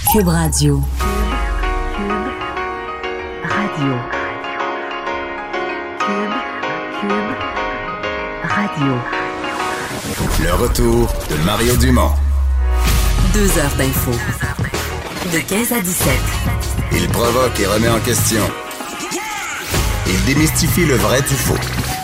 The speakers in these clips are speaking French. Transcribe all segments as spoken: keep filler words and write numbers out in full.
Cube Radio. Cube Radio. Cube, Cube Radio. Le retour de Mario Dumont. Deux heures d'info. De quinze à dix-sept. Il provoque et remet en question. Il démystifie le vrai du faux.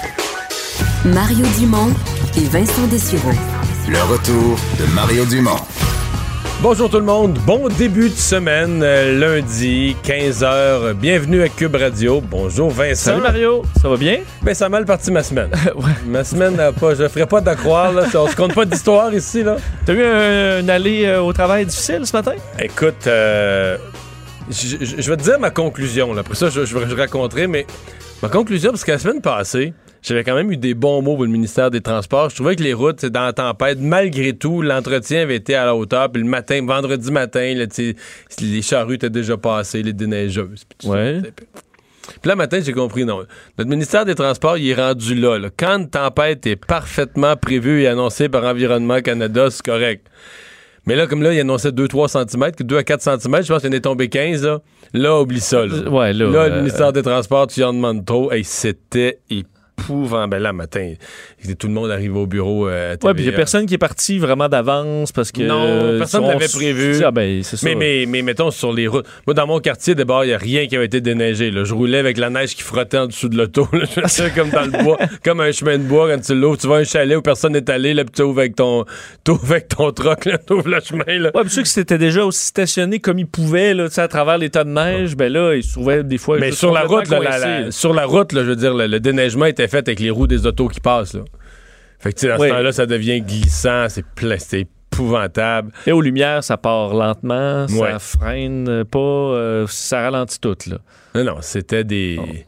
Mario Dumont et Vincent Dessureau. Le retour de Mario Dumont. Bonjour tout le monde, bon début de semaine, euh, lundi, quinze heures, bienvenue à Cube Radio. Bonjour Vincent. Salut Mario, ça va bien? Ben ça a mal parti ma semaine. Ouais. Ma semaine n'a pas, je ferai pas d'accroire, là, on se compte pas d'histoire ici, là. T'as eu un, une allée euh, au travail difficile ce matin? Écoute, euh, je, je, je vais te dire ma conclusion, là. Après ça je, je, je raconterai, mais ma conclusion, parce que la semaine passée, j'avais quand même eu des bons mots pour le ministère des Transports. Je trouvais que les routes, c'est dans la tempête. Malgré tout, l'entretien avait été à la hauteur. Puis le matin, vendredi matin, là, les charrues étaient déjà passées, les déneigeuses. Puis ouais. ça. Puis là, matin, j'ai compris, non. Notre ministère des Transports, il est rendu là, là. Quand une tempête est parfaitement prévue et annoncée par Environnement Canada, c'est correct. Mais là, comme là, il annonçait deux à trois centimètres, deux à quatre centimètres, je pense qu'il en est tombé quinze, là. Là, oublie ça, là. Ouais, là, là euh, le ministère des Transports, tu y en demandes trop. Hey, c'était épouvantable. Ben là, matin, tout le monde arrive au bureau euh, à T V A. Ouais, puis il y a personne qui est parti vraiment d'avance parce que... Non, euh, personne ne l'avait prévu. Ah ben, c'est ça. Mais, mais, mais mettons, sur les routes... Moi, dans mon quartier, d'abord, il n'y a rien qui avait été déneigé. Là. Je roulais avec la neige qui frottait en dessous de l'auto. Là. Je sais, comme dans le bois, comme un chemin de bois, quand tu l'ouvres, tu vas à un chalet où personne n'est allé, là, puis tu ouvres avec ton, avec ton troc, tu ouvres le chemin. Là. Ouais, puis ceux qui s'étaient déjà aussi stationnés comme ils pouvaient, là, à travers les tas de neige, ouais. Ben là, ils se trouvaient des fois... Mais sur la route, là, la, la, sur la route, là, je veux dire, le, le déneigement était fait avec les roues des autos qui passent, là. Fait que, tu sais, à ce oui. temps-là, ça devient glissant, c'est plein, c'est épouvantable. Et aux lumières, ça part lentement, ouais. Ça freine pas, euh, ça ralentit tout, là. Non, non, c'était des... Oh.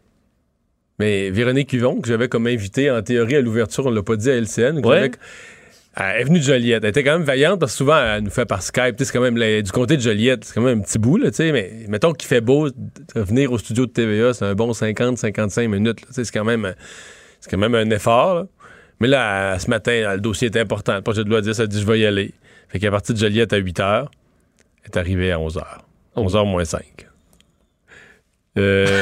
Mais Véronique Yvon, que j'avais comme invitée, en théorie, à l'ouverture, on l'a pas dit à L C N, ouais. j'avais... Elle est venue de Joliette. Elle était quand même vaillante parce que souvent, elle nous fait par Skype. C'est quand même la, du comté de Joliette. C'est quand même un petit bout, là, tu sais. Mais mettons qu'il fait beau, venir au studio de T V A, c'est un bon cinquante à cinquante-cinq minutes. Là, c'est quand même... C'est quand même un effort, là. Mais là, ce matin, là, le dossier est important. Le projet de loi dix, elle dit « Je vais y aller ». Fait qu'à partir de Joliette à huit heures, elle est arrivée à onze heures. onze heures moins cinq. Euh...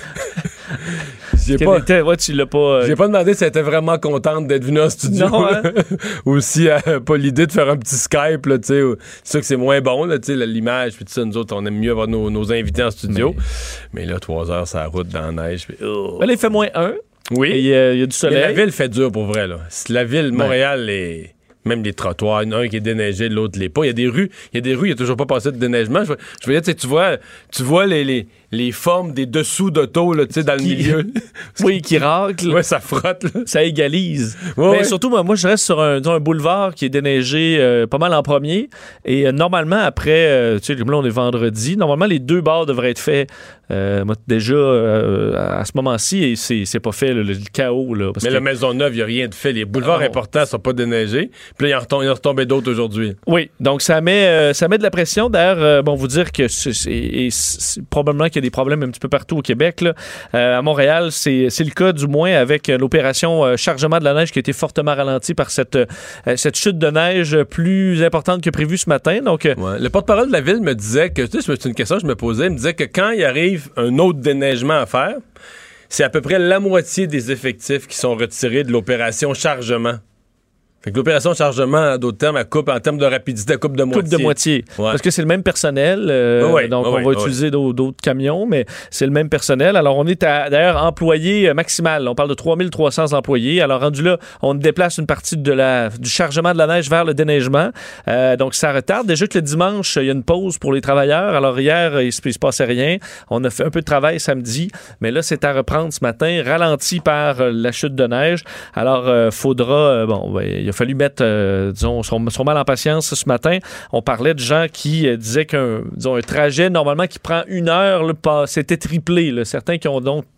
j'ai pas... Était, ouais, tu l'as pas... Euh... J'ai pas demandé si elle était vraiment contente d'être venue en studio. Non, hein? Ou si elle n'a pas l'idée de faire un petit Skype, là, tu sais. C'est sûr que c'est moins bon, là, tu sais, l'image, puis tout ça. Nous autres, on aime mieux avoir nos, nos invités en studio. Mais, Mais là, trois heures, ça route dans la neige. Puis, oh. Là, il fait moins un. Oui. Il y, euh, y a du soleil. Mais la ville fait dur pour vrai, là. La ville, Montréal, les... même les trottoirs, il y en a un qui est déneigé, l'autre l'est pas. Il y a des rues, il y a des rues, il n'y a toujours pas passé de déneigement. Je, je veux dire, tu sais, tu vois, tu vois les, les, les formes des dessous d'auto, là, tu sais, dans le qui... milieu. Oui, qui raclent. Ouais, ça frotte, là. Ça égalise. Ouais, mais ouais. surtout, moi, moi, je reste sur un, un boulevard qui est déneigé euh, pas mal en premier. Et euh, normalement, après, euh, tu sais, comme là, on est vendredi, normalement, les deux bords devraient être faits euh, déjà euh, à ce moment-ci. Et c'est, c'est pas fait, là, le, le chaos, là. Parce mais que... la Maisonneuve, il n'y a rien de fait. Les boulevards oh. importants ne sont pas déneigés. Puis là, il en, il en retombait d'autres aujourd'hui. Oui, donc ça met, euh, ça met de la pression. D'ailleurs, euh, bon, vous dire que c'est, c'est, c'est, probablement qu'il y a des problèmes un petit peu partout au Québec. Là. Euh, à Montréal, c'est, c'est le cas du moins avec l'opération euh, chargement de la neige qui a été fortement ralentie par cette, euh, cette chute de neige plus importante que prévu ce matin. Donc, euh, ouais. Le porte-parole de la ville me disait que, tu sais, c'est une question que je me posais, il me disait que quand il arrive un autre déneigement à faire, c'est à peu près la moitié des effectifs qui sont retirés de l'opération chargement. Fait que l'opération chargement, d'autres termes, elle coupe en termes de rapidité, elle coupe de moitié. Coupe de moitié. Ouais. Parce que c'est le même personnel. Euh, oui, donc, oui, on va oui, utiliser oui. d'autres, d'autres camions, mais c'est le même personnel. Alors, on est à, d'ailleurs employé maximal. On parle de trois mille trois cents employés. Alors, rendu là, on déplace une partie de la, du chargement de la neige vers le déneigement. Euh, donc, ça retarde. Déjà que le dimanche, il y a une pause pour les travailleurs. Alors, hier, il ne se, se passait rien. On a fait un peu de travail samedi, mais là, c'est à reprendre ce matin, ralenti par euh, la chute de neige. Alors, il euh, faudra... Euh, bon, ben, il a fallu mettre... Euh, disons, sont, sont mal en patience ce matin. On parlait de gens qui euh, disaient qu'un disons, un trajet, normalement, qui prend une heure, là, pas, c'était triplé. Là. Certains qui ont donc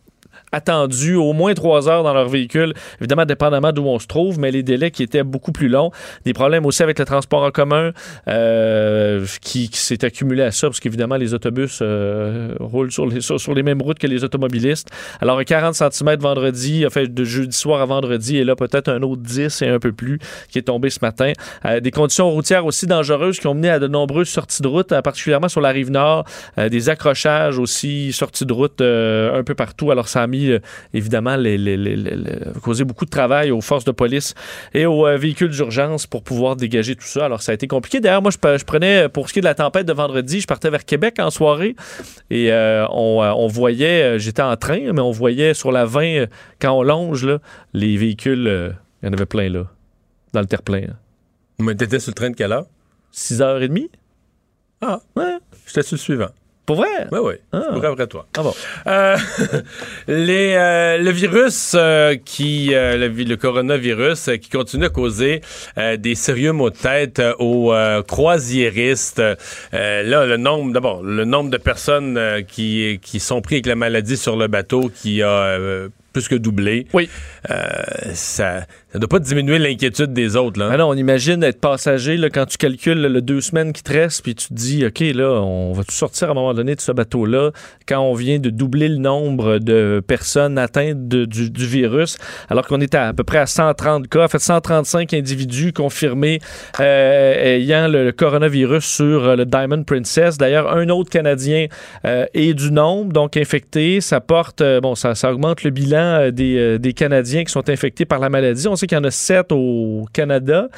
attendu au moins trois heures dans leur véhicule, évidemment dépendamment d'où on se trouve, mais les délais qui étaient beaucoup plus longs. Des problèmes aussi avec le transport en commun euh, qui, qui s'est accumulé à ça, parce qu'évidemment les autobus euh, roulent sur les, sur, sur les mêmes routes que les automobilistes. Alors quarante centimètres vendredi, en fait de jeudi soir à vendredi, et là peut-être un autre dix et un peu plus qui est tombé ce matin. Euh, des conditions routières aussi dangereuses qui ont mené à de nombreuses sorties de route, particulièrement sur la rive nord, euh, des accrochages aussi, sorties de route euh, un peu partout. Alors ça a mis euh, évidemment les, les, les, les, les, causé beaucoup de travail aux forces de police et aux euh, véhicules d'urgence pour pouvoir dégager tout ça. Alors ça a été compliqué. D'ailleurs, moi je, je prenais, pour ce qui est de la tempête de vendredi, je partais vers Québec en soirée et euh, on, euh, on voyait, j'étais en train, mais on voyait sur la vingt, euh, quand on longe, là, les véhicules, euh, il y en avait plein là, dans le terre-plein. Là. Mais t'étais sur le train de quelle heure? six heures trente. Ah, ouais. J'étais sur le suivant. Pour vrai? Oui, oui. Ah. Je pourrais après toi. Ah bon. Euh, les, euh, le virus euh, qui, euh, le, le coronavirus euh, qui continue à causer euh, des sérieux maux de tête euh, aux euh, croisiéristes. Euh, là, le nombre, d'abord, le nombre de personnes euh, qui, qui sont pris avec la maladie sur le bateau qui a euh, plus que doublé. Oui. Euh, ça ne doit pas diminuer l'inquiétude des autres. Là. Ah non, on imagine être passager là, quand tu calcules le deux semaines qui te restent, puis tu te dis, OK, là, on va tout sortir à un moment donné de ce bateau-là quand on vient de doubler le nombre de personnes atteintes de, du, du virus, alors qu'on est à, à peu près à cent trente cas, en fait cent trente-cinq individus confirmés euh, ayant le, le coronavirus sur le Diamond Princess. D'ailleurs, un autre Canadien euh, est du nombre, donc infecté. Ça porte, euh, bon, ça, ça augmente le bilan Des, des Canadiens qui sont infectés par la maladie. On sait qu'il y en a sept au Canada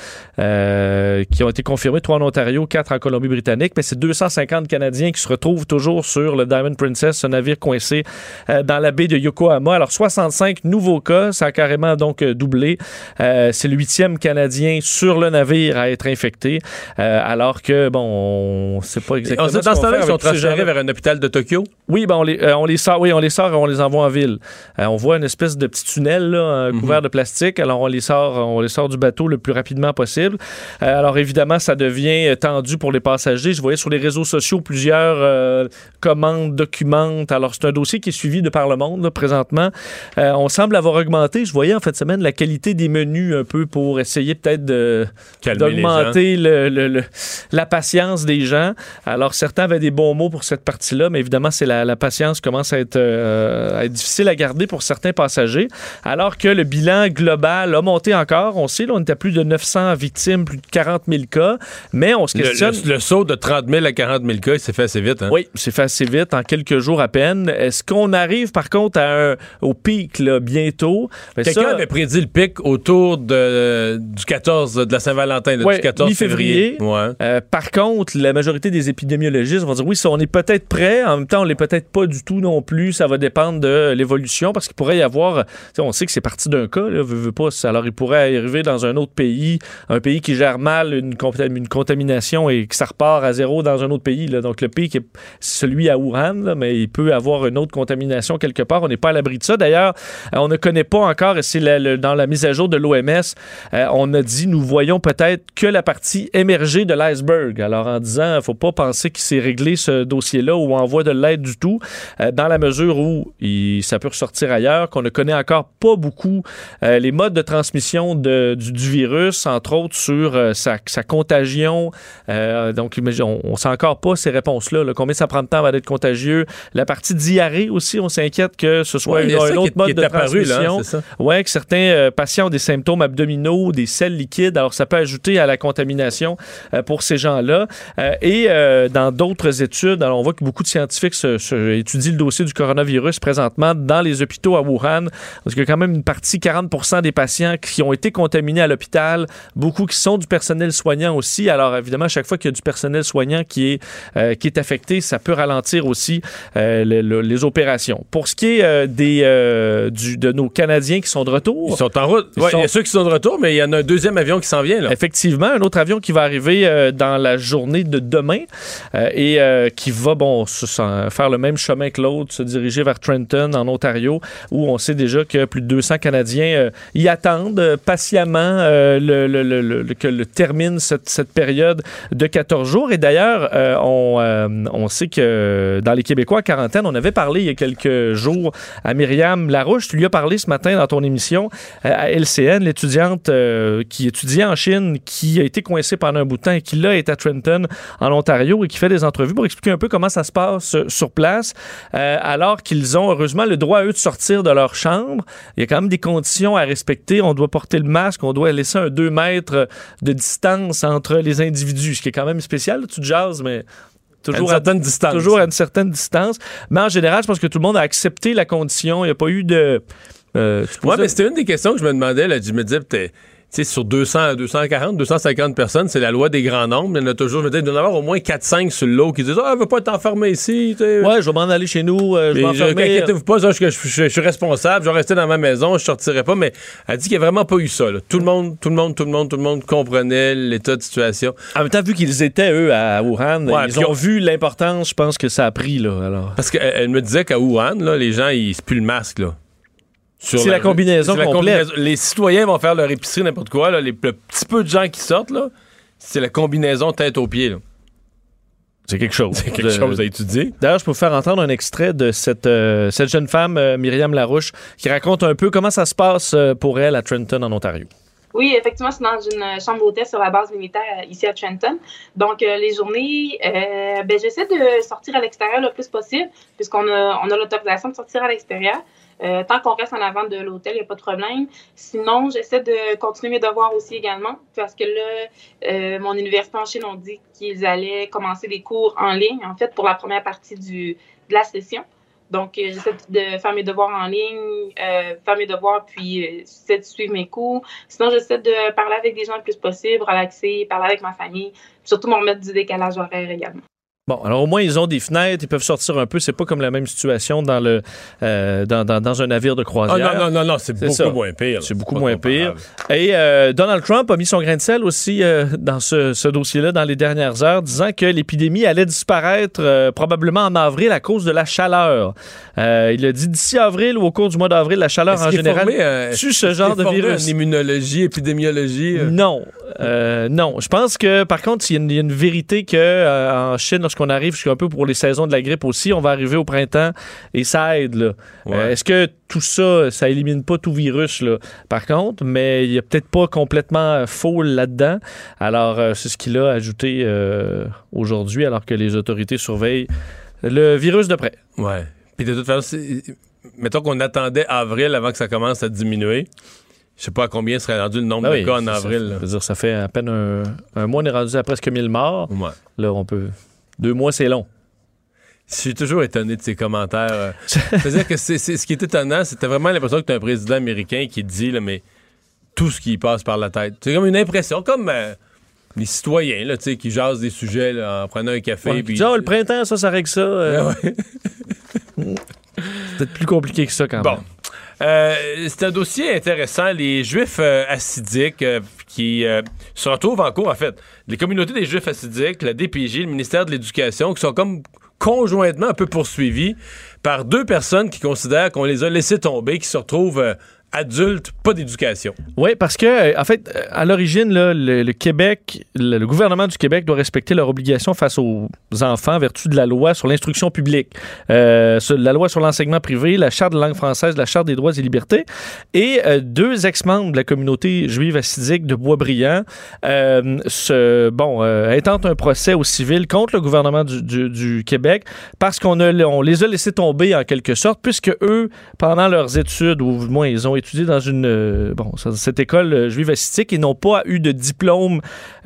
euh, qui ont été confirmés, trois en Ontario, quatre en Colombie-Britannique, mais c'est deux cent cinquante Canadiens qui se retrouvent toujours sur le Diamond Princess, ce navire coincé euh, dans la baie de Yokohama. Alors, soixante-cinq nouveaux cas, ça a carrément donc euh, doublé. Euh, c'est le huitième Canadien sur le navire à être infecté, euh, alors que, bon, on ne sait pas exactement on sait, ce dans qu'on ce temps-là, fait ils sont avec ces transférés gens-là. vers un hôpital de Tokyo? Oui, ben on les, euh, on les sort, oui, on les sort et on les envoie en ville. Euh, on voit une espèce de petit tunnel là, euh, Mm-hmm. couvert de plastique. Alors, on les sort, on les sort du bateau le plus rapidement possible. Euh, alors, évidemment, ça devient tendu pour les passagers. Je voyais sur les réseaux sociaux plusieurs euh, commandes, documentent. Alors, c'est un dossier qui est suivi de par le monde là, présentement. Euh, on semble avoir augmenté, je voyais en fin de semaine, la qualité des menus un peu pour essayer peut-être de, d'augmenter le, le, le, la patience des gens. Alors, certains avaient des bons mots pour cette partie-là, mais évidemment, c'est la, la patience commence à être, euh, à être difficile à garder pour certains passagers. Alors que le bilan global a monté encore. On sait, là, on était à plus de neuf cents victimes, plus de quarante mille cas, mais on se questionne... Le, le, le saut de trente mille à quarante mille cas, il s'est fait assez vite. Hein? Oui, c'est fait assez vite, en quelques jours à peine. Est-ce qu'on arrive, par contre, à un, au pic là, bientôt? Ben Quelqu'un ça, avait prédit le pic autour de, du quatorze, de la Saint-Valentin, là, ouais, du quatorze mi-février. février. Ouais. Euh, par contre, la majorité des épidémiologistes vont dire oui, ça, on est peut-être prêt. En même temps, on l'est peut-être pas du tout non plus. Ça va dépendre de l'évolution parce qu'il pourrait y avoir... On sait que c'est parti d'un cas, là, veut, veut pas. Alors, il pourrait arriver dans un autre pays, un pays qui gère mal une, une contamination et que ça repart à zéro dans un autre pays. Là. Donc, le pic est celui à Wuhan, là, mais il peut avoir une autre contamination quelque part. On n'est pas à l'abri de ça. D'ailleurs, euh, on ne connaît pas encore, et c'est la, le, dans la mise à jour de l'O M S, euh, on a dit, nous voyons peut-être que la partie émergée de l'iceberg. Alors, en disant, il ne faut pas penser qu'il s'est réglé ce dossier-là ou on envoie de l'aide du tout, euh, dans la mesure où il, ça peut ressortir ailleurs, qu'on ne connaît encore pas beaucoup euh, les modes de transmission de, du, du virus, entre autres sur euh, sa, sa contagion. Euh, donc, on ne sait encore pas ces réponses-là. Là. Combien ça prend de temps avant d'être contagieux? La partie diarrhée aussi, on s'inquiète que ce soit ouais, une, un autre qui, mode qui de apparu, transmission. Oui, que certains euh, patients ont des symptômes abdominaux, des selles liquides. Alors, ça peut ajouter à la contamination euh, pour ces gens-là. Euh, et euh, dans d'autres études, alors on voit que beaucoup de scientifiques se, se étudient le dossier du coronavirus présentement dans les hôpitaux à Wuhan, parce qu'il y a quand même une partie, quarante pour cent des patients qui ont été contaminés à l'hôpital, beaucoup qui sont du personnel soignant aussi. Alors, évidemment, à chaque fois qu'il y a du personnel soignant qui est, euh, qui est affecté, ça peut ralentir aussi euh, le, le, les opérations. Pour ce qui est euh, des, euh, du, de nos Canadiens qui sont de retour... Ils sont en route. Ouais, sont... Il y a ceux qui sont de retour, mais il y en a un deuxième avion qui s'en vient. Là. Effectivement, un autre avion qui va arriver euh, dans la journée de demain euh, et euh, qui va bon, se, se, faire le même chemin que l'autre, se diriger vers Trenton, en Ontario, où on sait déjà que plus de deux cents Canadiens euh, y attendent. attendent euh, patiemment euh, le, le, le, le, le, que le termine cette, cette période de quatorze jours. Et d'ailleurs, euh, on, euh, on sait que dans les Québécois en quarantaine, on avait parlé il y a quelques jours à Myriam Larouche. Tu lui as parlé ce matin dans ton émission euh, à L C N, l'étudiante euh, qui étudiait en Chine, qui a été coincée pendant un bout de temps et qui là est à Trenton, en Ontario, et qui fait des entrevues pour expliquer un peu comment ça se passe euh, sur place, euh, alors qu'ils ont heureusement le droit, eux, de sortir de leur chambre. Il y a quand même des conditions à respecter. On doit porter le masque, on doit laisser un deux mètres de distance entre les individus, ce qui est quand même spécial. Là, tu te jases, mais... Toujours à, une certaine distance. Toujours à une certaine distance. Mais en général, je pense que tout le monde a accepté la condition. Il n'y a pas eu de... Euh, oui, mais c'était une des questions que je me demandais. Là, je me disais, peut-être... Tu sais, sur deux cents, deux cent quarante, deux cent cinquante personnes, c'est la loi des grands nombres. Il y en a toujours, je me dis, il doit y en avoir au moins quatre cinq sur le lot qui disent « Ah, je veux pas être enfermé ici. » Ouais, je vais m'en aller chez nous, euh, je vais m'enfermer. Inquiétez-vous pas, ça, je, je, je, je suis responsable, je vais rester dans ma maison, je sortirai pas. Mais elle dit qu'il n'y a vraiment pas eu ça. Là. Tout le monde, tout le monde, tout le monde, tout le monde comprenait l'état de situation. En même temps, vu qu'ils étaient, eux, à Wuhan, ouais, ils ont on... vu l'importance, je pense, que ça a pris. Là, alors. Parce qu'elle elle me disait qu'à Wuhan, là, les gens, ils se puent le masque, là. C'est la, la combinaison c'est complète. La combinaison. Les citoyens vont faire leur épicerie, n'importe quoi. Là. Les, le petit peu de gens qui sortent, là, c'est la combinaison tête aux pieds. Là. C'est quelque chose. C'est quelque de... chose à étudier. D'ailleurs, je peux vous faire entendre un extrait de cette, euh, cette jeune femme, euh, Myriam Larouche, qui raconte un peu comment ça se passe euh, pour elle à Trenton, en Ontario. Oui, effectivement, c'est dans une chambre d'hôtel sur la base militaire ici à Trenton. Donc, euh, les journées, euh, ben, j'essaie de sortir à l'extérieur le plus possible, puisqu'on a, on a l'autorisation de sortir à l'extérieur. Euh, tant qu'on reste en avant de l'hôtel, il n'y a pas de problème. Sinon, j'essaie de continuer mes devoirs aussi également, parce que là, euh, mon université en Chine, on dit qu'ils allaient commencer des cours en ligne, en fait, pour la première partie du, de la session. Donc, euh, j'essaie de faire mes devoirs en ligne, euh, faire mes devoirs, puis euh, j'essaie de suivre mes cours. Sinon, j'essaie de parler avec des gens le plus possible, relaxer, parler avec ma famille, puis surtout me remettre du décalage horaire également. Bon, alors au moins, ils ont des fenêtres, ils peuvent sortir un peu. C'est pas comme la même situation dans le euh, dans, dans, dans un navire de croisière. Ah non, non, non, non, c'est, c'est beaucoup ça. moins pire. C'est beaucoup moins pire. Et euh, Donald Trump a mis son grain de sel aussi euh, dans ce, ce dossier-là dans les dernières heures, disant que l'épidémie allait disparaître euh, probablement en avril à cause de la chaleur. Euh, il a dit d'ici avril ou au cours du mois d'avril, la chaleur est-ce en général formé, euh, tue ce genre de virus. En immunologie, épidémiologie? Euh... Non. Euh, non. Je pense que, par contre, il y, y a une vérité que euh, en Chine, lorsqu'on arrive, je suis un peu pour les saisons de la grippe aussi, on va arriver au printemps et ça aide. Là. Ouais. Euh, est-ce que tout ça, ça élimine pas tout virus, là, par contre, mais il y a peut-être pas complètement faux là-dedans. Alors, euh, c'est ce qu'il a ajouté euh, aujourd'hui, alors que les autorités surveillent le virus de près. Ouais. Puis de toute façon, c'est... mettons qu'on attendait avril avant que ça commence à diminuer. Je sais pas à combien serait rendu le nombre ah de oui, cas en avril. Ça, dire, ça fait à peine un, un mois, on est rendu à presque mille morts. Ouais. Là, on peut... Deux mois, c'est long. Je suis toujours étonné de ces commentaires. C'est-à-dire que c'est, c'est, ce qui est étonnant, c'était vraiment l'impression que tu as un président américain qui dit, là, mais tout ce qui passe par la tête. C'est comme une impression, comme euh, les citoyens là, qui jasent des sujets là, en prenant un café. Ouais, puis dis, oh, le printemps, ça, ça règle ça. Euh... Ouais. C'est peut-être plus compliqué que ça quand bon. même. Euh, c'est un dossier intéressant. Les Juifs euh, hassidiques euh, qui euh, se retrouvent en cours, en fait. Les communautés des Juifs hassidiques, la D P J, le ministère de l'Éducation, qui sont comme conjointement un peu poursuivis par deux personnes qui considèrent qu'on les a laissés tomber, qui se retrouvent euh, adultes, pas d'éducation. Oui, parce que, en fait, à l'origine, là, le, le Québec, le, le gouvernement du Québec doit respecter leurs obligations face aux enfants en vertu de la loi sur l'instruction publique, euh, sur la loi sur l'enseignement privé, la charte de langue française, la charte des droits et libertés. Et euh, deux ex-membres de la communauté juive hassidique de Boisbriand euh, se, bon, euh, intentent un procès au civil contre le gouvernement du, du, du Québec parce qu'on a, on les a laissés tomber en quelque sorte, puisque eux, pendant leurs études, ou du moins ils ont étudié dans une euh, bon cette école euh, juive hassidique, ils n'ont pas eu de diplôme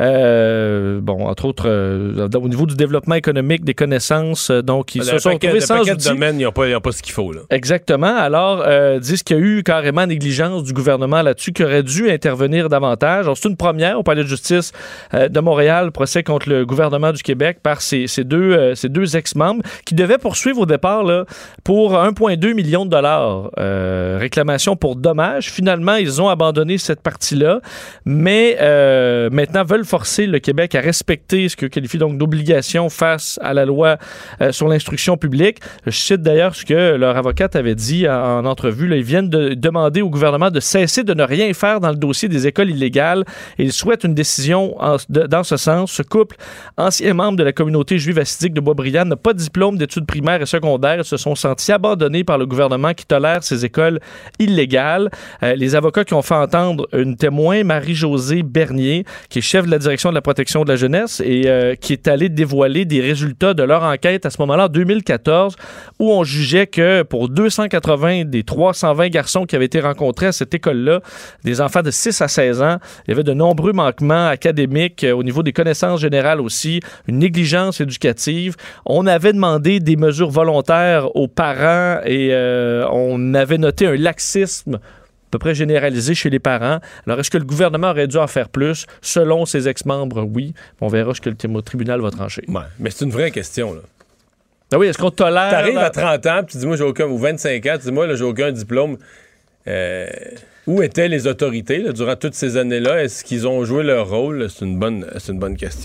euh, bon entre autres euh, au niveau du développement économique, des connaissances, euh, donc ils le se sont paquet, retrouvés sans outils. De domaines, ils n'ont pas, pas ce qu'il faut là. Exactement. Alors euh, disent qu'il y a eu carrément négligence du gouvernement là-dessus, qui aurait dû intervenir davantage. Alors, c'est une première au palais de justice euh, de Montréal, procès contre le gouvernement du Québec par ces, ces deux euh, ces deux ex-membres qui devaient poursuivre au départ là, pour un virgule deux million de dollars, euh, réclamation pour dommages. Finalement, ils ont abandonné cette partie-là, mais euh, maintenant veulent forcer le Québec à respecter ce que qualifie donc d'obligation face à la loi euh, sur l'instruction publique. Je cite d'ailleurs ce que leur avocate avait dit en, en entrevue. Là, ils viennent de demander au gouvernement de cesser de ne rien faire dans le dossier des écoles illégales et ils souhaitent une décision en, de, dans ce sens. Ce couple, ancien membre de la communauté juive hassidique de Boisbriand, n'a pas de diplôme d'études primaires et secondaires. Ils se sont sentis abandonnés par le gouvernement qui tolère ces écoles illégales. Euh, les avocats qui ont fait entendre une témoin, Marie-Josée Bernier, qui est chef de la direction de la protection de la jeunesse et euh, qui est allée dévoiler des résultats de leur enquête à ce moment-là, en deux mille quatorze, où on jugeait que pour deux cent quatre-vingts des trois cent vingt garçons qui avaient été rencontrés à cette école-là, des enfants de six à seize ans, il y avait de nombreux manquements académiques, euh, au niveau des connaissances générales aussi, une négligence éducative. On avait demandé des mesures volontaires aux parents et euh, on avait noté un laxisme à peu près généralisé chez les parents. Alors, est-ce que le gouvernement aurait dû en faire plus? Selon ses ex-membres, oui. On verra ce que le tribunal va trancher. Ouais, mais c'est une vraie question, là. Ah oui, est-ce qu'on tolère... T'arrives à trente ans, puis tu dis, moi, j'ai aucun... ou vingt-cinq ans, tu dis, moi, là, j'ai aucun diplôme. Euh... Où étaient les autorités là, durant toutes ces années-là? Est-ce qu'ils ont joué leur rôle? C'est une bonne, c'est une bonne question.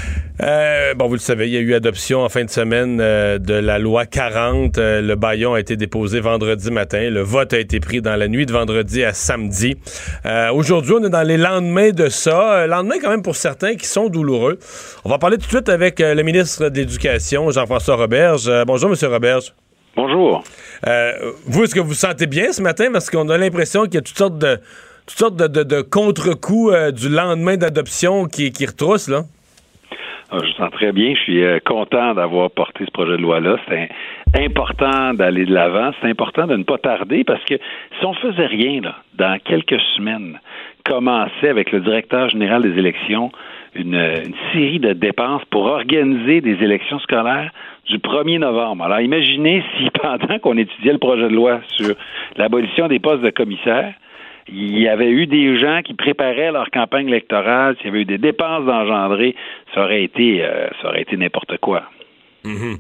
Euh, bon, vous le savez, il y a eu adoption en fin de semaine euh, de la loi quarante. Euh, le bâillon a été déposé vendredi matin. Le vote a été pris dans la nuit de vendredi à samedi. Euh, aujourd'hui, on est dans les lendemains de ça. Euh, lendemains quand même pour certains qui sont douloureux. On va parler tout de suite avec euh, le ministre de l'Éducation, Jean-François Roberge. Euh, bonjour, M. Roberge. Bonjour. Euh, vous, est-ce que vous vous sentez bien ce matin? Parce qu'on a l'impression qu'il y a toutes sortes de, toutes sortes de, de, de contre-coups euh, du lendemain d'adoption qui, qui retroussent, là. Alors, je me sens très bien. Je suis euh, content d'avoir porté ce projet de loi-là. C'est un, important d'aller de l'avant. C'est important de ne pas tarder parce que si on faisait rien, là, dans quelques semaines, commencer avec le directeur général des élections une, une série de dépenses pour organiser des élections scolaires du premier novembre. Alors, imaginez si pendant qu'on étudiait le projet de loi sur l'abolition des postes de commissaires, il y avait eu des gens qui préparaient leur campagne électorale, s'il y avait eu des dépenses d'engendrer, ça aurait été, euh, ça aurait été n'importe quoi. Mm-hmm.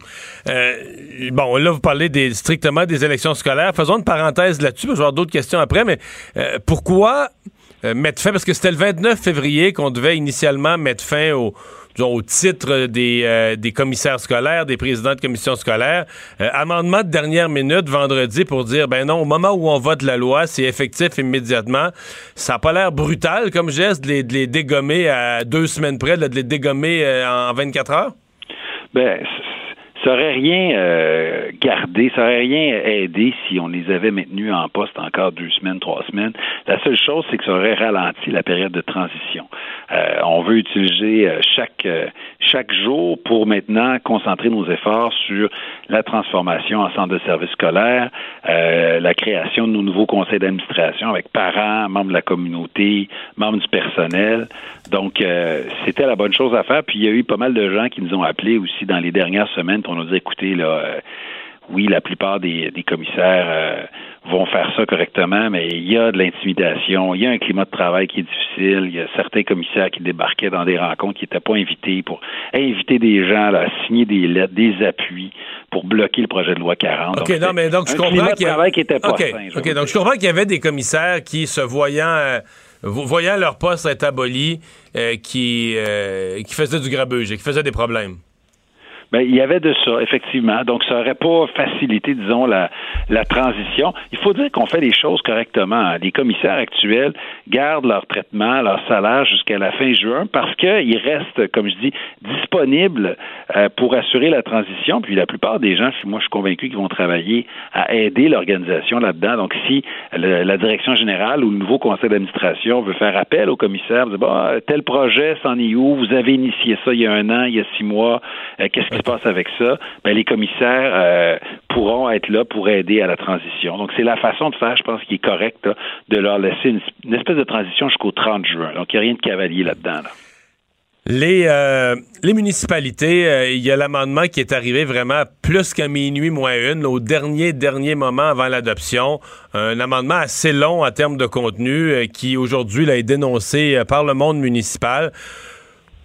Euh, bon, là, vous parlez des, strictement des élections scolaires. Faisons une parenthèse là-dessus, parce que je vais avoir d'autres questions après, mais euh, pourquoi euh, mettre fin, parce que c'était le vingt-neuf février qu'on devait initialement mettre fin au au titre des, euh, des commissaires scolaires, des présidents de commissions scolaires. Euh, amendement de dernière minute vendredi pour dire, ben non, au moment où on vote la loi, c'est effectif immédiatement. Ça n'a pas l'air brutal comme geste de les, de les dégommer à deux semaines près, de les dégommer euh, en vingt-quatre heures? Ben, ça aurait rien euh, gardé, ça aurait rien aidé si on les avait maintenus en poste encore deux semaines, trois semaines. La seule chose, c'est que ça aurait ralenti la période de transition. Euh, on veut utiliser euh, chaque euh, chaque jour pour maintenant concentrer nos efforts sur la transformation en centre de service scolaire, euh, la création de nos nouveaux conseils d'administration avec parents, membres de la communauté, membres du personnel. Donc, euh, c'était la bonne chose à faire. Puis, il y a eu pas mal de gens qui nous ont appelés aussi dans les dernières semaines pour nous dire, écoutez, là, euh, oui, la plupart des, des commissaires euh, vont faire ça correctement, mais il y a de l'intimidation, il y a un climat de travail qui est difficile, il y a certains commissaires qui débarquaient dans des rencontres qui n'étaient pas invités pour inviter des gens là, à signer des lettres, des appuis pour bloquer le projet de loi quarante. OK, donc, non, mais donc je un comprends climat qu'il y de a... travail qui était pas OK, sain. OK, donc je comprends qu'il y avait des commissaires qui, se voyant... Euh, voyant leur poste être aboli, euh, qui, euh, qui faisaient du grabuge et qui faisaient des problèmes. Ben, il y avait de ça, effectivement. Donc, ça n'aurait pas facilité, disons, la, la transition. Il faut dire qu'on fait les choses correctement. Les commissaires actuels gardent leur traitement, leur salaire jusqu'à la fin juin parce qu'ils restent, comme je dis, disponibles euh, pour assurer la transition. Puis la plupart des gens, moi, je suis convaincu qu'ils vont travailler à aider l'organisation là-dedans. Donc, si le, la direction générale ou le nouveau conseil d'administration veut faire appel aux commissaires, dire, bah, tel projet, c'en est où? Vous avez initié ça il y a un an, il y a six mois. Euh, qu'est-ce qui se passe avec ça? Ben, les commissaires euh, pourront être là pour aider à la transition. Donc, c'est la façon de faire, je pense, qui est correcte, là, de leur laisser une, une espèce de transition jusqu'au trente juin. Donc, il n'y a rien de cavalier là-dedans. Là. Les, euh, les municipalités, euh, il y a l'amendement qui est arrivé vraiment plus qu'à minuit moins une, là, au dernier, dernier moment avant l'adoption. Un amendement assez long en termes de contenu euh, qui, aujourd'hui, là, est dénoncé euh, par le monde municipal.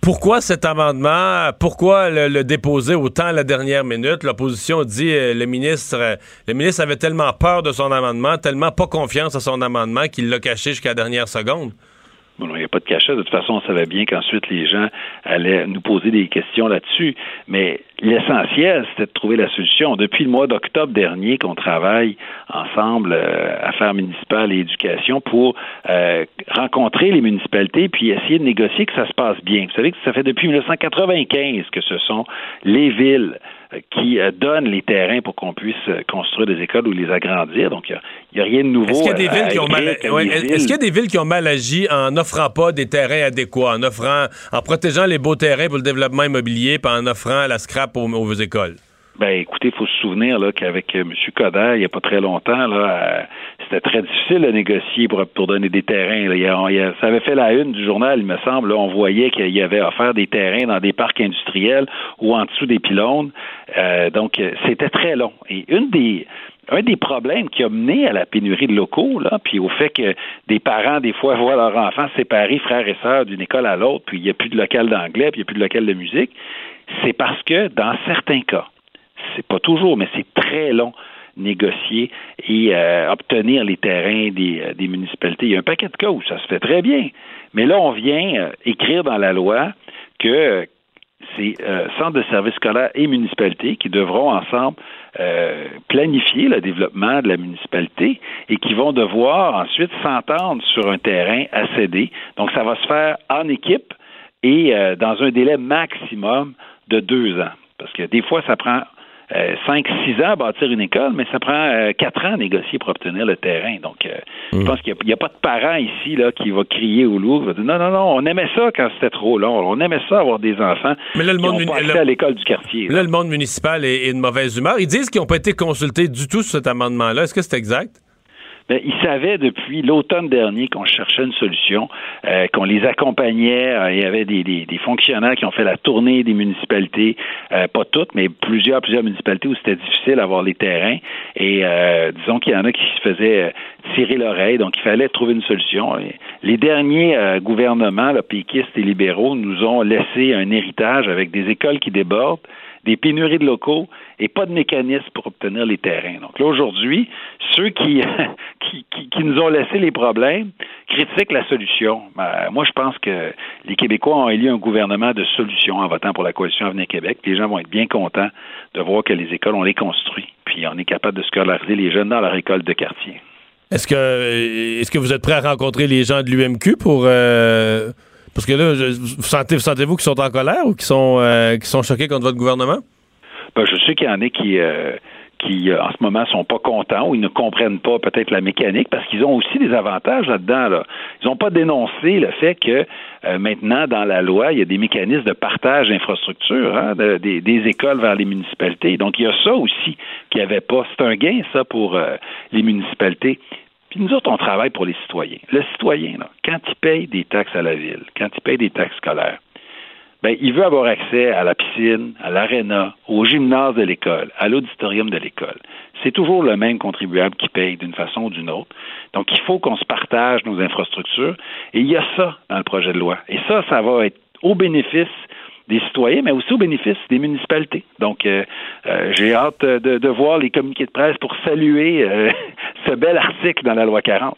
Pourquoi cet amendement? Pourquoi le, le déposer autant à la dernière minute? L'opposition dit euh, le ministre euh, le ministre avait tellement peur de son amendement, tellement pas confiance à son amendement qu'il l'a caché jusqu'à la dernière seconde. Bon, il n'y a pas de cachet. De toute façon, on savait bien qu'ensuite, les gens allaient nous poser des questions là-dessus. Mais l'essentiel, c'était de trouver la solution. Depuis le mois d'octobre dernier qu'on travaille ensemble, euh, affaires municipales et éducation, pour euh, rencontrer les municipalités puis essayer de négocier que ça se passe bien. Vous savez que ça fait depuis dix-neuf cent quatre-vingt-quinze que ce sont les villes qui euh, donnent les terrains pour qu'on puisse construire des écoles ou les agrandir. Donc, il n'y a, a rien de nouveau. Est-ce qu'il y a des à, villes à qui ont mal, ouais, est-ce qu'il y a des villes qui ont mal agi en n'offrant pas des terrains adéquats, en offrant, en protégeant les beaux terrains pour le développement immobilier, puis en offrant la scrap aux, aux écoles? Ben, écoutez, il faut se souvenir là, qu'avec euh, M. Coderre, il n'y a pas très longtemps, là, euh, c'était très difficile de négocier pour, pour donner des terrains. Là. Il y a, il y a, ça avait fait la une du journal, il me semble. Là, on voyait qu'il y avait offert des terrains dans des parcs industriels ou en dessous des pylônes. Euh, donc, c'était très long. Et une des... Un des problèmes qui a mené à la pénurie de locaux, là, puis au fait que des parents, des fois, voient leurs enfants séparés, frères et sœurs, d'une école à l'autre, puis il n'y a plus de local d'anglais, puis il n'y a plus de local de musique, c'est parce que, dans certains cas, c'est pas toujours, mais c'est très long, négocier et euh, obtenir les terrains des, des municipalités. Il y a un paquet de cas où ça se fait très bien. Mais là, on vient euh, écrire dans la loi que c'est euh, centres de services scolaires et municipalités qui devront ensemble euh, planifier le développement de la municipalité et qui vont devoir ensuite s'entendre sur un terrain à céder. Donc, ça va se faire en équipe et euh, dans un délai maximum de deux ans. Parce que des fois, ça prend euh, cinq, six ans à bâtir une école, mais ça prend euh, quatre ans à négocier pour obtenir le terrain. Donc, euh, mmh. je pense qu'il n'y a, a pas de parent ici là qui va crier au loup, va dire non, non, non, on aimait ça quand c'était trop long. On aimait ça avoir des enfants mais là, le qui monde ont pas muni- accès là, à l'école du quartier. Là, là, le monde municipal est, est de mauvaise humeur. Ils disent qu'ils n'ont pas été consultés du tout sur cet amendement-là. Est-ce que c'est exact? Ben, ils savaient depuis l'automne dernier qu'on cherchait une solution, euh, qu'on les accompagnait. Euh, il y avait des, des, des fonctionnaires qui ont fait la tournée des municipalités, euh, pas toutes, mais plusieurs, plusieurs municipalités où c'était difficile d'avoir les terrains. Et euh, disons qu'il y en a qui se faisaient euh, tirer l'oreille, donc il fallait trouver une solution. Et les derniers euh, gouvernements, là, péquistes et libéraux, nous ont laissé un héritage avec des écoles qui débordent, des pénuries de locaux et pas de mécanisme pour obtenir les terrains. Donc là, aujourd'hui, ceux qui, qui, qui, qui nous ont laissé les problèmes critiquent la solution. Ben, moi, je pense que les Québécois ont élu un gouvernement de solutions en votant pour la Coalition Avenir Québec. Les gens vont être bien contents de voir que les écoles, on les construit, puis on est capable de scolariser les jeunes dans leur école de quartier. Est-ce que, est-ce que vous êtes prêt à rencontrer les gens de l'U M Q pour... Euh... Parce que là, vous sentez, sentez-vous qu'ils sont en colère ou qu'ils sont, euh, qu'ils sont choqués contre votre gouvernement? Ben, je sais qu'il y en a qui, euh, qui euh, en ce moment, sont pas contents ou ils ne comprennent pas peut-être la mécanique parce qu'ils ont aussi des avantages là-dedans. Là. Ils n'ont pas dénoncé le fait que euh, maintenant, dans la loi, il y a des mécanismes de partage d'infrastructures, hein, de, des, des écoles vers les municipalités. Donc, il y a ça aussi qu'il n'y avait pas. C'est un gain, ça, pour euh, les municipalités. Puis nous autres, on travaille pour les citoyens. Le citoyen, là, quand il paye des taxes à la ville, quand il paye des taxes scolaires, ben, il veut avoir accès à la piscine, à l'aréna, au gymnase de l'école, à l'auditorium de l'école. C'est toujours le même contribuable qui paye d'une façon ou d'une autre. Donc, il faut qu'on se partage nos infrastructures. Et il y a ça dans le projet de loi. Et ça, ça va être au bénéfice des citoyens, mais aussi au bénéfice des municipalités. Donc, euh, euh, j'ai hâte de, de voir les communiqués de presse pour saluer euh, ce bel article dans la loi quarante.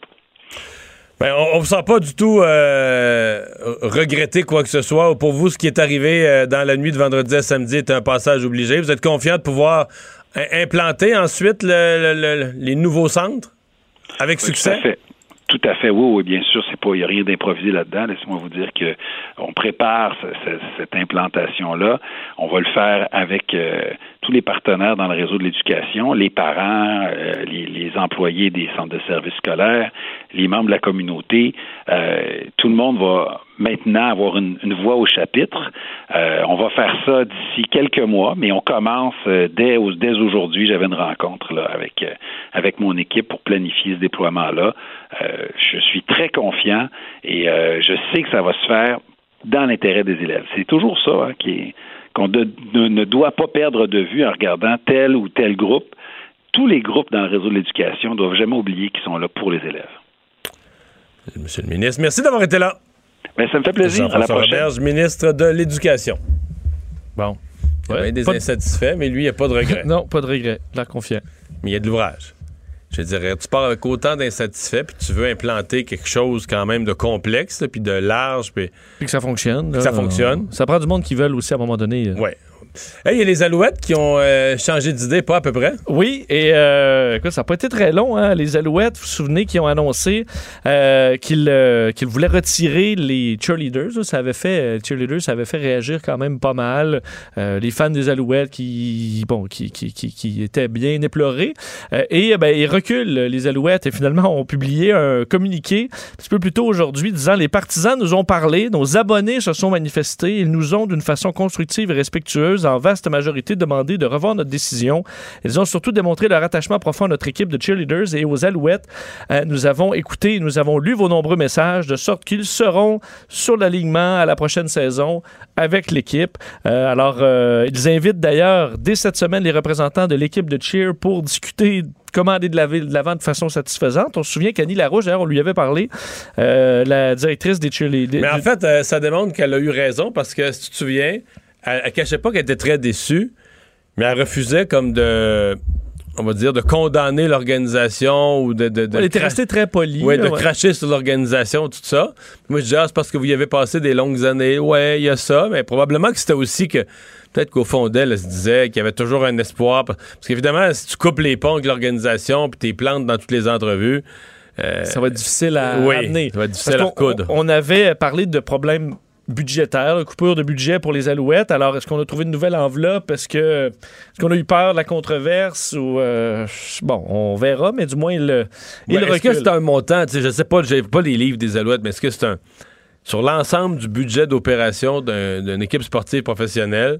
Ben, on ne vous sent pas du tout euh, regretter quoi que ce soit. Pour vous, ce qui est arrivé euh, dans la nuit de vendredi à samedi est un passage obligé. Vous êtes confiant de pouvoir implanter ensuite le, le, le, les nouveaux centres avec oui, succès? Tout à fait. Tout à fait, oui, oui, bien sûr, c'est pas, il n'y a rien d'improvisé là-dedans. Laissez-moi vous dire que on prépare ce, ce, cette implantation-là. On va le faire avec euh, tous les partenaires dans le réseau de l'éducation, les parents, euh, les, les employés des centres de services scolaires, les membres de la communauté. Euh, tout le monde va maintenant avoir une, une voix au chapitre. Euh, on va faire ça d'ici quelques mois, mais on commence euh, dès, dès aujourd'hui. J'avais une rencontre là, avec, euh, avec mon équipe pour planifier ce déploiement-là. Euh, je suis très confiant et euh, je sais que ça va se faire dans l'intérêt des élèves. C'est toujours ça hein, qui est, qu'on de, ne, ne doit pas perdre de vue en regardant tel ou tel groupe. Tous les groupes dans le réseau de l'éducation ne doivent jamais oublier qu'ils sont là pour les élèves. Monsieur le ministre, merci d'avoir été là. Ben, ça me fait plaisir. À la prochaine. Roberge, ministre de l'Éducation. Bon. Il y a Ouais, bien des pas insatisfaits, de... mais lui, il n'y a pas de regrets. Non, pas de regrets. L'air confiant. Mais il y a de l'ouvrage. Je dirais, tu pars avec autant d'insatisfaits, puis tu veux implanter quelque chose quand même de complexe, là, puis de large, puis... Puis que ça fonctionne. Que là, ça fonctionne. Ça prend du monde qui veulent aussi à un moment donné. Oui. Hey, il y a les Alouettes qui ont euh, changé d'idée, pas à peu près. Oui, et euh, écoute, ça n'a pas été très long, hein? Les Alouettes, vous vous souvenez, qui ont annoncé euh, qu'ils, euh, qu'ils voulaient retirer les cheerleaders. Là. Ça avait fait, cheerleaders, ça avait fait réagir quand même pas mal. Euh, les fans des Alouettes qui, bon, qui, qui, qui, qui étaient bien éplorés. Euh, et ben, ils reculent, les Alouettes, et finalement ont publié un communiqué un petit peu plus tôt aujourd'hui disant « Les partisans nous ont parlé, nos abonnés se sont manifestés, ils nous ont d'une façon constructive et respectueuse en vaste majorité demandé de revoir notre décision. Ils ont surtout démontré leur attachement profond à notre équipe de cheerleaders et aux Alouettes. Euh, nous avons écouté et nous avons lu vos nombreux messages de sorte qu'ils seront sur l'alignement à la prochaine saison avec l'équipe. Euh, alors, euh, ils invitent d'ailleurs dès cette semaine les représentants de l'équipe de cheer pour discuter comment aller de l'avant de façon satisfaisante. On se souvient qu'Annie Larouche, d'ailleurs, on lui avait parlé, euh, la directrice des cheerleaders. Mais en fait, euh, ça démontre qu'elle a eu raison parce que, si tu te souviens, elle, elle cachait pas qu'elle était très déçue, mais elle refusait comme de, on va dire, de condamner l'organisation ou de... de, de elle était cra- restée très polie. Oui, de ouais. cracher sur l'organisation, tout ça. Moi, je dis, ah, c'est parce que vous y avez passé des longues années. Ouais, il y a ça, mais probablement que c'était aussi que... Peut-être qu'au fond d'elle, elle se disait qu'il y avait toujours un espoir. Parce qu'évidemment, si tu coupes les ponts avec l'organisation puis t'es plantes dans toutes les entrevues... Euh, ça va être difficile à oui, amener. ça va être difficile à recoudre. On, on avait parlé de problèmes budgétaires, de coupure de budget pour les Alouettes. Alors, est-ce qu'on a trouvé une nouvelle enveloppe? Est-ce, que, est-ce qu'on a eu peur de la controverse? Ou euh, bon, on verra, mais du moins, il, ouais, il est-ce recule. que c'est un montant? Je ne sais pas, j'ai pas les livres des Alouettes, mais est-ce que c'est un... Sur l'ensemble du budget d'opération d'un, d'une équipe sportive professionnelle,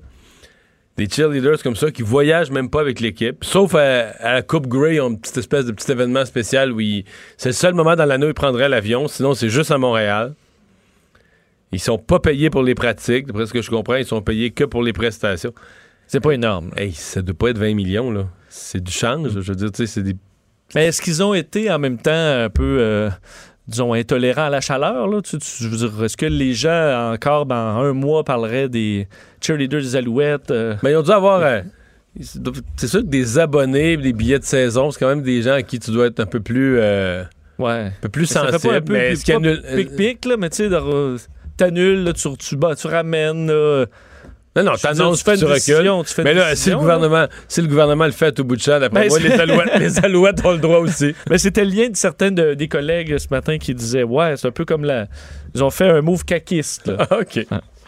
des cheerleaders comme ça qui voyagent même pas avec l'équipe, sauf à, à la Coupe Grey, ils ont une petite espèce de petit événement spécial où ils, c'est le seul moment dans l'année où ils prendraient l'avion, sinon c'est juste à Montréal. Ils sont pas payés pour les pratiques, d'après ce que je comprends, ils sont payés que pour les prestations. C'est pas énorme. Hey, ça doit pas être vingt millions, là. C'est du change, je veux dire, tu sais, c'est des... Mais est-ce qu'ils ont été en même temps un peu... Euh... disons, intolérants à la chaleur, là. Tu, tu, je veux dire, est-ce que les gens, encore dans un mois, parleraient des cheerleaders des Alouettes? Euh... Mais ils ont dû avoir... Euh, c'est sûr que des abonnés, des billets de saison, c'est quand même des gens à qui tu dois être un peu plus... Euh, ouais. Un peu plus mais sensible. Ça fait pas un peu mais plus, ce qui annule... pic-pic, là, mais tu sais, euh, t'annules, là, tu, tu, bah, tu ramènes, là... Non, non, t'annonces, tu, tu recules. Tu fais mais là, décision, si le gouvernement, là. si le gouvernement le fait à tout bout de champ, d'après ben, moi, les alouettes, les alouettes ont le droit aussi. Mais c'était le lien de certains de, des collègues ce matin qui disaient, ouais, c'est un peu comme la, ils ont fait un move caquiste. Là. OK. Ouais.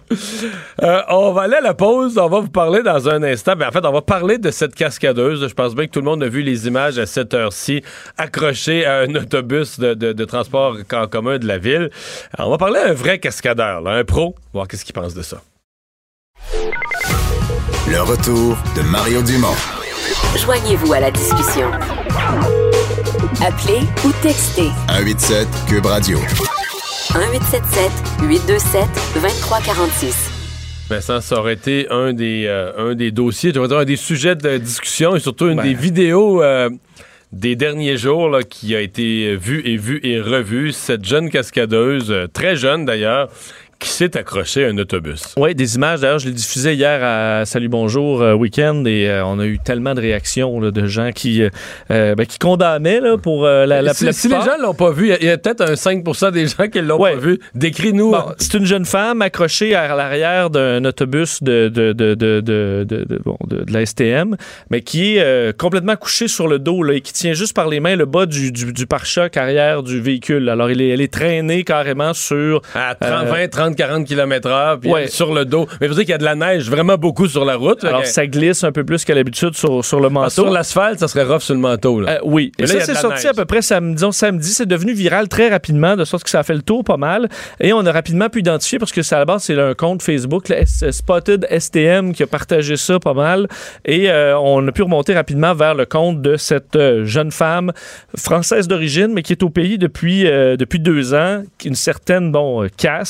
Euh, on va aller à la pause. On va vous parler dans un instant. Ben, en fait, on va parler de cette cascadeuse. Je pense bien que tout le monde a vu les images à cette heure-ci accrochée à un autobus de, de, de transport en commun de la ville. Alors, on va parler à un vrai cascadeur, là, un pro, voir qu'est-ce qu'il pense de ça. Le retour de Mario Dumont. Joignez-vous à la discussion. Appelez ou textez. un huit sept Cube Radio. un huit sept sept huit deux sept deux trois quatre six. Vincent, ça aurait été un des, euh, un des dossiers, je vais dire un des sujets de discussion et surtout une ben. des vidéos euh, des derniers jours là, qui a été vue et vue et revue. Cette jeune cascadeuse, euh, très jeune d'ailleurs, qui s'est accroché à un autobus. Oui, des images. D'ailleurs, je les diffusais hier à Salut Bonjour euh, Week-end et euh, on a eu tellement de réactions là, de gens qui, euh, ben, qui condamnaient là, pour euh, la, la, si, la si les gens l'ont pas vu, il y, y a peut-être un cinq pour cent des gens qui l'ont ouais. pas vu. Décris-nous. Bon, c'est une jeune femme accrochée à l'arrière d'un autobus de, de, de, de, de, de, de, bon, de, de la S T M, mais qui est euh, complètement couchée sur le dos là, et qui tient juste par les mains le bas du, du, du pare-choc arrière du véhicule. Alors, elle est, elle est traînée carrément sur... À trente, vingt, trente, quarante kilomètres heure, puis ouais. sur le dos. Mais vous savez qu'il y a de la neige vraiment beaucoup sur la route. Alors, que... ça glisse un peu plus qu'à l'habitude sur, sur le manteau. Ah, sur l'asphalte, ça serait rough sur le manteau. Là. Euh, oui. Mais et là, ça, c'est sorti neige. à peu près samedi. Disons, samedi. C'est devenu viral très rapidement, de sorte que ça a fait le tour pas mal. Et on a rapidement pu identifier, parce que c'est à la base, c'est un compte Facebook, le S- Spotted S T M, qui a partagé ça pas mal. Et euh, on a pu remonter rapidement vers le compte de cette euh, jeune femme française d'origine, mais qui est au pays depuis, euh, depuis deux ans, une certaine bon, euh, casse là, sur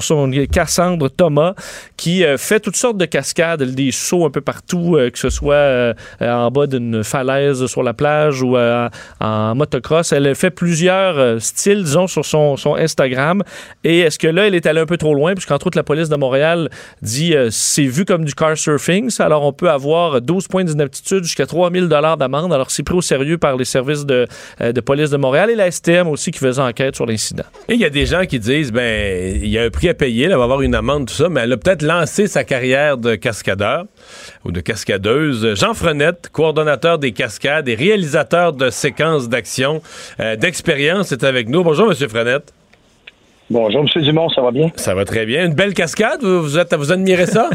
son Cassandre Thomas, qui euh, fait toutes sortes de cascades, des sauts un peu partout, euh, que ce soit euh, en bas d'une falaise sur la plage ou euh, en motocross. Elle fait plusieurs euh, styles, disons, sur son, son Instagram. Et est-ce que là, elle est allée un peu trop loin, puisqu'entre autres, la police de Montréal dit euh, c'est vu comme du car surfing, ça. Alors on peut avoir douze points d'inaptitude jusqu'à trois mille dollars d'amende. Alors c'est pris au sérieux par les services de, euh, de police de Montréal et la S T M aussi qui faisait enquête sur l'incident. Et il y a des gens qui disent, ben, il y a un prix à payer, là, elle va avoir une amende, tout ça, mais elle a peut-être lancé sa carrière de cascadeur ou de cascadeuse. Jean Frenette, coordonnateur des cascades et réalisateur de séquences d'action, euh, d'expérience, est avec nous. Bonjour, M. Frenette. Bonjour, M. Dumont, ça va bien? Ça va très bien. Une belle cascade? Vous, vous, êtes, vous admirez ça?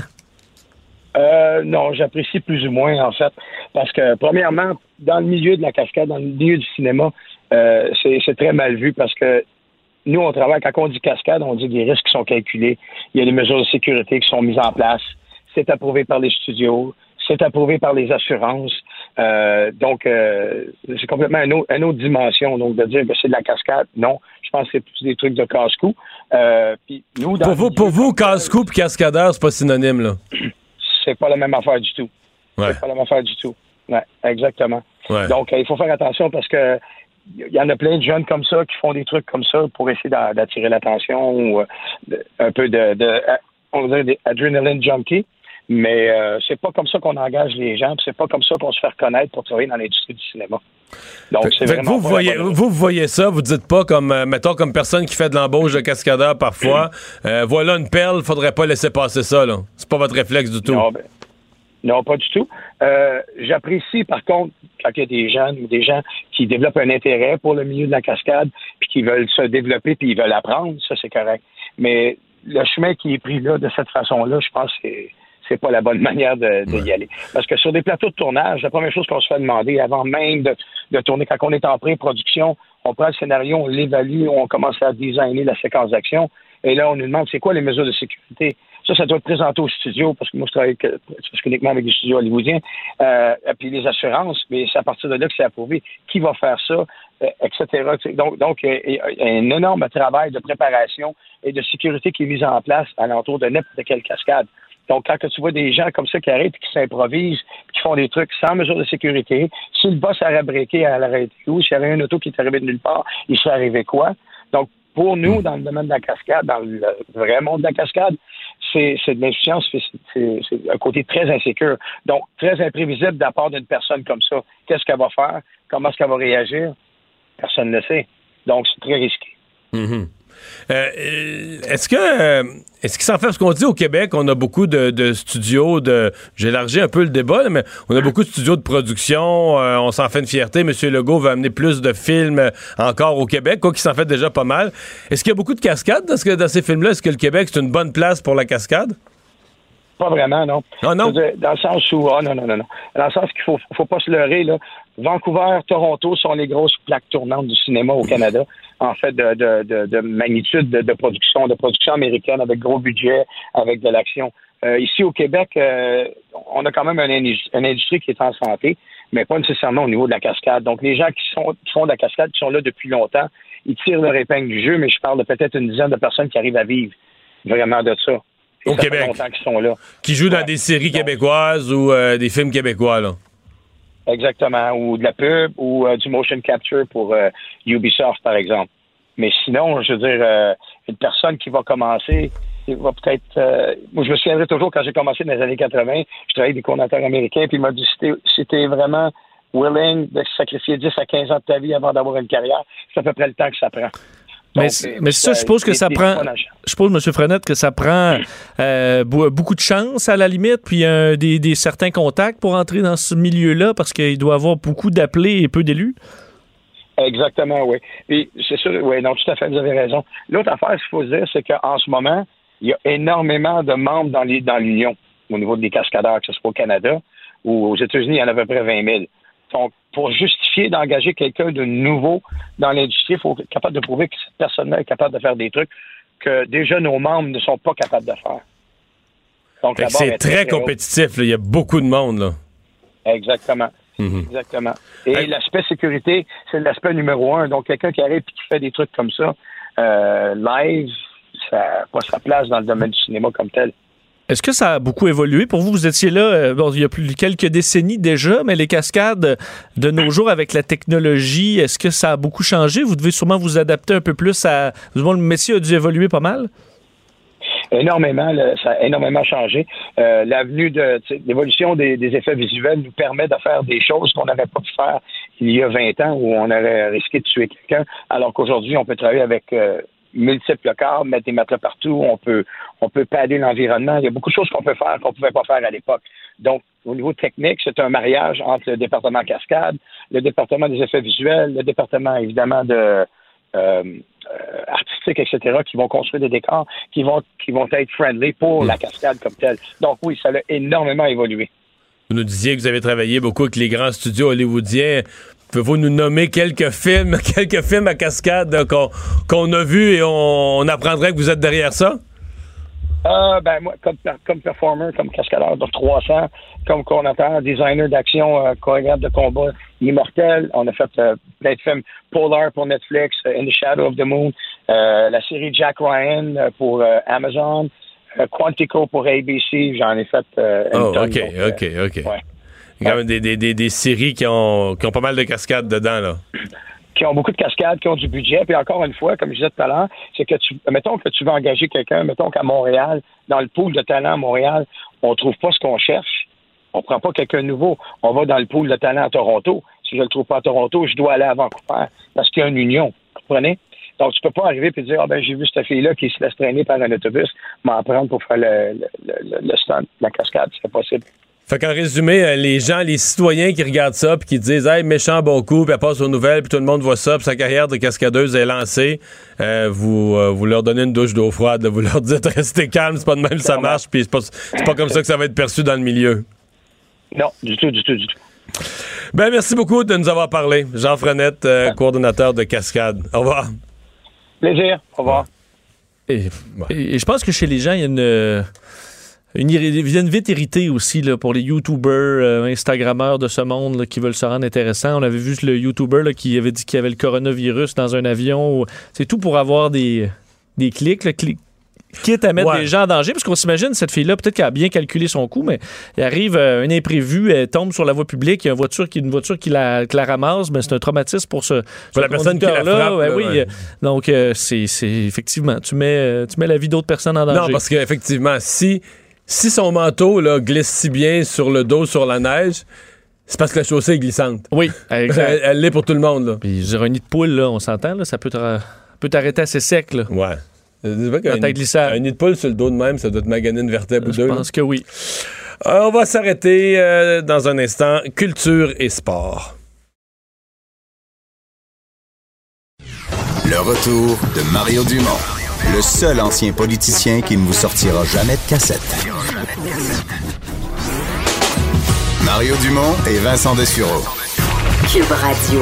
euh, non, j'apprécie plus ou moins, en fait. Parce que, premièrement, dans le milieu de la cascade, dans le milieu du cinéma, euh, c'est, c'est très mal vu parce que nous, on travaille, quand on dit cascade, on dit des risques qui sont calculés. Il y a des mesures de sécurité qui sont mises en place. C'est approuvé par les studios. C'est approuvé par les assurances. Euh, donc, euh, c'est complètement une autre, une autre dimension. Donc, de dire que c'est de la cascade, non. Je pense que c'est plus des trucs de casse-cou. Euh, puis nous, dans pour vous, pour vous casse-cou et cascadeur, c'est pas synonyme, là? C'est pas la même affaire du tout. Ouais. C'est pas la même affaire du tout. Ouais, exactement. Ouais. Donc, euh, il faut faire attention parce que il y en a plein de jeunes comme ça qui font des trucs comme ça pour essayer d'a- d'attirer l'attention ou euh, de, un peu de, de, on va dire des adrenaline junkies. Mais euh, c'est pas comme ça qu'on engage les gens, puis c'est pas comme ça qu'on se fait reconnaître pour travailler dans l'industrie du cinéma. Donc, c'est Fait que vraiment vous, vous, voyez, vous, vous voyez ça, vous dites pas comme, euh, mettons, comme personne qui fait de l'embauche de cascadeur parfois, euh, voilà une perle, faudrait pas laisser passer ça, là. C'est pas votre réflexe du tout. Non, ben, non pas du tout. Euh, j'apprécie, par contre, quand il y a des jeunes ou des gens qui développent un intérêt pour le milieu de la cascade, puis qui veulent se développer, puis ils veulent apprendre, ça, c'est correct. Mais le chemin qui est pris là, de cette façon-là, je pense que c'est... c'est pas la bonne manière de, de y aller. Parce que sur des plateaux de tournage, la première chose qu'on se fait demander avant même de, de tourner, quand on est en pré-production, on prend le scénario, on l'évalue, on commence à designer la séquence d'action, et là, on nous demande c'est quoi les mesures de sécurité. Ça, ça doit être présenté au studio, parce que moi, je travaille que, uniquement avec des studios hollywoodiens, euh, et puis les assurances, mais c'est à partir de là que c'est approuvé. Qui va faire ça, euh, et cetera. Donc, donc il y a un énorme travail de préparation et de sécurité qui est mis en place alentour de n'importe quelle cascade. Donc, quand tu vois des gens comme ça qui arrivent et qui s'improvisent, qui font des trucs sans mesure de sécurité, si le boss aurait breaké, elle aurait été où? S'il y avait une auto qui est arrivée de nulle part, il serait arrivé quoi? Donc, pour nous, dans le domaine de la cascade, dans le vrai monde de la cascade, c'est, c'est de l'insuffisance, c'est, c'est, c'est un côté très insécure. Donc, très imprévisible de la part d'une personne comme ça. Qu'est-ce qu'elle va faire? Comment est-ce qu'elle va réagir? Personne ne le sait. Donc, c'est très risqué. Mm-hmm. Euh, est-ce que euh, est-ce qu'il s'en fait, parce qu'on dit au Québec, on a beaucoup de, de studios de, j'ai élargi un peu le débat, là, mais on a beaucoup de studios de production, euh, on s'en fait une fierté. M. Legault veut amener plus de films euh, encore au Québec, quoi qu'il s'en fait déjà pas mal. Est-ce qu'il y a beaucoup de cascades dans, ce, dans ces films-là? Est-ce que le Québec, c'est une bonne place pour la cascade? Pas vraiment, non. Ah non? Dire, dans le sens où, ah non, non, non, non. Dans le sens qu'il faut, faut pas se leurrer, là. Vancouver, Toronto sont les grosses plaques tournantes du cinéma au Canada, en fait, de, de, de, de magnitude de, de production, de production américaine avec gros budget, avec de l'action. Euh, ici au Québec, euh, on a quand même une, une industrie qui est en santé, mais pas nécessairement au niveau de la cascade. Donc, les gens qui, sont, qui font de la cascade, qui sont là depuis longtemps, ils tirent leur épingle du jeu, mais je parle de peut-être une dizaine de personnes qui arrivent à vivre vraiment de ça. Et au ça Québec. fait longtemps qu'ils sont là. Qui jouent dans ouais. des séries Donc, québécoises ou euh, des films québécois, là. Exactement. Ou de la pub ou euh, du motion capture pour euh, Ubisoft, par exemple. Mais sinon, je veux dire, euh, une personne qui va commencer, il va peut-être... Euh, moi, je me souviendrai toujours, quand j'ai commencé dans les années quatre-vingts, je travaillais avec des coordonnateurs américains, puis il m'a dit, si t'es, si t'es vraiment willing de sacrifier dix à quinze ans de ta vie avant d'avoir une carrière, c'est à peu près le temps que ça prend. Mais, Donc, mais ça, je suppose que ça prend. Je suppose, M. Frenette, que ça prend euh, beaucoup de chance à la limite, puis euh, des, des certains contacts pour entrer dans ce milieu-là, parce qu'il doit y avoir beaucoup d'appelés et peu d'élus. Exactement, oui. Et c'est sûr, oui, non, tout à fait, vous avez raison. L'autre affaire, ce qu'il faut se dire, c'est qu'en ce moment, il y a énormément de membres dans, les, dans l'Union, au niveau des cascadeurs, que ce soit au Canada ou aux États-Unis, il y en a à peu près vingt mille. Donc, pour justifier d'engager quelqu'un de nouveau dans l'industrie, il faut être capable de prouver que cette personne-là est capable de faire des trucs que déjà nos membres ne sont pas capables de faire. Donc, fait que c'est très, très compétitif. Il y a beaucoup de monde, là. Exactement. Mm-hmm. Exactement. Et hey. L'aspect sécurité, c'est l'aspect numéro un. Donc, quelqu'un qui arrive et qui fait des trucs comme ça, euh, live, sa, pas sa place dans le domaine du cinéma comme tel. Est-ce que ça a beaucoup évolué? Pour vous, vous étiez là euh, bon, il y a plus quelques décennies déjà, mais les cascades de nos jours avec la technologie, est-ce que ça a beaucoup changé? Vous devez sûrement vous adapter un peu plus à... Le métier a dû évoluer pas mal? Énormément, là, ça a énormément changé. Euh, l'avenue de l'évolution des, des effets visuels nous permet de faire des choses qu'on n'aurait pas pu faire il y a vingt ans où on aurait risqué de tuer quelqu'un, alors qu'aujourd'hui, on peut travailler avec euh, multiples cadres, mettre des matelas partout, on peut on peut padder l'environnement. Il y a beaucoup de choses qu'on peut faire qu'on ne pouvait pas faire à l'époque. Donc, au niveau technique, c'est un mariage entre le département cascade, le département des effets visuels, le département, évidemment, de euh, euh, artistique, et cetera, qui vont construire des décors, qui vont qui vont être friendly pour la cascade comme telle. Donc, oui, ça a énormément évolué. Vous nous disiez que vous avez travaillé beaucoup avec les grands studios hollywoodiens. Pouvez-vous nous nommer quelques films, quelques films à cascade qu'on, qu'on a vus et on, on apprendrait que vous êtes derrière ça? Euh, ben moi, comme, comme performer, comme cascadeur de trois cents, comme coordinateur, designer d'action, euh, chorégraphe de combat immortel. On a fait euh, plein de films Polar pour Netflix, uh, In the Shadow of the Moon, euh, la série Jack Ryan euh, pour euh, Amazon, euh, Quantico pour A B C. J'en ai fait euh, une Oh, tonne, OK, donc, euh, OK, OK. Ouais. Il y a quand même des, des, des, des séries qui ont, qui ont pas mal de cascades dedans, là. Qui ont beaucoup de cascades, qui ont du budget. Puis encore une fois, comme je disais tout à l'heure, c'est que tu, mettons que tu veux engager quelqu'un, mettons qu'à Montréal, dans le pool de talent à Montréal, on trouve pas ce qu'on cherche. On prend pas quelqu'un de nouveau. On va dans le pool de talent à Toronto. Si je le trouve pas à Toronto, je dois aller à Vancouver parce qu'il y a une union. Vous comprenez? Donc, tu peux pas arriver et dire, ah ben, j'ai vu cette fille-là qui se laisse traîner par un autobus, m'en prendre pour faire le, le, le, le stunt, la cascade. C'est possible. Fait qu'en résumé, les gens, les citoyens qui regardent ça puis qui disent « Hey, méchant bon coup », puis elle passe aux nouvelles, puis tout le monde voit ça, puis sa carrière de cascadeuse est lancée, euh, vous, euh, vous leur donnez une douche d'eau froide, là, vous leur dites « Restez calme, c'est pas de même ça marche », puis c'est pas, c'est pas comme ça que ça va être perçu dans le milieu. Non, du tout, du tout, du tout. Ben, merci beaucoup de nous avoir parlé. Jean Frenette, euh, ouais. coordonnateur de Cascade. Au revoir. Plaisir. Au revoir. Et, ouais. et, et je pense que chez les gens, il y a une... Une, ils viennent vite irrités aussi là, pour les YouTubers, euh, Instagrammeurs de ce monde là, qui veulent se rendre intéressants. On avait vu le YouTuber là, qui avait dit qu'il y avait le coronavirus dans un avion. Où, c'est tout pour avoir des, des clics, là, clics. Quitte à mettre ouais. des gens en danger, parce qu'on s'imagine, cette fille-là, peut-être qu'elle a bien calculé son coup, mais il arrive euh, un imprévu, elle tombe sur la voie publique, il y a une voiture qui, une voiture qui, la, qui la ramasse, mais c'est un traumatisme pour ce, pour ce la personne qui la frappe. Là, ouais, là, oui, ouais. euh, donc, euh, c'est, c'est effectivement, tu mets, tu mets la vie d'autres personnes en danger. Non, parce qu'effectivement, si, si son manteau là, glisse si bien sur le dos, sur la neige, c'est parce que la chaussée est glissante. Oui, exact. elle, elle l'est pour tout le monde. Là. Puis, je dirais, un nid de poule, là, on s'entend, là, ça peut, te, peut t'arrêter assez sec. Là. Ouais. Un, un nid de poule sur le dos de même, ça doit te maganer une vertèbre ou deux. Je pense que oui. Euh, on va s'arrêter euh, dans un instant. Culture et sport. Le retour de Mario Dumont, le seul ancien politicien qui ne vous sortira jamais de cassette. Mario Dumont et Vincent Dessureau. Cube Radio.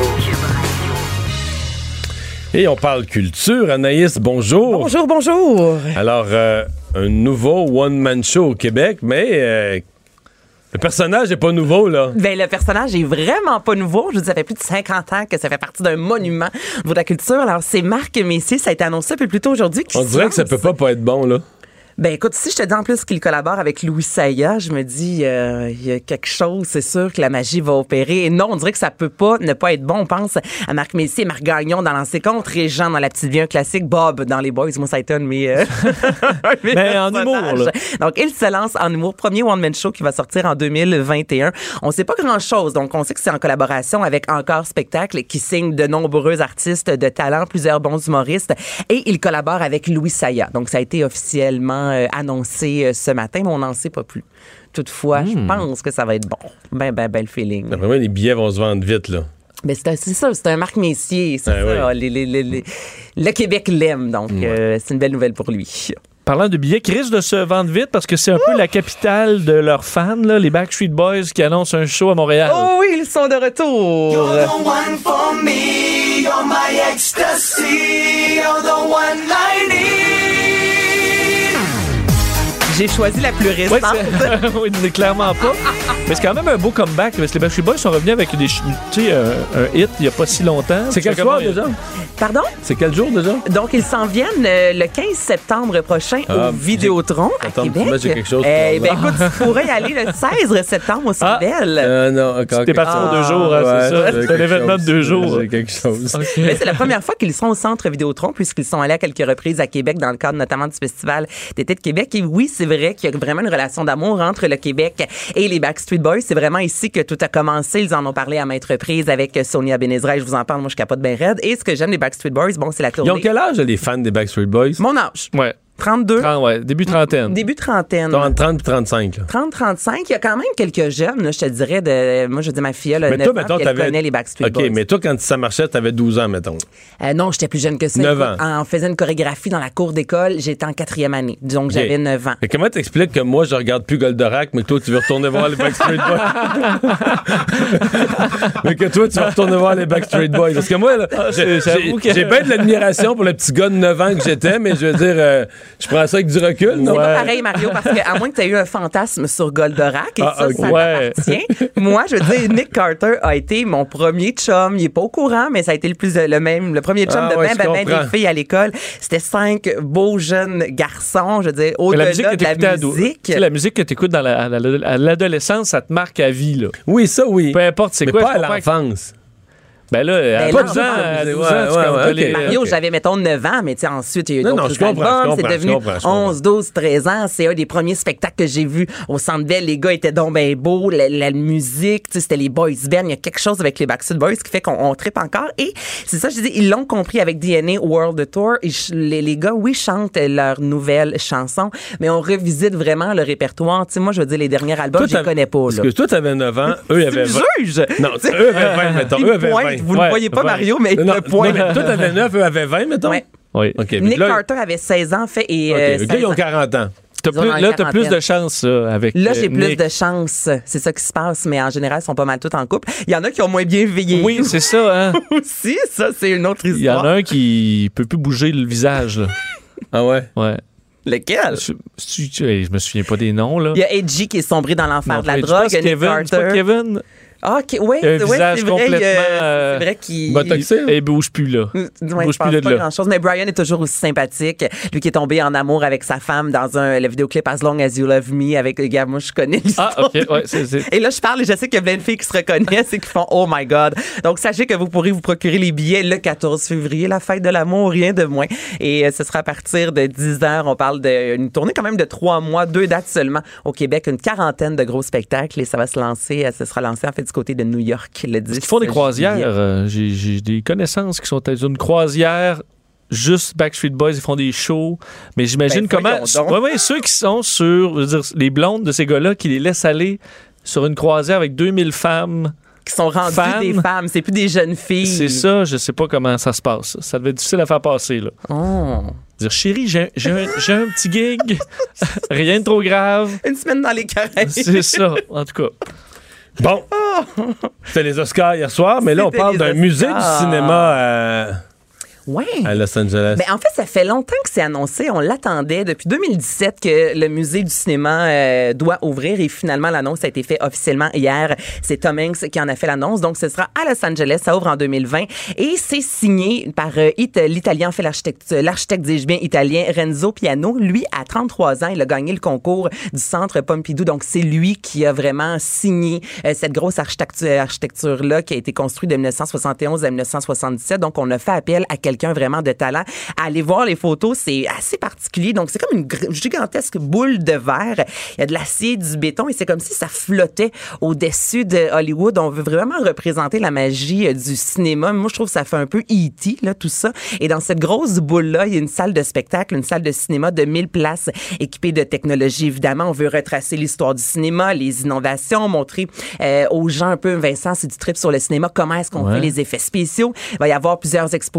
Et on parle culture. Anaïs, bonjour. Bonjour, bonjour. Alors, euh, un nouveau one-man show au Québec, mais euh, le personnage n'est pas nouveau, là. Ben, le personnage est vraiment pas nouveau. Je vous dis, ça fait plus de cinquante ans que ça fait partie d'un monument au niveau de la culture. Alors, c'est Marc Messier, ça a été annoncé un peu plus tôt aujourd'hui. On dirait que ça peut pas pas être bon, là. Ben écoute, si je te dis en plus qu'il collabore avec Louis Saya, je me dis il euh, y a quelque chose, c'est sûr que la magie va opérer. Et non, on dirait que ça peut pas ne pas être bon. On pense à Marc Messier, Marc Gagnon dans Lancé Compte, Régent dans La Petite Vie, un classique, Bob dans Les Boys, moi ça étonne, mais... Euh, mais en humour, là. Donc, il se lance en humour. Premier one-man show qui va sortir en deux mille vingt et un. On sait pas grand-chose, donc on sait que c'est en collaboration avec Encore Spectacle qui signe de nombreux artistes de talent, plusieurs bons humoristes, et il collabore avec Louis Saya. Donc, ça a été officiellement Euh, annoncé euh, ce matin, mais on n'en sait pas plus. Toutefois, mmh. je pense que ça va être bon. Ben, ben, ben, le feeling. Ben, vraiment, les billets vont se vendre vite, là. Ben, c'est, un, c'est ça, c'est un Marc Messier, c'est ah, ça. Oui. Les, les, les, les, le Québec l'aime, donc mmh. euh, c'est une belle nouvelle pour lui. Parlant de billets qui risquent de se vendre vite parce que c'est un peu la capitale de leurs fans, là, les Backstreet Boys qui annoncent un show à Montréal. Oh oui, ils sont de retour. You're the one for me, you're my ecstasy, you're the one I need. J'ai choisi la plus récente. Ouais, oui, clairement pas. Mais c'est quand même un beau comeback. Parce que les Backstreet Boys sont revenus avec des, tu sais, un, un hit il n'y a pas si longtemps. C'est quel soir déjà? Pardon? C'est quel jour déjà? Donc, ils s'en viennent euh, le quinze septembre prochain Ah, au Vidéotron à Attends, Québec. moi, j'ai quelque chose Eh pour ben, écoute, tu pourrais y aller le seize septembre au Centre Bell. Euh, non, encore. T'es parti Ah, pour deux jours, hein, ouais, c'est ça? j'ai C'est un quelque événement chose. de deux jours. J'ai quelque chose. Mais c'est la première fois qu'ils sont au Centre Vidéotron, puisqu'ils sont allés à quelques reprises à Québec dans le cadre notamment du Festival d'été de Québec. Et oui, c'est vrai qu'il y a vraiment une relation d'amour entre le Québec et les Backstreet Boys. C'est vraiment ici que tout a commencé. Ils en ont parlé à maintes reprises avec Sonia Benezra. Je vous en parle, moi je capote bien raide. Et ce que j'aime des Backstreet Boys, bon, c'est la tournée. Ils ont quel âge, les fans des Backstreet Boys? Mon âge. Ouais. trente-deux. trente, ouais, début trentaine. Début trentaine. Entre trente et trente-cinq. Là. trente trente-cinq. Il y a quand même quelques jeunes, là, je te dirais. De, moi, je dis ma fille, elle a Mais neuf toi, ans, mettons, puis elle t'avais- connaît les Backstreet OK, Boys. mais toi, quand ça marchait, t'avais douze ans, mettons. Euh, non, j'étais plus jeune que ça. neuf Écoute, ans. On faisait une chorégraphie dans la cour d'école. J'étais en quatrième année. Donc, OK. j'avais neuf ans. Et comment t'expliques que moi, je regarde plus Goldorak, mais que toi, tu veux retourner voir les Backstreet Boys? Mais que toi, tu vas retourner voir les Backstreet Boys. Parce que moi, là, j'ai, j'avoue j'ai, que- j'ai bien de l'admiration pour le petit gars de neuf ans que j'étais, mais je veux dire, euh, je prends ça avec du recul, non? C'est pas pareil, Mario, parce que à moins que tu aies eu un fantasme sur Goldorak, et Ah, ça, ok. ça Ouais. t'appartient. Moi, je veux dire, Nick Carter a été mon premier chum. Il est pas au courant, mais ça a été le plus le même, le premier chum Ah, de ouais, ben, je ben, ben comprends. des filles à l'école. C'était cinq beaux jeunes garçons, je veux dire, Mais au-delà la musique que de la t'écoutais ado- musique. tu sais, la musique que t'écoutes dans la, à la- à l'adolescence, ça te marque à vie, là. Oui, ça, oui. Peu importe c'est mais quoi. pas je à comprends que- l'enfance. Ben là, à Ben douze là, ans, à douze ouais, ans, tu ouais, connais ouais, les- ok. Mario, j'avais, mettons, neuf ans, mais tu sais, ensuite, il y a eu Non, non, d'autres je comprends, albums. je C'est comprends, devenu je comprends, je comprends. onze, douze, treize ans. C'est un des premiers spectacles que j'ai vus au Centre Bell. Les gars étaient donc bien beaux. La, la musique, tu sais, c'était les boys band. Il y a quelque chose avec les Backstreet Boys qui fait qu'on on trippe encore. Et c'est ça, je dis, ils l'ont compris avec D N A World Tour. Ils ch- les, les gars, oui, chantent leurs nouvelles chansons, mais on revisite vraiment le répertoire. Tu sais, moi, je veux dire, les derniers albums, Toi, je les t'as- connais pas, Parce là. que toi, t'avais neuf ans, eux, ils Tu avaient me vingt. juges! Non, eux avaient vingt, mettons. Il Eux avaient pointe. vingt. Vous ne Ouais, le voyez pas, vingt. Mario, mais Non, il non, le pointe. non, mais toi, t'avais neuf, eux avaient vingt, mettons? Ouais. Oui. OK. puis Nick là, Carter avait seize ans, fait, et OK, euh, les gars, ils ont seize ans. quarante ans. T'as Ils ont plus- dans là, la t'as plus de quarantaine. chance là, avec Là, euh, j'ai plus Nick. de chance. C'est ça qui se passe, mais en général, ils sont pas mal tous en couple. Il y en a qui ont moins bien veillé. Oui, c'est ça, hein? aussi. Ça, c'est une autre Il y en histoire. a un qui peut plus bouger le visage, là. Ah ouais? Ouais. Lequel? Je, je, je, je me souviens pas des noms, là. Il y a Edgy qui est sombré dans l'enfer Non, de la je drogue. pense Il y a Nick Kevin, c'est pas Carter. Kevin? Ah, OK, oui, Il a un c'est visage c'est vrai, complètement, il, euh, euh, c'est vrai qu'il... botoxé. Et il bouge plus, là. Ouais, Il je bouge pense plus de pas là. grand-chose, mais Brian est toujours aussi sympathique. Lui qui est tombé en amour avec sa femme dans un, le vidéoclip As Long As You Love Me avec le gars, moi je connais l'histoire. Ah, OK, ouais, c'est... c'est- Et là, je parle et je sais qu'il y a plein de filles qui se reconnaissent et qui font « Oh my God ». Donc, sachez que vous pourrez vous procurer les billets le quatorze février, la fête de l'amour, rien de moins. Et euh, ce sera à partir de dix heures. On parle d'une tournée quand même de trois mois, deux dates seulement au Québec, une quarantaine de gros spectacles. Et ça va se lancer, euh, ça sera lancé en fait du côté de New York le dix Ils font des croisières. juillet. euh, j'ai, j'ai des connaissances qui sont à une croisière. Juste Backstreet Boys, ils font des shows. Mais j'imagine Ben, comment. voyons donc. Ouais, ouais, ceux qui sont sur. Je veux dire, les blondes de ces gars-là qui les laissent aller sur une croisière avec deux mille femmes. Qui sont rendues Femmes. des femmes, c'est plus des jeunes filles. C'est ça, je sais pas comment ça se passe. Ça devait être difficile à faire passer, là. Oh. Dire, chérie, j'ai, un- j'ai, un, j'ai un petit gig. Rien de trop grave. Une semaine dans les Caraïbes. C'est ça, en tout cas. Bon. C'était les Oscars hier soir, mais là, on C'était parle les d'un musée du Oscars. cinéma à, Ouais. à Los Angeles. Ben, en fait, ça fait longtemps que c'est annoncé. On l'attendait depuis deux mille dix-sept que le musée du cinéma euh, doit ouvrir et finalement, l'annonce a été faite officiellement hier. C'est Tom Hanks qui en a fait l'annonce. Donc, ce sera à Los Angeles. Ça ouvre en deux mille vingt et c'est signé par euh, It- l'Italien, en fait l'architecte, l'architecte, dis-je bien, italien Renzo Piano. Lui, à trente-trois ans, il a gagné le concours du Centre Pompidou. Donc, c'est lui qui a vraiment signé euh, cette grosse architecture, architecture-là qui a été construite de dix-neuf cent soixante et onze à dix-neuf cent soixante-dix-sept. Donc, on a fait appel à quelqu'un vraiment de talent. Allez voir les photos, c'est assez particulier. Donc, c'est comme une gr- gigantesque boule de verre. Il y a de l'acier, du béton et c'est comme si ça flottait au-dessus de Hollywood. On veut vraiment représenter la magie euh, du cinéma. Moi, je trouve que ça fait un peu E T, là, tout ça. Et dans cette grosse boule-là, il y a une salle de spectacle, une salle de cinéma de mille places équipée de technologie. Évidemment, on veut retracer l'histoire du cinéma, les innovations, montrer euh, aux gens un peu, Vincent, c'est du trip sur le cinéma, comment est-ce qu'on Ouais. fait les effets spéciaux. Il va y avoir plusieurs expositions, notamment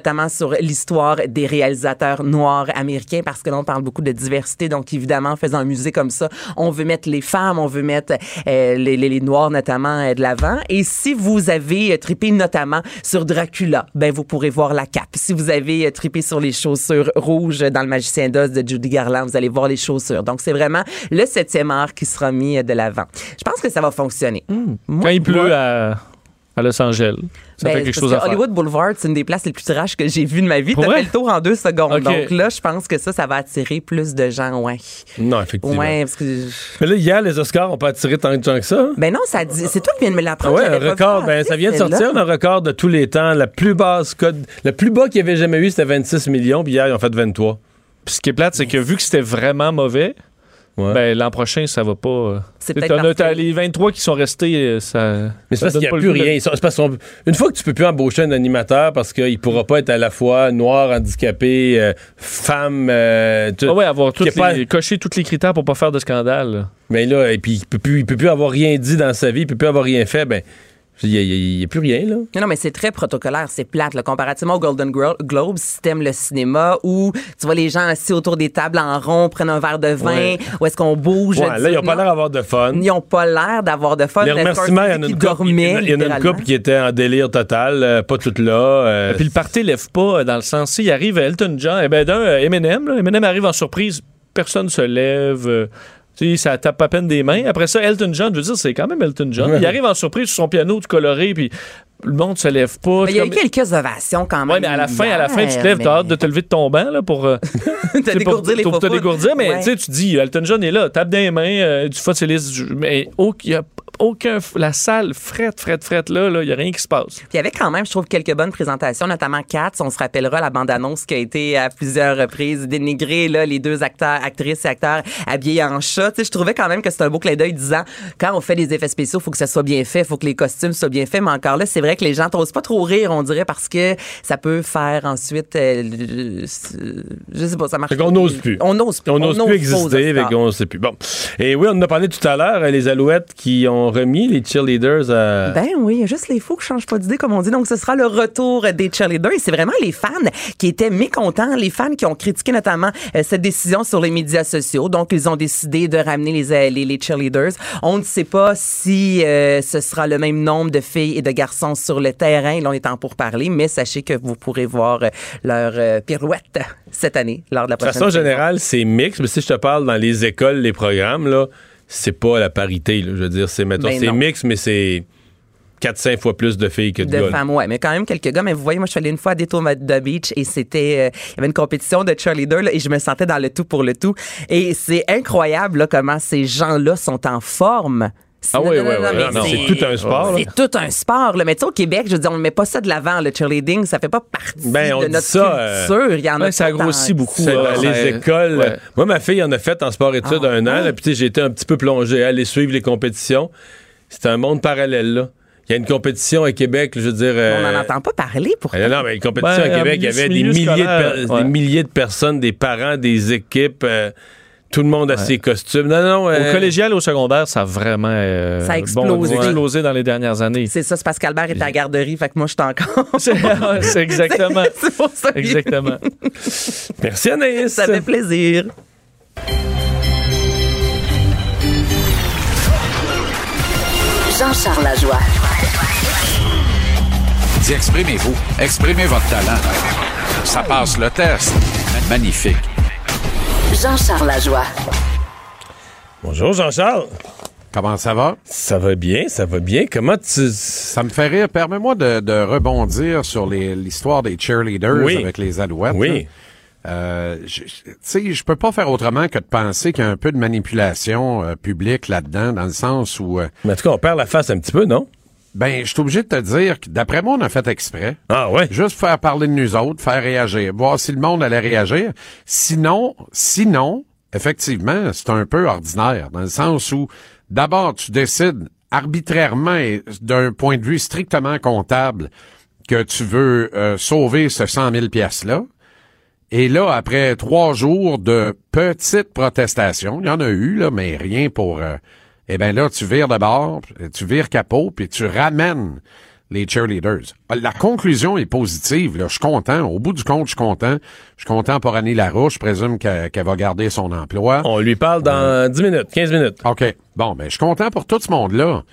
notamment sur l'histoire des réalisateurs noirs américains, parce que là, on parle beaucoup de diversité. Donc, évidemment, en faisant un musée comme ça, on veut mettre les femmes, on veut mettre euh, les, les, les Noirs notamment euh, de l'avant. Et si vous avez euh, trippé notamment sur Dracula, ben vous pourrez voir la cape. Si vous avez euh, trippé sur les chaussures rouges dans Le Magicien d'Oz de Judy Garland, vous allez voir les chaussures. Donc, c'est vraiment le septième art qui sera mis euh, de l'avant. Je pense que ça va fonctionner. Mmh. Moi, Quand il pleut moi, à, à Los Angeles, ça ben, fait quelque parce chose que à faire. Hollywood Boulevard, c'est une des places les plus trash que j'ai vues de ma vie. Pour T'as vrai? fait le tour en deux secondes. Okay. Donc là, je pense que ça, ça va attirer plus de gens, ouais. Non, effectivement. Ouais, parce que... Mais là, hier, les Oscars n'ont pas attiré tant de gens que ça. Ben non, ça dit... c'est toi qui viens de me Ah l'apprendre. ouais, un J'avais pas record, vu ben, passer, ça vient de celle-là. sortir, un record de tous les temps. La plus basse code, le plus bas qu'il y avait jamais eu, c'était vingt-six millions, puis hier, ils ont fait vingt-trois. Puis ce qui est plate, c'est que vu que c'était vraiment mauvais, Ouais. ben l'an prochain, ça va pas. euh, C'est t'sais, peut-être t'en as- t'as parfait. les vingt-trois qui sont restés, euh, ça. Mais c'est ça parce donne qu'il n'y a pas plus le goût de- rien. Ils sont- c'est parce qu'on- Une fois que tu peux plus embaucher un animateur parce qu'il ne pourra pas être à la fois noir, handicapé, euh, femme, euh, tout- Ah ouais, avoir toutes qu'il y a les, pas- cocher tous les critères pour pas faire de scandale. là. Mais là, et puis il peut plus, il peut plus avoir rien dit dans sa vie, il peut plus avoir rien fait, ben il n'y a, a plus rien, là. Non, non, mais c'est très protocolaire, c'est plate, là, comparativement au Golden Gro- Globes, si t'aimes le cinéma, où tu vois les gens assis autour des tables en rond, prennent un verre de vin, Ouais. où est-ce qu'on bouge. Ouais, là, ils n'ont pas l'air d'avoir de fun. Ils n'ont pas l'air d'avoir de fun. Les remerciements, il y en a qui une couple, dormait, il y en a une couple qui était en délire total, euh, pas toute là. euh, Et puis le party lève pas euh, dans le sens, s'il arrive Elton John, eh ben d'un, euh, Eminem, là, Eminem arrive en surprise, personne se lève. euh, Tu sais, ça tape à peine des mains. Après ça, Elton John, je veux dire, c'est quand même Elton John. Ouais. Il arrive en surprise sur son piano tout coloré, puis le monde se lève pas. Mais il y a eu C'est comme- quelques ovations quand même. Ouais, mais à la fin, à la fin, tu te hier, lèves, mais- t'as hâte de te lever de ton banc, là, pour. euh, T'as tu sais, dégourdi pour, les pour te faux-fous. dégourdir, mais Ouais. tu sais, tu dis, Elton John est là, tape des mains, euh, du fossilisme, mais au- il y a aucun. La salle frette, frette, frette, là, là, il n'y a rien qui se passe. Puis il y avait quand même, je trouve, quelques bonnes présentations, notamment Cats. On se rappellera la bande-annonce qui a été à plusieurs reprises dénigrée, là, les deux acteurs, actrices et acteurs habillés en chat. Tu sais, je trouvais quand même que c'était un beau clin d'œil disant, quand on fait des effets spéciaux, il faut que ça soit bien fait, il faut que les costumes soient bien faits. Mais encore là, c'est vrai que les gens n'osent pas trop rire, on dirait, parce que ça peut faire ensuite, euh, le- je sais pas, ça marche. Fait qu'on n'ose plus. On n'ose plus. On n'ose plus pas aux exister, Oscars. fait qu'on ne sait plus. Bon. Et oui, on en a parlé tout à l'heure, les Alouettes qui ont remis les cheerleaders à... Ben oui, il y a juste les fous qui changent pas d'idée, comme on dit. Donc, ce sera le retour des cheerleaders. Et c'est vraiment les fans qui étaient mécontents, les fans qui ont critiqué notamment euh, cette décision sur les médias sociaux. Donc, ils ont décidé de ramener les, euh, les, les cheerleaders. On ne sait pas si euh, ce sera le même nombre de filles et de garçons sur le terrain. Là, on est en pourparlers, mais sachez que vous pourrez voir euh, leur euh, pirouette cette année, lors de la De prochaine façon saison. générale, c'est mix, mais si je te parle dans les écoles, les programmes, là, c'est pas la parité, là. Je veux dire, c'est, mettons, Ben c'est non. mix, mais c'est quatre cinq fois plus de filles que de, De gars. là. femmes, ouais. Mais quand même quelques gars. Mais vous voyez, moi, je suis allée une fois à Daytona Beach et c'était... euh, il y avait une compétition de cheerleader là, et je me sentais dans le tout pour le tout. Et c'est incroyable là, comment ces gens-là sont en forme. Ah Non, oui, non, oui, non, oui. mais Non, non, c'est- c'est tout un sport, là. C'est tout un sport. Là. Mais tu sais, au Québec, je veux dire, on ne met pas ça de l'avant. Le cheerleading, ça fait pas partie Ben, on de dit notre ça, euh, culture. Il y en a Ouais, ça pas tant grossit que beaucoup. C'est euh, dans les ça- écoles. ouais. Moi, ma fille en a fait en sport-études Ah, un an, ouais. là, puis tu sais, j'ai été un petit peu plongé à aller suivre les compétitions. C'était un monde parallèle, là. Il y a une compétition à Québec, je veux dire... On n'en euh, entend pas parler pour euh, non, mais une compétition Ben, à en Québec, il y milieu- avait des milieu milliers, de, scolaire, per- ouais. des milliers de personnes, des parents, des équipes, euh, tout le monde a ses costumes. Non, non, euh, Au collégial, au secondaire, ça a vraiment euh, Ça a explosé. bon, explosé dans les dernières années. C'est ça, c'est parce qu'Albert est à la garderie, fait que moi, je suis encore... C'est c'est exactement. c'est pour ça. Exactement. Merci Anaïs. Ça fait plaisir. Jean-Charles Lajoie. Dis, exprimez-vous. Exprimez votre talent. Ça passe le test. Magnifique. Jean-Charles Lajoie. Bonjour Jean-Charles. Comment ça va? Ça va bien, ça va bien. Comment tu... Ça me fait rire. Permets-moi de, de rebondir sur les- l'histoire des cheerleaders Oui. avec les Alouettes. Oui. là. Euh, je- Tu sais, je peux pas faire autrement que de penser qu'il y a un peu de manipulation euh, publique là-dedans, dans le sens où... euh, Mais en tout cas, on perd la face un petit peu, non? ben, je suis obligé de te dire que, d'après moi, on a fait exprès. Ah ouais? Juste faire parler de nous autres, faire réagir, voir si le monde allait réagir. Sinon, sinon, effectivement, c'est un peu ordinaire, dans le sens où, d'abord, tu décides arbitrairement et d'un point de vue strictement comptable que tu veux euh, sauver ce cent mille piastres-là. Et là, après trois jours de petites protestations, il y en a eu, là, mais rien pour... Euh, eh bien là, tu vires de bord, tu vires capot, puis tu ramènes les cheerleaders. La conclusion est positive, là. Je suis content. Au bout du compte, je suis content. Je suis content pour Annie Larouche. Je présume qu'elle, qu'elle va garder son emploi. On lui parle dans euh... dix minutes, quinze minutes. OK. Bon, ben, je suis content pour tout ce monde-là.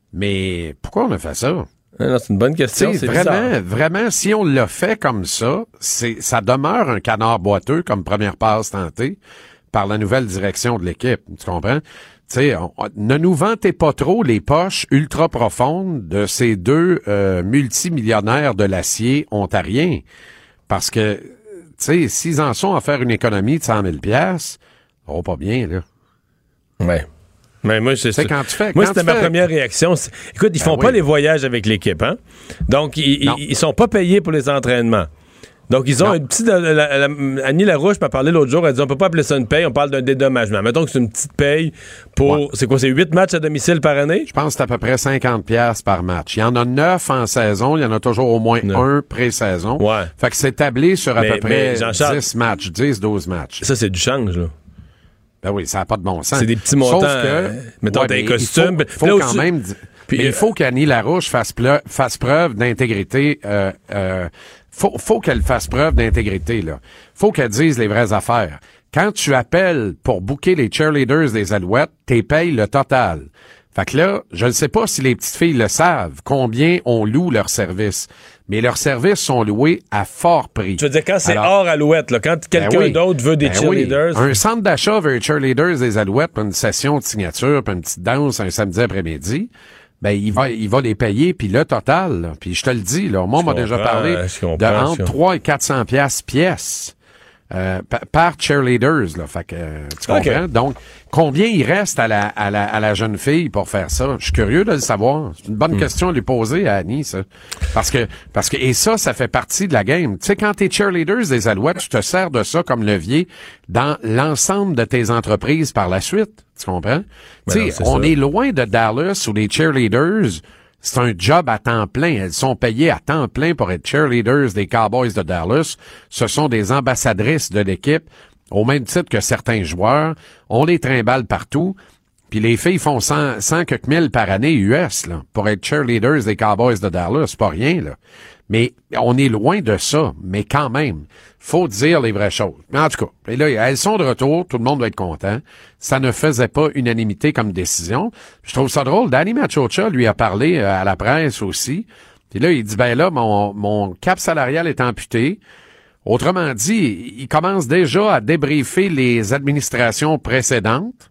Mais pourquoi on a fait ça? Non, c'est une bonne question. C'est vraiment, bizarre. vraiment, si on l'a fait comme ça, c'est, ça demeure un canard boiteux comme première passe tentée par la nouvelle direction de l'équipe. Tu comprends? Tu sais, ne nous vantez pas trop les poches ultra profondes de ces deux euh, multimillionnaires de l'acier ontariens. Parce que, tu sais, s'ils en sont à faire une économie de cent mille piastres, oh, pas bien, là. Ouais. Mais moi, c'est ça. Quand tu fais, moi, quand c'était tu ma fais... première réaction. C'est... Écoute, ils ben font oui. pas les voyages avec l'équipe, hein? Donc, ils, ils, ils sont pas payés pour les entraînements. Donc, ils ont non. une petite... La, la, la, Annie Larouche m'a parlé l'autre jour, elle dit, on peut pas appeler ça une paye, on parle d'un dédommagement. Mettons que c'est une petite paye pour... Ouais. C'est quoi, c'est huit matchs à domicile par année? Je pense que c'est à peu près cinquante piastres par match. Il y en a neuf en saison, il y en a toujours au moins non. un pré-saison. Ouais. Fait que c'est tablé sur à mais, peu près dix matchs, dix douze matchs. Ça, c'est du change, là. Ben oui, ça n'a pas de bon sens. C'est des petits montants. Sauf que, euh, mettons, ouais, t'as les costumes. Il faut, faut quand même... Puis, mais il faut qu'Annie Larouche fasse, pleu, fasse preuve d'intégrité. Euh, euh, faut, faut qu'elle fasse preuve d'intégrité, là. Faut qu'elle dise les vraies affaires. Quand tu appelles pour booker les cheerleaders des Alouettes, t'es payes le total. Fait que là, je ne sais pas si les petites filles le savent, combien on loue leurs services. Mais leurs services sont loués à fort prix. Je veux dire, quand c'est Alors, hors Alouette, là, quand quelqu'un ben oui, d'autre veut des ben cheerleaders... Oui. Un centre d'achat veut les cheerleaders des Alouettes, puis une session de signature, puis une petite danse un samedi après-midi, ben il va il va les payer, puis le total, là. Puis je te le dis, là, moi, on m'a déjà parlé de entre trois et quatre cents piastres pièce. Euh, p- par cheerleaders, là. Fait que, euh, tu comprends? Okay. Donc, combien il reste à la, à la, à la jeune fille pour faire ça? Je suis curieux de le savoir. C'est une bonne mm. question à lui poser à Annie, ça. Parce que, parce que, et ça, ça fait partie de la game. Tu sais, quand t'es cheerleaders des Alouettes, tu te sers de ça comme levier dans l'ensemble de tes entreprises par la suite. Tu comprends? Ben tu sais, on ça. est loin de Dallas où les cheerleaders, c'est un job à temps plein. Elles sont payées à temps plein pour être cheerleaders des Cowboys de Dallas. Ce sont des ambassadrices de l'équipe, au même titre que certains joueurs. On les trimballe partout. Puis les filles font cent, cent quelques mille par année U S, là, pour être cheerleaders des Cowboys de Dallas. C'est pas rien, là. Mais on est loin de ça. Mais quand même, faut dire les vraies choses. Mais en tout cas, et là, elles sont de retour. Tout le monde doit être content. Ça ne faisait pas unanimité comme décision. Je trouve ça drôle. Danny Machocha lui a parlé à la presse aussi. Puis là, il dit, ben là, mon, mon cap salarial est amputé. Autrement dit, il commence déjà à débriefer les administrations précédentes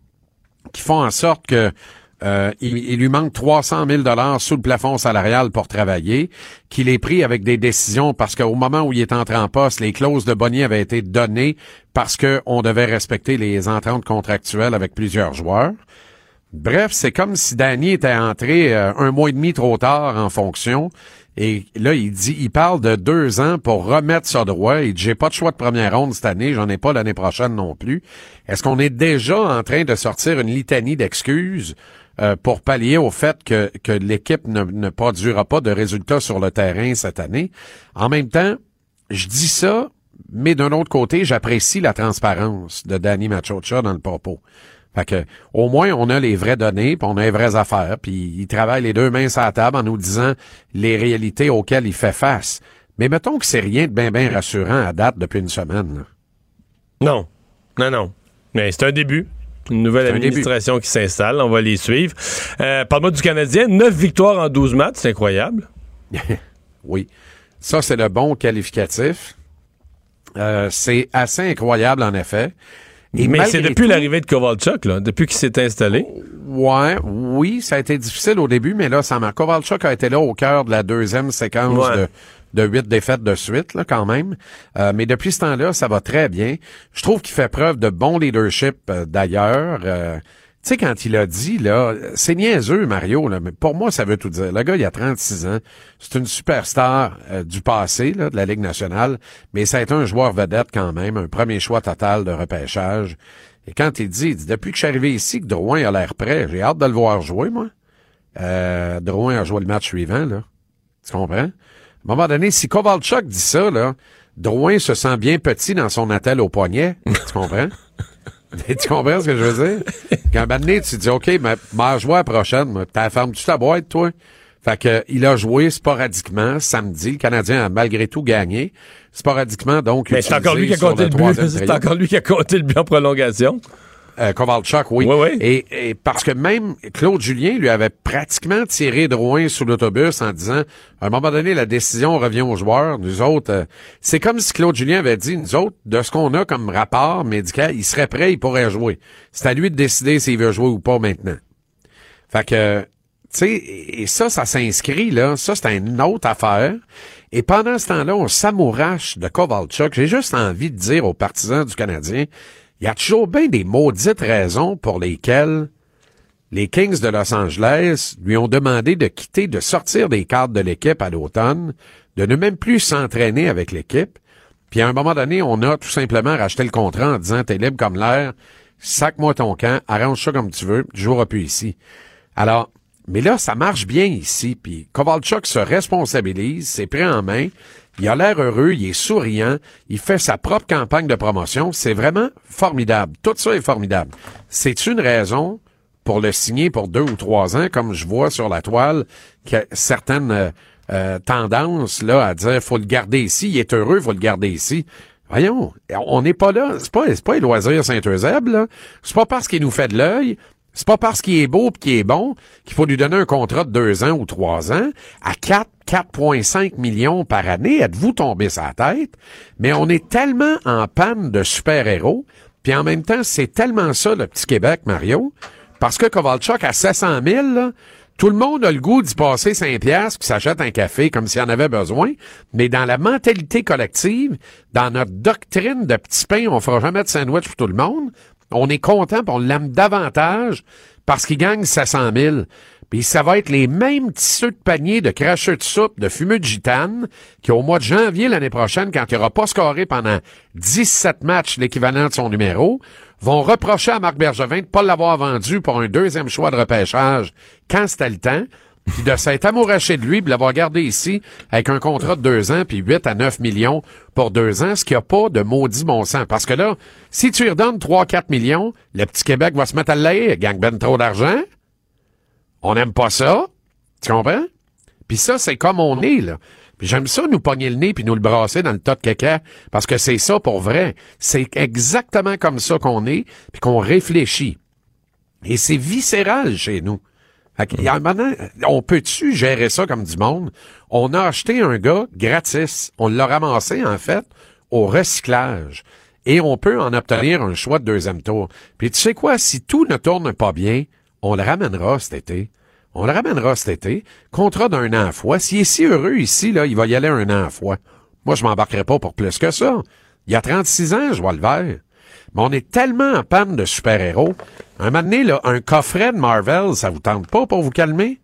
qui font en sorte que Euh, il, il lui manque trois cent mille dollars sous le plafond salarial pour travailler, qu'il est pris avec des décisions parce qu'au moment où il est entré en poste, les clauses de boni avaient été données parce qu'on devait respecter les ententes contractuelles avec plusieurs joueurs. Bref, c'est comme si Danny était entré euh, un mois et demi trop tard en fonction. Et là, il dit, il parle de deux ans pour remettre ça droit. Il dit, j'ai pas de choix de première ronde cette année, j'en ai pas l'année prochaine non plus. Est-ce qu'on est déjà en train de sortir une litanie d'excuses euh, pour pallier au fait que, que l'équipe ne, ne produira pas de résultats sur le terrain cette année? En même temps, je dis ça, mais d'un autre côté, j'apprécie la transparence de Danny Machocha dans le propos. Fait que, au moins, on a les vraies données, puis on a les vraies affaires, puis il travaille les deux mains sur la table en nous disant les réalités auxquelles il fait face. Mais mettons que c'est rien de bien, bien rassurant à date depuis une semaine, là. Non. Non, non. Mais c'est un début. Une nouvelle administration qui s'installe. On va les suivre. Euh, parle-moi du Canadien. neuf victoires en douze matchs. C'est incroyable. Oui. Ça, c'est le bon qualificatif. Euh, c'est assez incroyable, en effet. Et mais c'est depuis tout, l'arrivée de Kovalchuk, là, depuis qu'il s'est installé. Ouais, oui, ça a été difficile au début, mais là, ça m'a. Kovalchuk a été là au cœur de la deuxième séquence ouais. de, de huit défaites de suite, là, quand même. Euh, mais depuis ce temps-là, ça va très bien. Je trouve qu'il fait preuve de bon leadership, euh, d'ailleurs. Euh, tu sais, quand il a dit, là, c'est niaiseux, Mario, là, mais pour moi, ça veut tout dire. Le gars, il a trente-six ans. C'est une superstar euh, du passé, là, de la Ligue nationale, mais ça a été un joueur vedette quand même, un premier choix total de repêchage. Et quand il dit, il dit, depuis que je suis arrivé ici, que Drouin a l'air prêt, j'ai hâte de le voir jouer, moi. Euh, Drouin a joué le match suivant, là. Tu comprends? À un moment donné, si Kovalchuk dit ça, là, Drouin se sent bien petit dans son attelle au poignet. Tu comprends? Tu comprends ce que je veux dire? Quand un moment donné, tu dis, OK, mais ma joie prochaine, t'as fermes-tu ta boîte, toi? Fait que il a joué sporadiquement samedi. Le Canadien a malgré tout gagné. Sporadiquement, donc, mais c'est encore lui qui a compté le but. C'est encore lui qui a compté le but en prolongation. Euh, Kovalchuk, oui. Oui, oui. Et, et parce que même Claude Julien lui avait pratiquement tiré Drouin sous l'autobus en disant, à un moment donné, la décision revient aux joueurs. Nous autres, euh, c'est comme si Claude Julien avait dit, nous autres, de ce qu'on a comme rapport médical, il serait prêt, il pourrait jouer. C'est à lui de décider s'il veut jouer ou pas maintenant. Fait que, tu sais, et ça, ça s'inscrit, là. Ça, c'est une autre affaire. Et pendant ce temps-là, on s'amourache de Kovalchuk. J'ai juste envie de dire aux partisans du Canadien, il y a toujours bien des maudites raisons pour lesquelles les Kings de Los Angeles lui ont demandé de quitter, de sortir des cadres de l'équipe à l'automne, de ne même plus s'entraîner avec l'équipe. Puis à un moment donné, on a tout simplement racheté le contrat en disant « T'es libre comme l'air, sac-moi ton camp, arrange ça comme tu veux, tu joueras plus ici. » Alors, mais là, ça marche bien ici, puis Kovalchuk se responsabilise, c'est pris en main. Il a l'air heureux, il est souriant, il fait sa propre campagne de promotion. C'est vraiment formidable. Tout ça est formidable. C'est une raison pour le signer pour deux ou trois ans, comme je vois sur la toile, qu'il y a certaines euh, euh, tendances là à dire faut le garder ici, il est heureux, faut le garder ici. Voyons, on n'est pas là, c'est pas, c'est pas les loisirs Saint-Eusèbe, là. C'est pas parce qu'il nous fait de l'œil. C'est pas parce qu'il est beau pis qu'il est bon qu'il faut lui donner un contrat de deux ans ou trois ans à quatre, quatre virgule cinq millions par année. Êtes-vous tombé sur la tête? Mais on est tellement en panne de super-héros, puis en même temps, c'est tellement ça, le petit Québec, Mario, parce que Kovalchuk, à sept cent mille, là, tout le monde a le goût d'y passer cinq piastres puis s'achète un café comme s'il en avait besoin, mais dans la mentalité collective, dans notre doctrine de petits pains, on fera jamais de sandwich pour tout le monde. On est content pis on l'aime davantage parce qu'il gagne sept cent mille. Puis ça va être les mêmes tisseux de panier de cracheux de soupe, de fumeux de gitane qui, au mois de janvier l'année prochaine, quand il n'aura pas scoré pendant dix-sept matchs l'équivalent de son numéro, vont reprocher à Marc Bergevin de ne pas l'avoir vendu pour un deuxième choix de repêchage quand c'était le temps, puis de s'être amouraché de lui, de l'avoir gardé ici avec un contrat de deux ans, puis huit à neuf millions pour deux ans, ce qui a pas de maudit bon sens. Parce que là, si tu lui redonnes trois à quatre millions, le petit Québec va se mettre à l'air, gagne ben trop d'argent. On n'aime pas ça. Tu comprends? Puis ça, c'est comme on est, là. Puis j'aime ça nous pogner le nez puis nous le brasser dans le tas de caca, parce que c'est ça pour vrai. C'est exactement comme ça qu'on est, puis qu'on réfléchit. Et c'est viscéral chez nous. Fait qu'il y a maintenant, on peut-tu gérer ça comme du monde? On a acheté un gars gratis. On l'a ramassé, en fait, au recyclage. Et on peut en obtenir un choix de deuxième tour. Puis tu sais quoi? Si tout ne tourne pas bien, on le ramènera cet été. On le ramènera cet été. Contrat d'un an à fois. S'il est si heureux ici, là, il va y aller un an à fois. Moi, je m'embarquerai pas pour plus que ça. Il y a trente-six ans, je vois le vert. Mais on est tellement en panne de super-héros. Un moment donné, là, un coffret de Marvel, ça vous tente pas pour vous calmer?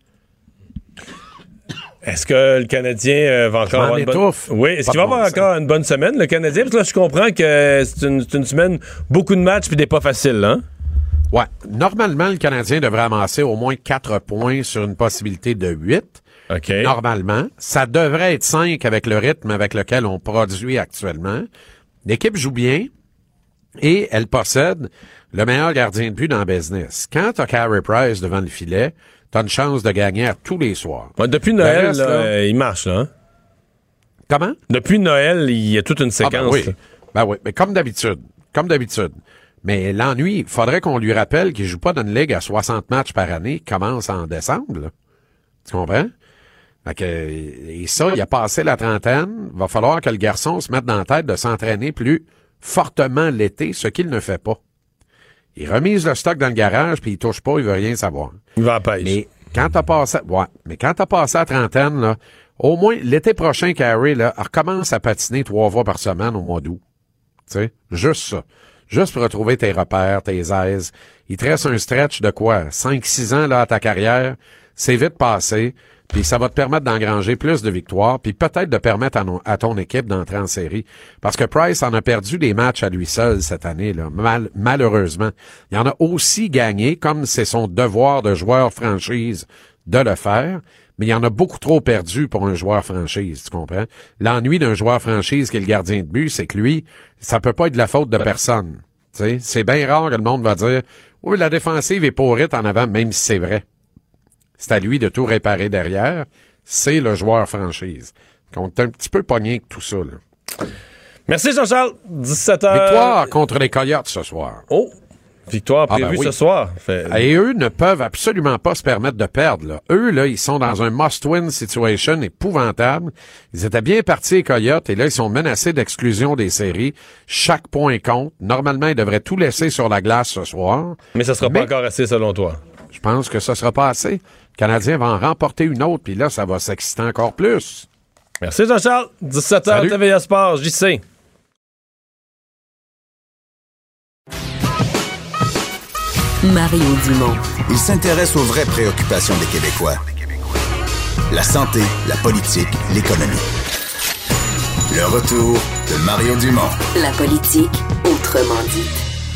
Est-ce que le Canadien euh, va encore avoir une bonne... Oui, est-ce qu'il va avoir encore une bonne semaine, le Canadien? Parce que là, je comprends que c'est une, c'est une semaine, beaucoup de matchs puis des pas faciles, hein? Ouais. Normalement, le Canadien devrait amasser au moins quatre points sur une possibilité de huit. OK. Normalement. Ça devrait être cinq avec le rythme avec lequel on produit actuellement. L'équipe joue bien et elle possède le meilleur gardien de but dans le business. Quand t'as Carey Price devant le filet, t'as une chance de gagner à tous les soirs. Ouais, depuis Noël, reste, là, là, il marche, là. Hein? Comment? Depuis Noël, il y a toute une séquence. Ah ben oui, ben oui, mais comme d'habitude. Comme d'habitude. Mais l'ennui, il faudrait qu'on lui rappelle qu'il joue pas dans une ligue à soixante matchs par année qui commence en décembre. Là. Tu comprends? Fait que, et ça, il a passé la trentaine. Va falloir que le garçon se mette dans la tête de s'entraîner plus fortement l'été, ce qu'il ne fait pas. Il remise le stock dans le garage, puis il touche pas, il veut rien savoir. Il va à pêche. Mais quand t'as passé, ouais, mais quand t'as passé la trentaine, là, au moins, l'été prochain, Carey, là, recommence à patiner trois fois par semaine au mois d'août. Tu sais, juste ça. Juste pour retrouver tes repères, tes aises. Il te reste un stretch de quoi? cinq six ans, là, à ta carrière. C'est vite passé. Puis ça va te permettre d'engranger plus de victoires, puis peut-être de permettre à, no- à ton équipe d'entrer en série. Parce que Price en a perdu des matchs à lui seul cette année, là, mal, malheureusement. Il en a aussi gagné, comme c'est son devoir de joueur franchise de le faire, mais il en a beaucoup trop perdu pour un joueur franchise, tu comprends? L'ennui d'un joueur franchise qui est le gardien de but, c'est que lui, ça peut pas être de la faute de personne. Tu sais, c'est bien rare que le monde va dire « Oui, la défensive est pourrite en avant », même si c'est vrai. c'est à lui de tout réparer derrière. C'est le joueur franchise. On est un petit peu pogné avec tout ça, là. Merci Jean-Charles. dix-sept heures. Victoire contre les Coyotes ce soir. Oh! Victoire prévue ah ben oui. ce soir. Fait... Et eux ne peuvent absolument pas se permettre de perdre. Là. Eux, là, ils sont dans un must-win situation épouvantable. Ils étaient bien partis, les Coyotes, et là, ils sont menacés d'exclusion des séries. Chaque point compte. Normalement, ils devraient tout laisser sur la glace ce soir. Mais ça sera Mais, pas encore assez, selon toi? Je pense que ça sera pas assez. Le Canadien va en remporter une autre, puis là, ça va s'exciter encore plus. Merci, Jean-Charles. dix-sept heures, T V A Sport, J C. Mario Dumont. Il s'intéresse aux vraies préoccupations des Québécois. La santé, la politique, l'économie. Le retour de Mario Dumont. La politique, autrement dit.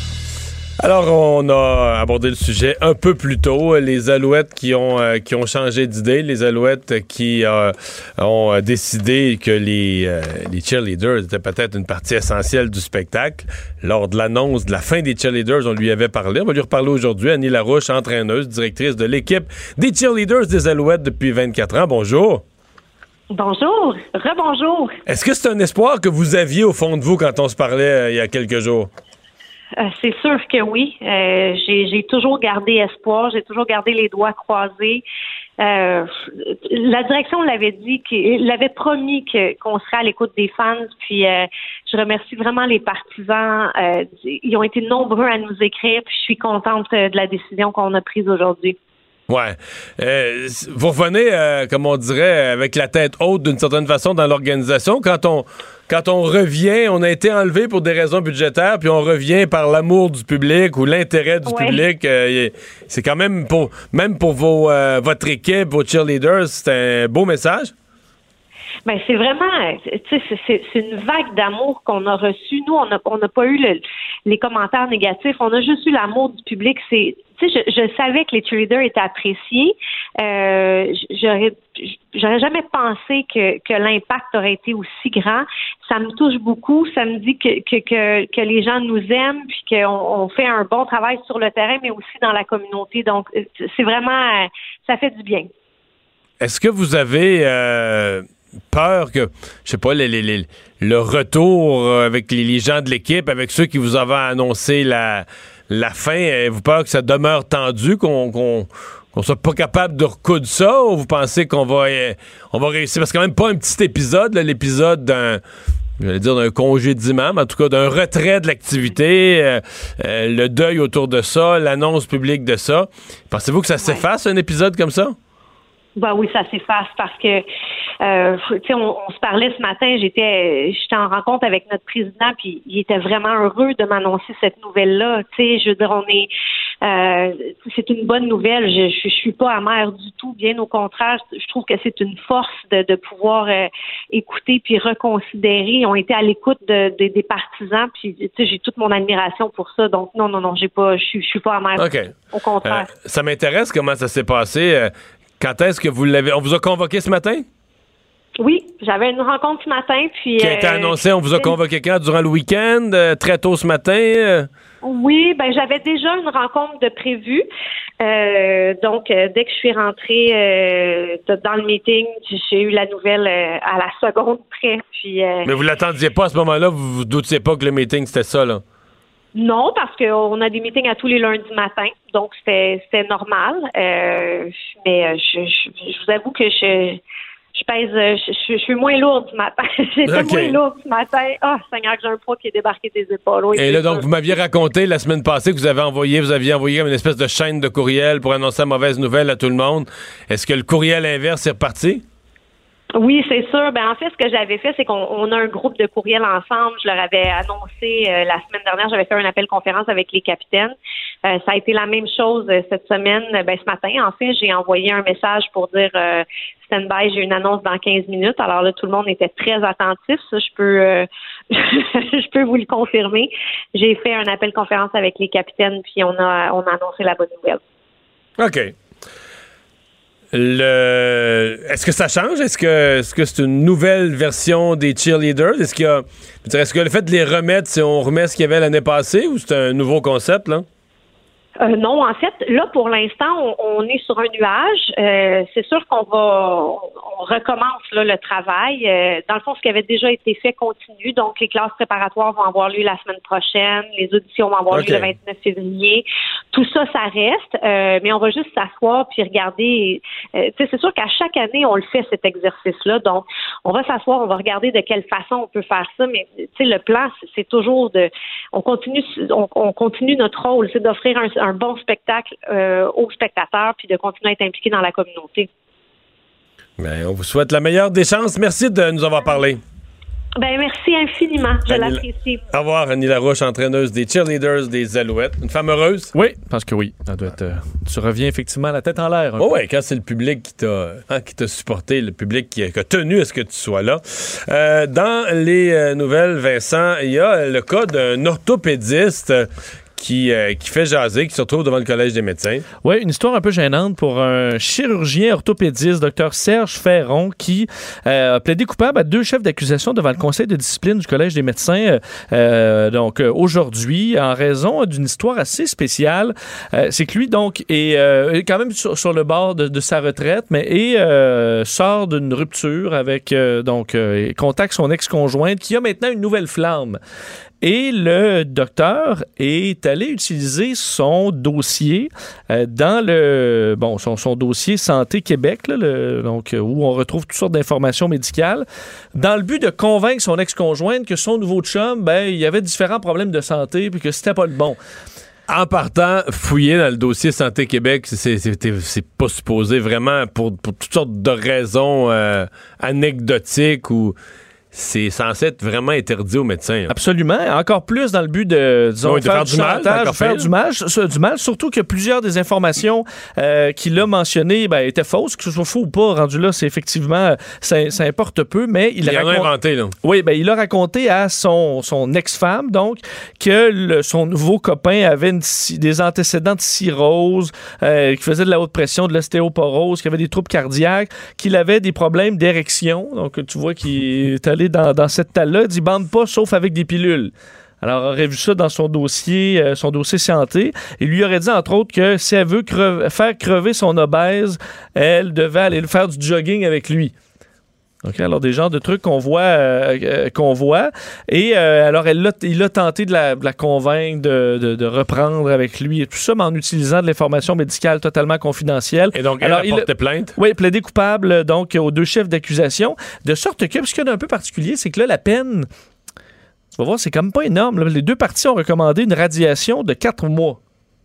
Alors, on a abordé le sujet un peu plus tôt, les Alouettes qui ont euh, qui ont changé d'idée, les Alouettes qui euh, ont décidé que les, euh, les cheerleaders étaient peut-être une partie essentielle du spectacle. Lors de l'annonce de la fin des cheerleaders, on lui avait parlé. On va lui reparler aujourd'hui. Annie Larouche, entraîneuse, directrice de l'équipe des cheerleaders des Alouettes depuis vingt-quatre ans. Bonjour. Bonjour. Rebonjour. Est-ce que c'est un espoir que vous aviez au fond de vous quand on se parlait euh, il y a quelques jours? Euh, c'est sûr que oui. Euh, j'ai, j'ai toujours gardé espoir, j'ai toujours gardé les doigts croisés. Euh, la direction l'avait dit, qu'il l'avait promis que, qu'on serait à l'écoute des fans. Puis euh, je remercie vraiment les partisans. Euh, ils ont été nombreux à nous écrire. Puis je suis contente de la décision qu'on a prise aujourd'hui. Ouais. Euh, vous revenez, euh, comme on dirait, avec la tête haute d'une certaine façon dans l'organisation. Quand on quand on revient, on a été enlevé pour des raisons budgétaires, puis on revient par l'amour du public ou l'intérêt du ouais. public. Euh, c'est quand même pour même pour vos euh, votre équipe, vos cheerleaders, c'est un beau message. Ben c'est vraiment, tu sais, c'est, c'est, c'est une vague d'amour qu'on a reçue. Nous, on n'a on n'a pas eu le, les commentaires négatifs. On a juste eu l'amour du public. C'est, tu sais, je, je savais que les cheerleaders étaient appréciés. Euh, j'aurais, j'aurais jamais pensé que, que l'impact aurait été aussi grand. Ça me touche beaucoup. Ça me dit que que que, que les gens nous aiment, puis qu'on on fait un bon travail sur le terrain, mais aussi dans la communauté. Donc, c'est vraiment, ça fait du bien. Est-ce que vous avez euh... peur que, je sais pas, les, les, les, le retour avec les, les gens de l'équipe, avec ceux qui vous avaient annoncé la, la fin, avez-vous peur que ça demeure tendu, qu'on, qu'on, qu'on soit pas capable de recoudre ça, ou vous pensez qu'on va, euh, on va réussir? Parce que quand même pas un petit épisode, là, l'épisode d'un, j'allais dire d'un congédiement, mais en tout cas d'un retrait de l'activité, euh, euh, le deuil autour de ça, l'annonce publique de ça. Pensez-vous que ça s'efface, un épisode comme ça? Ben oui, ça s'efface parce que, euh, tu sais, on, on se parlait ce matin, j'étais j'étais en rencontre avec notre président, puis il était vraiment heureux de m'annoncer cette nouvelle-là. Tu sais, je veux dire, on est, euh, c'est une bonne nouvelle. Je, je, je suis pas amère du tout, bien au contraire. Je trouve que c'est une force de, de pouvoir euh, écouter puis reconsidérer. Ils ont été à l'écoute de, de, des partisans, puis tu sais, j'ai toute mon admiration pour ça. Donc non, non, non, j'ai pas, je suis, je suis pas amère. Okay. Au contraire. Euh, ça m'intéresse comment ça s'est passé. Euh, Quand est-ce que vous l'avez... On vous a convoqué ce matin? Oui, j'avais une rencontre ce matin, puis... Qui a été euh, annoncé, on vous a convoqué quand? Durant le week-end? Euh, très tôt ce matin? Euh... Oui, ben j'avais déjà une rencontre de prévue. Euh, donc, euh, dès que je suis rentrée euh, dans le meeting, j'ai eu la nouvelle euh, à la seconde près. Puis, euh, Mais vous l'attendiez pas à ce moment-là? Vous vous doutiez pas que le meeting, c'était ça, là? Non, parce qu'on a des meetings à tous les lundis matin, donc c'était c'était normal. Euh, mais je, je, je vous avoue que je je pèse, je, je, je suis moins lourde ce matin. J'étais okay. moins lourde ce matin. Ah, oh, Seigneur, j'ai un poids qui est débarqué des épaules. Oui, et là, donc, vous m'aviez raconté la semaine passée que vous avez envoyé, vous aviez envoyé une espèce de chaîne de courriel pour annoncer la mauvaise nouvelle à tout le monde. Est-ce que le courriel inverse est reparti? Oui, c'est sûr. Ben en fait, ce que j'avais fait, c'est qu'on on a un groupe de courriels ensemble. Je leur avais annoncé euh, la semaine dernière, j'avais fait un appel conférence avec les capitaines. Euh, ça a été la même chose euh, cette semaine. Ben ce matin, en fait, j'ai envoyé un message pour dire euh, stand-by, j'ai une annonce dans quinze minutes. Alors là, tout le monde était très attentif. Ça, je peux euh, je peux vous le confirmer. J'ai fait un appel conférence avec les capitaines, puis on a on a annoncé la bonne nouvelle. OK. Le... Est-ce que ça change? Est-ce que est-ce que c'est une nouvelle version des cheerleaders? Est-ce qu'il y a... Est-ce que le fait de les remettre, si on remet ce qu'il y avait l'année passée, ou c'est un nouveau concept, là? Euh, non, en fait, là, pour l'instant, on, on est sur un nuage. Euh, c'est sûr qu'on va, on, on recommence là, le travail. Euh, dans le fond, ce qui avait déjà été fait continue. Donc, les classes préparatoires vont avoir lieu la semaine prochaine. Les auditions vont avoir okay. lieu le vingt-neuf février. Tout ça, ça reste. Euh, mais on va juste s'asseoir puis regarder. Euh, tu sais, c'est sûr qu'à chaque année, on le fait, cet exercice-là. Donc, on va s'asseoir, on va regarder de quelle façon on peut faire ça. Mais, tu sais, le plan, c'est, c'est toujours de... On continue, on, on continue notre rôle, c'est d'offrir un, un bon spectacle euh, aux spectateurs puis de continuer à être impliqué dans la communauté. Bien, on vous souhaite la meilleure des chances. Merci de nous avoir parlé. Ben merci infiniment, je Annie, l'apprécie. Au revoir, Annie Larouche, entraîneuse des cheerleaders des Alouettes. Une femme heureuse? Oui, parce que oui. Ça doit être, euh, tu reviens effectivement la tête en l'air. Oh oui, quand c'est le public qui t'a, hein, qui t'a supporté, le public qui a, qui a tenu à ce que tu sois là. Euh, dans les euh, nouvelles, Vincent, il y a le cas d'un orthopédiste Qui, euh, qui fait jaser, qui se retrouve devant le Collège des médecins. Oui, une histoire un peu gênante pour un chirurgien orthopédiste, docteur Serge Ferron, qui euh, a plaidé coupable à deux chefs d'accusation devant le Conseil de discipline du Collège des médecins euh, donc euh, aujourd'hui, en raison d'une histoire assez spéciale. Euh, c'est que lui, donc, est, euh, est quand même sur, sur le bord de, de sa retraite, mais est, euh, sort d'une rupture avec, euh, donc, euh, contacte son ex-conjointe, qui a maintenant une nouvelle flamme. Et le docteur est allé utiliser son dossier euh, dans le bon son, son dossier Santé Québec, là, le, donc où on retrouve toutes sortes d'informations médicales, dans le but de convaincre son ex-conjointe que son nouveau chum, ben il y avait différents problèmes de santé puis que c'était pas le bon. En partant, fouiller dans le dossier Santé Québec, c'est, c'est, c'est pas supposé vraiment pour, pour toutes sortes de raisons euh, anecdotiques ou c'est censé être vraiment interdit aux médecins. Là. Absolument. Encore plus dans le but de, disons, oui, de faire, faire du, du mal, chantage, faire du mal, du mal, surtout que plusieurs des informations euh, qu'il a mentionnées ben, étaient fausses, que ce soit faux ou pas, rendu là, c'est effectivement, ça, ça importe peu, mais il, il a raconté, inventé, là. Oui, ben, il a raconté à son, son ex-femme, donc, que le, son nouveau copain avait une, des antécédents de cirrhose, euh, qu'il faisait de la haute pression, de l'ostéoporose, qu'il avait des troubles cardiaques, qu'il avait des problèmes d'érection. Donc, tu vois qu'il est allé Dans, dans cette talle-là, il dit « bande pas, sauf avec des pilules ». Alors, on aurait vu ça dans son dossier, euh, son dossier santé. Il lui aurait dit, entre autres, que si elle veut creve, faire crever son obèse, elle devait aller faire du jogging avec lui. Okay, alors, des genres de trucs qu'on voit. Euh, euh, qu'on voit. Et euh, alors, elle l'a, il a tenté de la, de la convaincre de, de, de reprendre avec lui et tout ça, mais en utilisant de l'information médicale totalement confidentielle. Et donc, elle alors, a porté plainte? Oui, plaidé coupable donc aux deux chefs d'accusation. De sorte que, ce qu'il y a d'un peu particulier, c'est que là, la peine, tu vas voir, c'est quand même pas énorme. Là. Les deux parties ont recommandé une radiation de quatre mois.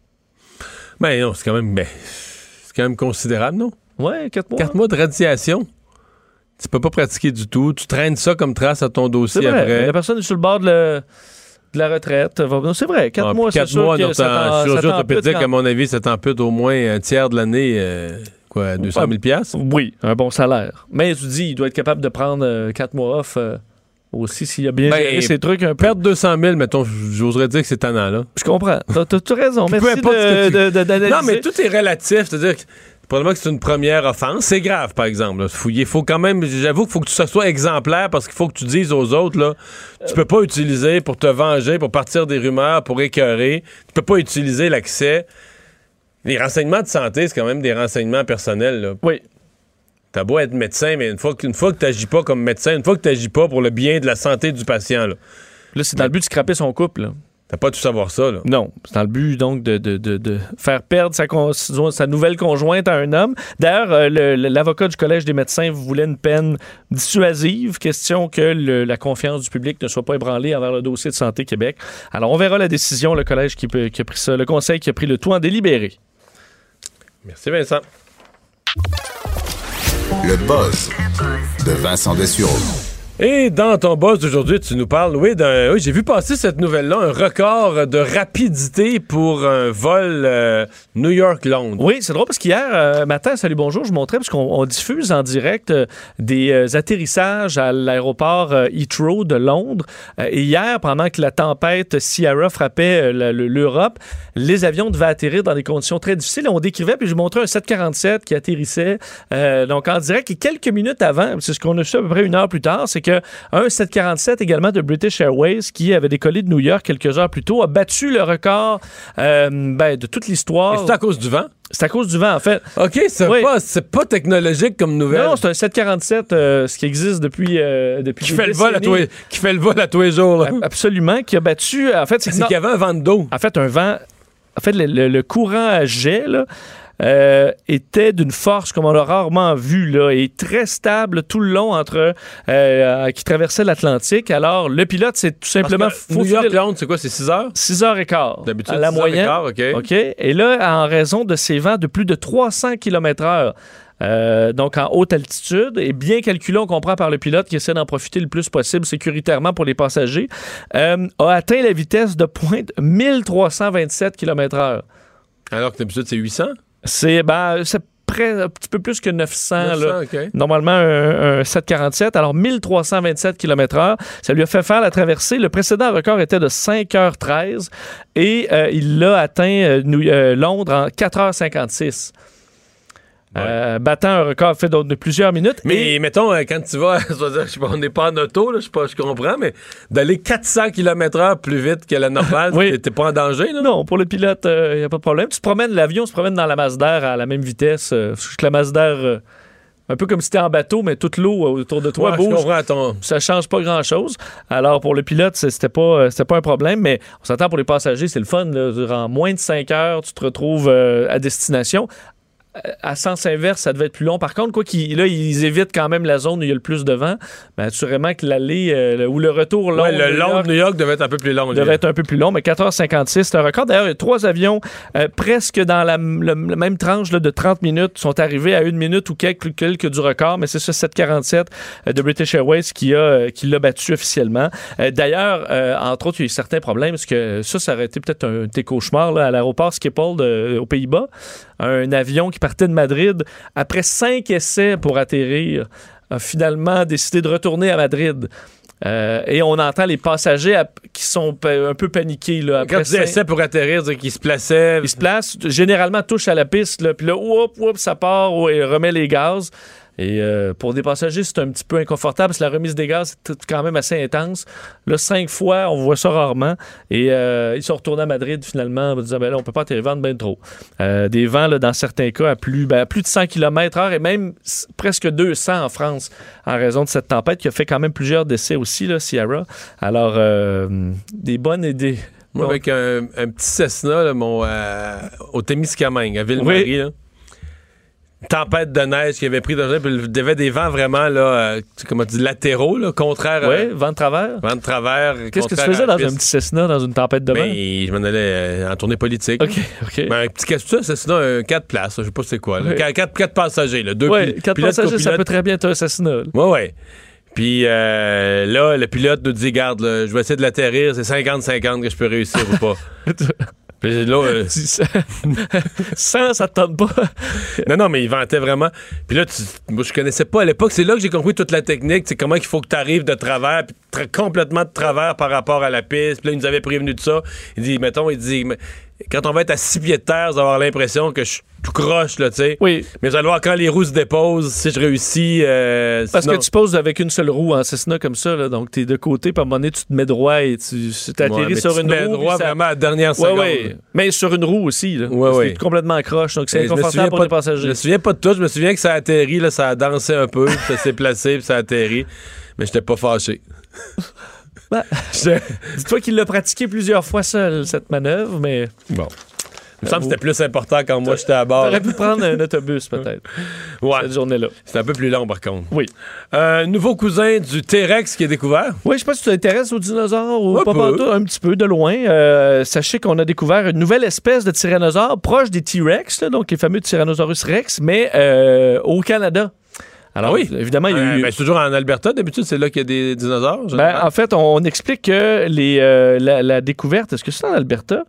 Ben non, c'est quand même, ben, c'est quand même considérable, non? Oui, quatre mois. Quatre mois de radiation? Tu peux pas pratiquer du tout. Tu traînes ça comme trace à ton dossier c'est vrai. après. La personne est sur le bord de, le, de la retraite. C'est vrai, quatre ah, mois, quatre c'est sûr mois, que ça en chirurgie orthopédique, à mon avis, ça t'ampute au moins un tiers de l'année, euh, quoi, deux cent mille dollars? Oui, un bon salaire. Mais tu dis, il doit être capable de prendre euh, quatre mois off euh, aussi s'il a bien ben, géré ces trucs. Un peu. Perdre deux cent mille, mettons, j'oserais dire que c'est tannant, là. Je comprends. T'as, t'as, t'as raison. Merci de, de, tu... de, de, d'analyser. Non, mais tout est relatif. C'est-à-dire que probablement que c'est une première offense. C'est grave, par exemple. Il faut quand même, j'avoue qu'il faut que tu sois exemplaire parce qu'il faut que tu dises aux autres, là, tu peux pas utiliser pour te venger, pour partir des rumeurs, pour écœurer. Tu peux pas utiliser l'accès. Les renseignements de santé, c'est quand même des renseignements personnels, là. Oui. T'as beau être médecin, mais une fois, une fois que t'agis pas comme médecin, une fois que t'agis pas pour le bien de la santé du patient, là. Là, c'est dans le but de scraper son couple, là. T'as pas tout savoir ça, là. Non. C'est dans le but, donc, de, de, de, de faire perdre sa, con, sa nouvelle conjointe à un homme. D'ailleurs, euh, le, l'avocat du Collège des médecins voulait une peine dissuasive, question que le, la confiance du public ne soit pas ébranlée envers le dossier de Santé Québec. Alors, on verra la décision, le Collège qui, qui a pris ça, le Conseil qui a pris le tout en délibéré. Merci, Vincent. Le buzz de Vincent Dessureau. Et dans ton boss d'aujourd'hui, tu nous parles, oui, d'un. Oui, j'ai vu passer cette nouvelle-là, un record de rapidité pour un vol euh, New York-Londres. Oui, c'est drôle parce qu'hier euh, matin, Salut Bonjour, je montrais, parce qu'on on diffuse en direct euh, des euh, atterrissages à l'aéroport euh, Heathrow de Londres. Euh, et hier, pendant que la tempête Ciara frappait euh, la, le, l'Europe, les avions devaient atterrir dans des conditions très difficiles. On décrivait, puis je montrais un sept quarante-sept qui atterrissait euh, donc en direct. Et quelques minutes avant, c'est ce qu'on a su à peu près une heure plus tard, c'est que un sept quarante-sept également de British Airways qui avait décollé de New York quelques heures plus tôt a battu le record euh, ben, de toute l'histoire. Et c'est à cause du vent? C'est à cause du vent, en fait. OK, c'est, oui. pas, c'est pas technologique comme nouvelle. Non, c'est un sept quarante-sept, euh, ce qui existe depuis, euh, depuis qui, fait le vol à tous les, qui fait le vol à tous les jours. Là. Absolument, qui a battu... En fait, c'est, c'est qu'il y avait un vent de dos. En fait, un vent... En fait, le, le, le courant à jet, là, Euh, était d'une force comme on l'a rarement vu là, et très stable tout le long entre euh, qui traversait l'Atlantique. Alors, le pilote, c'est tout simplement... New York-Londres, c'est quoi? C'est six heures? six heures et quart. D'habitude, à la six moyenne. heures et quart, OK. OK. Et là, en raison de ces vents de plus de trois cents kilomètres heure, Euh, donc en haute altitude, et bien calculé, on comprend par le pilote qui essaie d'en profiter le plus possible sécuritairement pour les passagers, euh, a atteint la vitesse de pointe mille trois cent vingt-sept kilomètres heure. Alors que d'habitude, c'est huit cents? C'est, ben, c'est près, un petit peu plus que neuf cents. neuf cents là. okay. Normalement, un, un sept quarante-sept. Alors, mille trois cent vingt-sept kilomètres heure. Ça lui a fait faire la traversée. Le précédent record était de cinq heures treize et euh, il l'a atteint euh, New, euh, Londres en quatre heures cinquante-six. Ouais. Euh, battant un record fait de plusieurs minutes. Mais et... mettons, quand tu vas, je sais pas, on n'est pas en auto, là, je, sais pas, je comprends, mais d'aller quatre cents kilomètres heure plus vite que la normale, oui. t'es pas en danger, là? Non, pour le pilote, il euh, n'y a pas de problème. Tu te promènes, l'avion se promène dans la masse d'air à la même vitesse. Euh, la masse d'air, euh, un peu comme si t'es en bateau, mais toute l'eau autour de toi ouais, bouge. Ton... Ça change pas grand-chose. Alors, pour le pilote, c'était pas, c'était pas un problème, mais on s'entend pour les passagers, c'est le fun. Là. Durant moins de cinq heures, tu te retrouves euh, à destination. À sens inverse, ça devait être plus long. Par contre, quoi qu'il, là, ils évitent quand même la zone où il y a le plus de vent. Mais assurément que l'aller euh, ou le retour long. Ouais, le long de New York devait être un peu plus long. Devait lui. être un peu plus long, mais quatre heures cinquante-six, c'est un record. D'ailleurs, il y a trois avions euh, presque dans la, le, la même tranche là, de trente minutes sont arrivés à une minute ou quelques, quelques du record, mais c'est ce sept quarante-sept euh, de British Airways qui, a, euh, qui l'a battu officiellement. Euh, d'ailleurs, euh, entre autres, il y a eu certains problèmes parce que ça, ça aurait été peut-être un de tes cauchemars là, à l'aéroport Schiphol de, aux Pays-Bas. Un avion qui partait de Madrid, après cinq essais pour atterrir, a finalement décidé de retourner à Madrid. Euh, et on entend les passagers à, qui sont pa- un peu paniqués. Là, après Quand tu dis essais pour atterrir, c'est qu'ils se plaçaient. Ils se placent, généralement touchent à la piste, là, puis là, oups, oups, ça part, ou il remet les gaz. Et euh, pour des passagers, c'est un petit peu inconfortable parce que la remise des gaz, c'est quand même assez intense. Là, cinq fois, on voit ça rarement. Et euh, ils sont retournés à Madrid finalement en disant, ben là, on peut pas atterrir vent bien trop. Euh, des vents, là, dans certains cas, à plus, ben, à plus de cent kilomètres heure et même s- presque deux cents en France en raison de cette tempête qui a fait quand même plusieurs décès aussi, là, Sierra. Alors, euh, des bonnes et des... Moi, bon. avec un, un petit Cessna, là, mon, euh, au Témiscamingue, à Ville-Marie, oui. là. Tempête de neige qui avait pris dans le puis il y avait des vents vraiment là, euh, comment tu dis, latéraux, là, contraire. Oui, euh, vent de travers. Vent de travers. Qu'est-ce que tu faisais dans un petit Cessna, dans une tempête de neige? Ben, je m'en allais euh, en tournée politique. OK, OK. Ben, un petit Cessna, Cessna, un quatre places, je sais pas c'est quoi. Là. Oui. Quatre, quatre passagers, là, deux oui, pi- quatre passagers, ça peut très bien être un Cessna. Oui, oui. Puis euh, là, le pilote nous dit, garde, là, je vais essayer de l'atterrir, c'est cinquante cinquante que je peux réussir ou pas. Puis là, euh... cent, ça te tente pas. non, non, mais il vantait vraiment. Puis là, tu... moi, je connaissais pas à l'époque. C'est là que j'ai compris toute la technique. C'est comment il faut que tu arrives de travers, puis tra- complètement de travers par rapport à la piste. Puis là, il nous avait prévenu de ça. Il dit, mettons, il dit, quand on va être à six pieds de terre, vous allez avoir l'impression que je suis tout croche, là, tu sais. Oui. Mais vous allez voir, quand les roues se déposent, si je réussis... Euh, Parce sinon... que tu poses avec une seule roue en Cessna comme ça, là, donc t'es de côté, puis à un moment donné, tu te mets droit et tu t'atterris ouais, sur tu une te mets roue. droit ça... vraiment à la dernière ouais, seconde. Ouais. Mais sur une roue aussi, là. Ouais, ouais. C'est complètement croche, donc c'est et inconfortable pour pas, les passagers. Je me souviens pas de tout. Je me souviens que ça a atterri, là, ça a dansé un peu, puis ça s'est placé, puis ça a atterri. Mais j'étais pas fâché. Ben, dis-toi qu'il l'a pratiqué plusieurs fois seul, cette manœuvre, mais bon. Il me semble que c'était plus important quand moi j'étais à bord. T'aurais pu prendre un autobus, peut-être, ouais. cette journée-là. C'était un peu plus long, par contre. Oui. Un nouveau cousin du T-Rex qui est découvert. Oui, je sais pas si tu t'intéresses aux dinosaures ou un pas, pas tout, un petit peu de loin. Euh, sachez qu'on a découvert une nouvelle espèce de tyrannosaure proche des T-Rex, là, donc les fameux Tyrannosaurus Rex, mais euh, au Canada. Alors, ah oui, évidemment, il y a eu... euh, ben, c'est toujours en Alberta, d'habitude, c'est là qu'il y a des dinosaures. Ben, en fait, on explique que les, euh, la, la découverte, est-ce que c'est en Alberta? Il me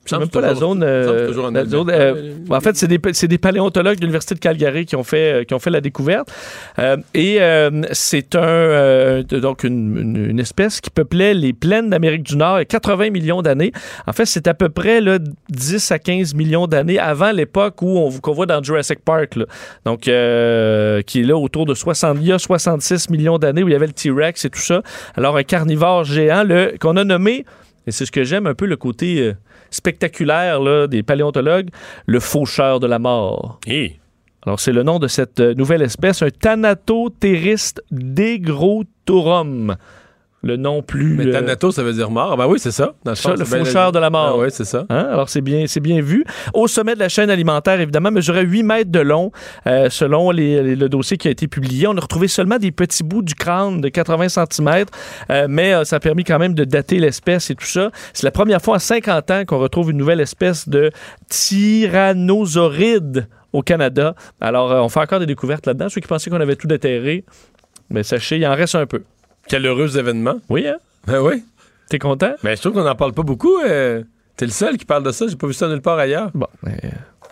C'est même pas la zone. Euh, la zone euh, en fait, c'est des, c'est des paléontologues de l'Université de Calgary qui ont fait, qui ont fait la découverte. Euh, et euh, c'est un, euh, donc une, une, une espèce qui peuplait les plaines d'Amérique du Nord il y a quatre-vingts millions d'années. En fait, c'est à peu près là, dix à quinze millions d'années avant l'époque où on, qu'on voit dans Jurassic Park. Là. Donc, euh, qui est là autour de soixante, il y a soixante-six millions d'années où il y avait le T-Rex et tout ça. Alors, un carnivore géant le, qu'on a nommé, et c'est ce que j'aime un peu, le côté euh, spectaculaire là, des paléontologues, le faucheur de la mort. Hey. Alors, c'est le nom de cette euh, nouvelle espèce, un Thanatopteris degrotorum. Le nom plus... Mais Thanatos, ça veut dire mort. Ah ben oui, c'est ça. Dans le ça, le faucheur de la mort. Ah oui, c'est ça. Hein? Alors, c'est bien, c'est bien vu. Au sommet de la chaîne alimentaire, évidemment, mesurait huit mètres de long. Euh, selon les, les, le dossier qui a été publié, on a retrouvé seulement des petits bouts du crâne de quatre-vingts centimètres, euh, mais euh, ça a permis quand même de dater l'espèce et tout ça. C'est la première fois en cinquante ans qu'on retrouve une nouvelle espèce de tyrannosauride au Canada. Alors, euh, on fait encore des découvertes là-dedans. Ceux qui pensaient qu'on avait tout déterré, mais sachez, il en reste un peu. Quel heureux événement. Oui, hein? Ben oui. T'es content? Mais je trouve qu'on n'en parle pas beaucoup. Euh, t'es le seul qui parle de ça. J'ai pas vu ça nulle part ailleurs. Bon, mais...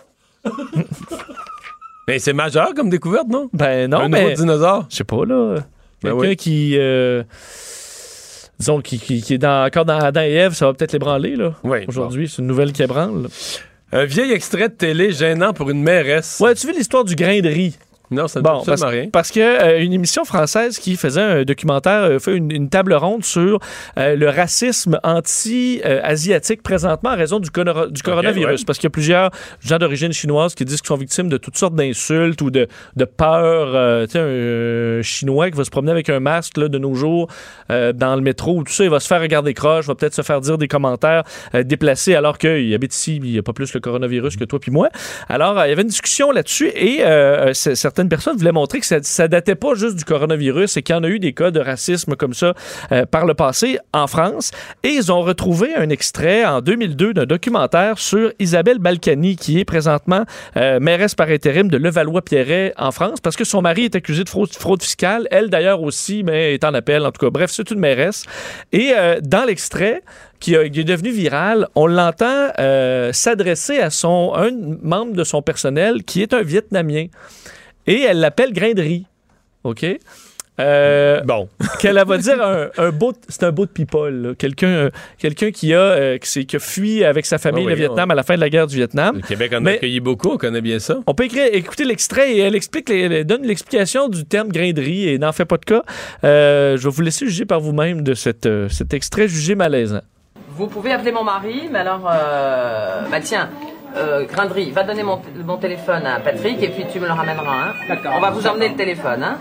mais c'est majeur comme découverte, non? Ben non, un mais... nouveau dinosaure. Je sais pas, là. Ben Quelqu'un oui. qui... Euh... Disons, qui, qui, qui est dans, encore dans Adam et Ève, ça va peut-être l'ébranler, là. Oui. Aujourd'hui, bon. C'est une nouvelle qui ébranle. Là. Un vieil extrait de télé gênant pour une mairesse. Ouais, tu veux l'histoire du grain de riz? Non, ça ne bon, dit absolument parce, rien. Parce que euh, une émission française qui faisait un documentaire, euh, fait une, une table ronde sur euh, le racisme anti-asiatique présentement en raison du, conor- du coronavirus. Okay, ouais. Parce qu'il y a plusieurs gens d'origine chinoise qui disent qu'ils sont victimes de toutes sortes d'insultes ou de, de peur. Euh, tu sais, un, un Chinois qui va se promener avec un masque là, de nos jours euh, dans le métro ou tout ça, il va se faire regarder croche, va peut-être se faire dire des commentaires euh, déplacés alors qu'il habite ici, il n'y a pas plus le coronavirus que toi puis moi. Alors, euh, il y avait une discussion là-dessus et euh, c'est, certaines personnes voulaient montrer que ça, ça datait pas juste du coronavirus et qu'il y en a eu des cas de racisme comme ça euh, par le passé en France. Et ils ont retrouvé un extrait en deux mille deux d'un documentaire sur Isabelle Balkany, qui est présentement euh, mairesse par intérim de Levallois-Perret en France, parce que son mari est accusé de fraude, fraude fiscale. Elle, d'ailleurs, aussi, mais est en appel. En tout cas, bref, c'est une mairesse. Et euh, dans l'extrait, qui, a, qui est devenu viral, on l'entend euh, s'adresser à son un membre de son personnel qui est un Vietnamien. Et elle l'appelle grain de riz. OK? Euh, bon. Qu'elle va dire un, un beau... C'est un beau de people. Là. Quelqu'un, euh, quelqu'un qui a, euh, qui, qui a fui avec sa famille oh, oui, le Vietnam on... à la fin de la guerre du Vietnam. Le Québec en a accueilli beaucoup, on connaît bien ça. On peut écrire, écouter l'extrait et elle explique, elle donne l'explication du terme grain de riz et n'en fait pas de cas. Euh, je vais vous laisser juger par vous-même de cette, euh, cet extrait jugé malaisant. Vous pouvez appeler mon mari, mais alors... Euh, bah tiens... Euh, Grindry, va donner mon, t- mon téléphone à Patrick et puis tu me le ramèneras. Hein. D'accord. On va vous emmener le téléphone. Hein.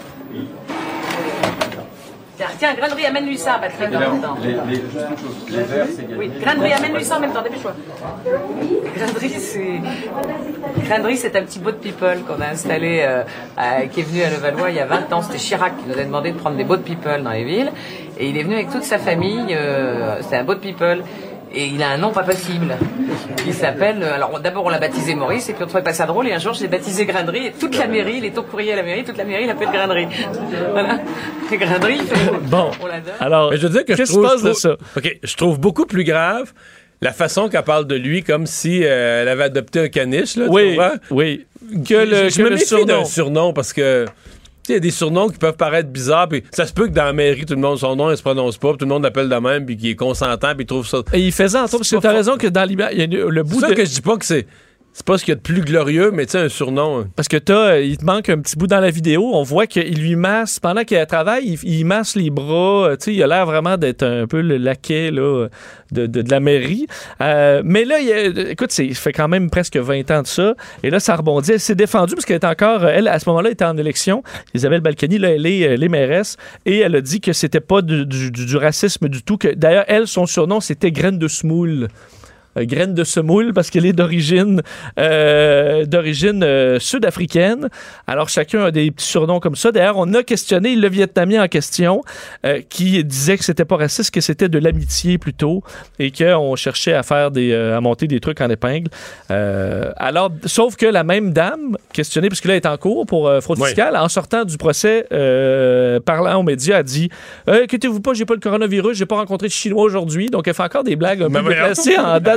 Tiens, tiens, Grindry, amène-lui ça, Patrick. En même temps. Les, les, les verres, c'est oui, Grindry, amène-lui ça en même temps, dépêche-toi. Grindry, c'est... Grindry, c'est un petit boat people qu'on a installé, euh, euh, qui est venu à Levallois il y a vingt ans. C'était Chirac qui nous a demandé de prendre des boat people dans les villes. Et il est venu avec toute sa famille. Euh, c'était un boat people. Et il a un nom pas possible. Il s'appelle... Alors d'abord on l'a baptisé Maurice et puis on trouvait pas ça drôle et un jour je l'ai baptisé Grindry et toute la mairie, il est au courrier à la mairie, toute la mairie l'appelle Grindry. Voilà. Et Grindry, bon, on l'adore. Alors, mais je veux dire que qu'est-ce je trouve, qui se passe de ça? OK, je trouve beaucoup plus grave la façon qu'elle parle de lui comme si euh, elle avait adopté un caniche. Là, oui, tu vois? oui. Que le, je que me le méfie surnom. d'un surnom parce que... Il y a des surnoms qui peuvent paraître bizarres, puis ça se peut que dans la mairie, tout le monde, son nom, il se prononce pas, puis tout le monde l'appelle de même, puis qu'il est consentant, puis il trouve ça... Et il faisait en sorte, parce que t'as raison que dans l'image, il y a le bout c'est de... ça que je dis pas que c'est... C'est pas ce qu'il y a de plus glorieux, mais tu sais, un surnom. Hein. Parce que t'as, il te manque un petit bout dans la vidéo. On voit qu'il lui masse, pendant qu'il travaille, il, il masse les bras. Tu sais, il a l'air vraiment d'être un peu le laquais là, de, de, de la mairie. Euh, mais là, il a, écoute, c'est, ça fait quand même presque vingt ans de ça. Et là, ça rebondit. Elle s'est défendue parce qu'elle est encore, elle, à ce moment-là, était en élection. Isabelle Balkany, là, elle est, elle est mairesse. Et elle a dit que c'était pas du, du, du racisme du tout. Que, d'ailleurs, elle, son surnom, c'était Graine de Semoule. Euh, graine de semoule parce qu'elle est d'origine euh, d'origine euh, sud-africaine. Alors chacun a des petits surnoms comme ça. D'ailleurs, on a questionné le Vietnamien en question euh, qui disait que c'était pas raciste, que c'était de l'amitié plutôt et qu'on cherchait à faire des euh, à monter des trucs en épingle. Euh, alors, sauf que la même dame questionnée, parce que là elle est en cours pour euh, fraude oui. fiscale, en sortant du procès, euh, parlant aux médias, a dit euh, inquiétez-vous pas, j'ai pas le coronavirus, j'ai pas rencontré de Chinois aujourd'hui, donc elle fait encore des blagues un peu déplacées en date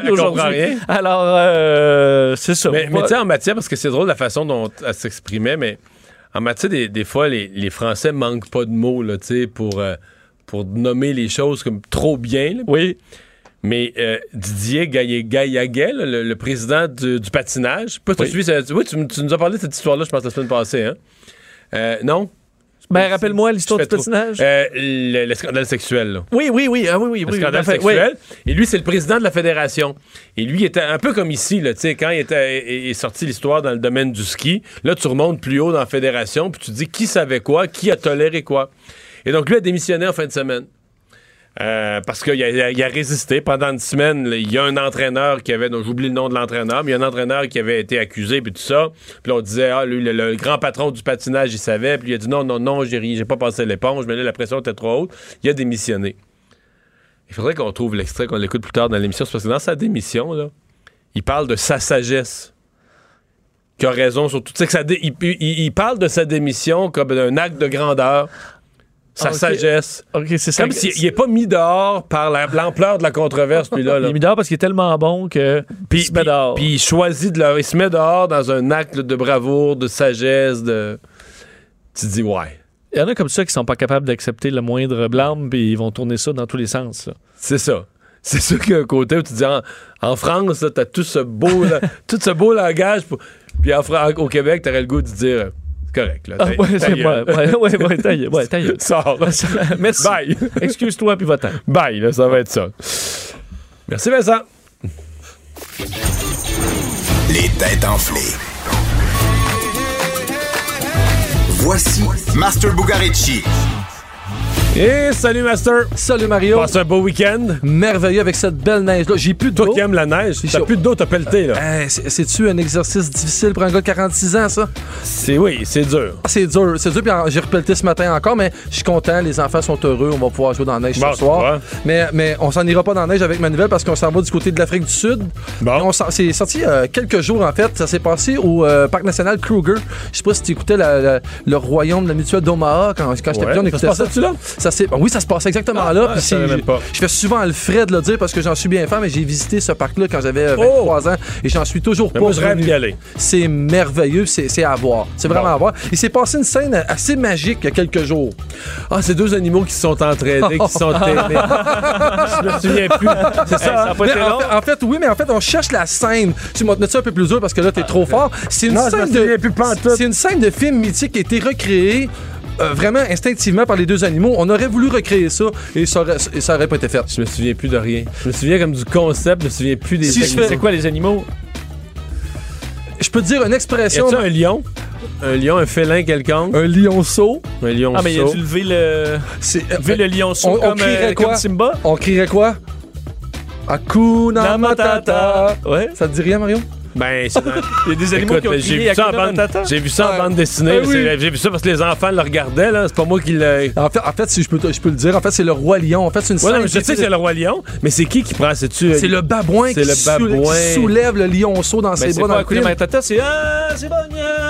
aujourd'hui. rien. Alors, euh, c'est ça. Mais, mais tu sais, en matière, parce que c'est drôle la façon dont elle s'exprimait, mais en matière, des, des fois, les, les Français manquent pas de mots, là, tu sais, pour, euh, pour nommer les choses comme trop bien. Là. Oui. Mais euh, Didier Gaillaguet, le, le président du, du patinage, pas, oui. Suivi, oui, tu, tu nous as parlé de cette histoire-là, je pense, la semaine passée, hein? Euh, non? Ben, rappelle-moi l'histoire du patinage. Euh, le, le scandale sexuel, là. Oui, oui, oui. Ah, oui, oui, le oui, scandale oui, sexuel. Oui. Et lui, c'est le président de la fédération. Et lui, il était un peu comme ici, là, tu sais, quand il était, est, est sorti l'histoire dans le domaine du ski, là, tu remontes plus haut dans la fédération, puis tu dis qui savait quoi, qui a toléré quoi. Et donc, lui a démissionné en fin de semaine. Euh, parce qu'il a, il a résisté pendant une semaine. Là, il y a un entraîneur qui avait, donc j'oublie le nom de l'entraîneur, mais il y a un entraîneur qui avait été accusé puis tout ça. Puis là, on disait ah lui le, le grand patron du patinage il savait. Puis il a dit non non non j'ai j'ai pas passé l'éponge, mais là la pression était trop haute. Il a démissionné. Il faudrait qu'on trouve l'extrait, qu'on l'écoute plus tard dans l'émission, parce que dans sa démission là, il parle de sa sagesse. Qui a raison sur tout. Tu sais que ça dé, il, il, il parle de sa démission comme d'un acte de grandeur. Sa okay. sagesse. Okay, c'est comme s'il n'est pas mis dehors par la, l'ampleur de la controverse. Puis là, là. Il est mis dehors parce qu'il est tellement bon que puis, il se met dehors. Puis il choisit de le... Il se met dehors dans un acte de bravoure, de sagesse, de... Tu te dis, ouais. Il y en a comme ça qui sont pas capables d'accepter le moindre blâme, puis ils vont tourner ça dans tous les sens. Là. C'est ça. C'est sûr qu'il y a un côté où tu te dis, en, en France, tu as tout ce beau, là, tout ce beau langage. Pour... Puis en, au Québec, tu aurais le goût de dire... C'est correct, là. Ah, ouais, c'est ouais, ouais, ouais, ouais, ta gueule. Ouais, ta gueule. Sors. Merci. Bye. Excuse-toi, puis va-t'en. Bye, là, ça va être ça. Merci, Vincent. Les têtes enflées. Voici Master Bugarici. Et salut Master! Salut Mario! Passe un beau week-end? Merveilleux avec cette belle neige-là. J'ai plus d'eau. Toi qui aimes la neige, t'as plus d'eau, t'as pelleté, là. Euh, c'est, c'est-tu un exercice difficile pour un gars de quarante-six ans, ça? C'est oui, c'est dur. Ah, c'est dur, c'est dur, puis j'ai repelleté ce matin encore, mais je suis content, les enfants sont heureux, on va pouvoir jouer dans la neige bon, ce soir. Mais, mais on s'en ira pas dans la neige avec Manuel parce qu'on s'en va du côté de l'Afrique du Sud. Bon. On s'en, c'est sorti euh, quelques jours, en fait. Ça s'est passé au euh, Parc national Kruger. Je sais pas si tu écoutais la, la, le royaume de la mutuelle d'Omaha quand, quand j'étais ouais, petit, on écoutait ça. Ça se là? Ça s'est, oui, ça se passe exactement ah, là. Ah, Puis c'est, je, je fais souvent Alfred de le dire parce que j'en suis bien fan, mais j'ai visité ce parc-là quand j'avais vingt-trois oh! ans et j'en suis toujours mais pas. Moi, je rêve d'y aller. C'est merveilleux, c'est, c'est à voir. C'est vraiment bon. à voir. Il s'est passé une scène assez magique il y a quelques jours. Ah, c'est deux animaux qui se sont entraînés, qui se sont aimés. Je me souviens plus. C'est ça. ça a pas été en, long. Fait, en fait, oui, mais en fait, on cherche la scène. Tu m'as tenu ça un peu plus dur parce que là, t'es ah, trop okay. fort. C'est une non, scène de. Plus c'est une scène de film mythique qui a été recréée. Euh, vraiment instinctivement par les deux animaux. On aurait voulu recréer ça et ça aurait, et ça aurait pas été fait. Je me souviens plus de rien. Je me souviens comme du concept, je me souviens plus des si animaux. Fais... C'est quoi les animaux? Je peux te dire une expression. Y a-tu un lion? Un lion, un félin quelconque? Un lionceau. Un lionceau. Ah, mais il a dû lever le... C'est, lever euh, le lionceau on, comme, on crierait euh, quoi? Comme Simba? On crierait quoi? Hakuna Matata. Ouais. Ça te dit rien, Mario? Ben, c'est dans... il y a des animaux Écoute, qui ont j'ai vu, ça en bande, j'ai vu ça en bande dessinée. Ah, oui. J'ai vu ça parce que les enfants le regardaient. Là. C'est pas moi qui l'ai... En fait, en fait si je peux, je peux le dire, en fait, c'est le Roi Lion. En fait, c'est une ouais, non, mais je sais que c'est le Roi Lion, mais c'est qui qui prend? C'est-tu... C'est le babouin, c'est qui, le babouin. Soulève, qui soulève le lionceau dans ben, ses bras dans le film. Matata, c'est... Ah, c'est bon,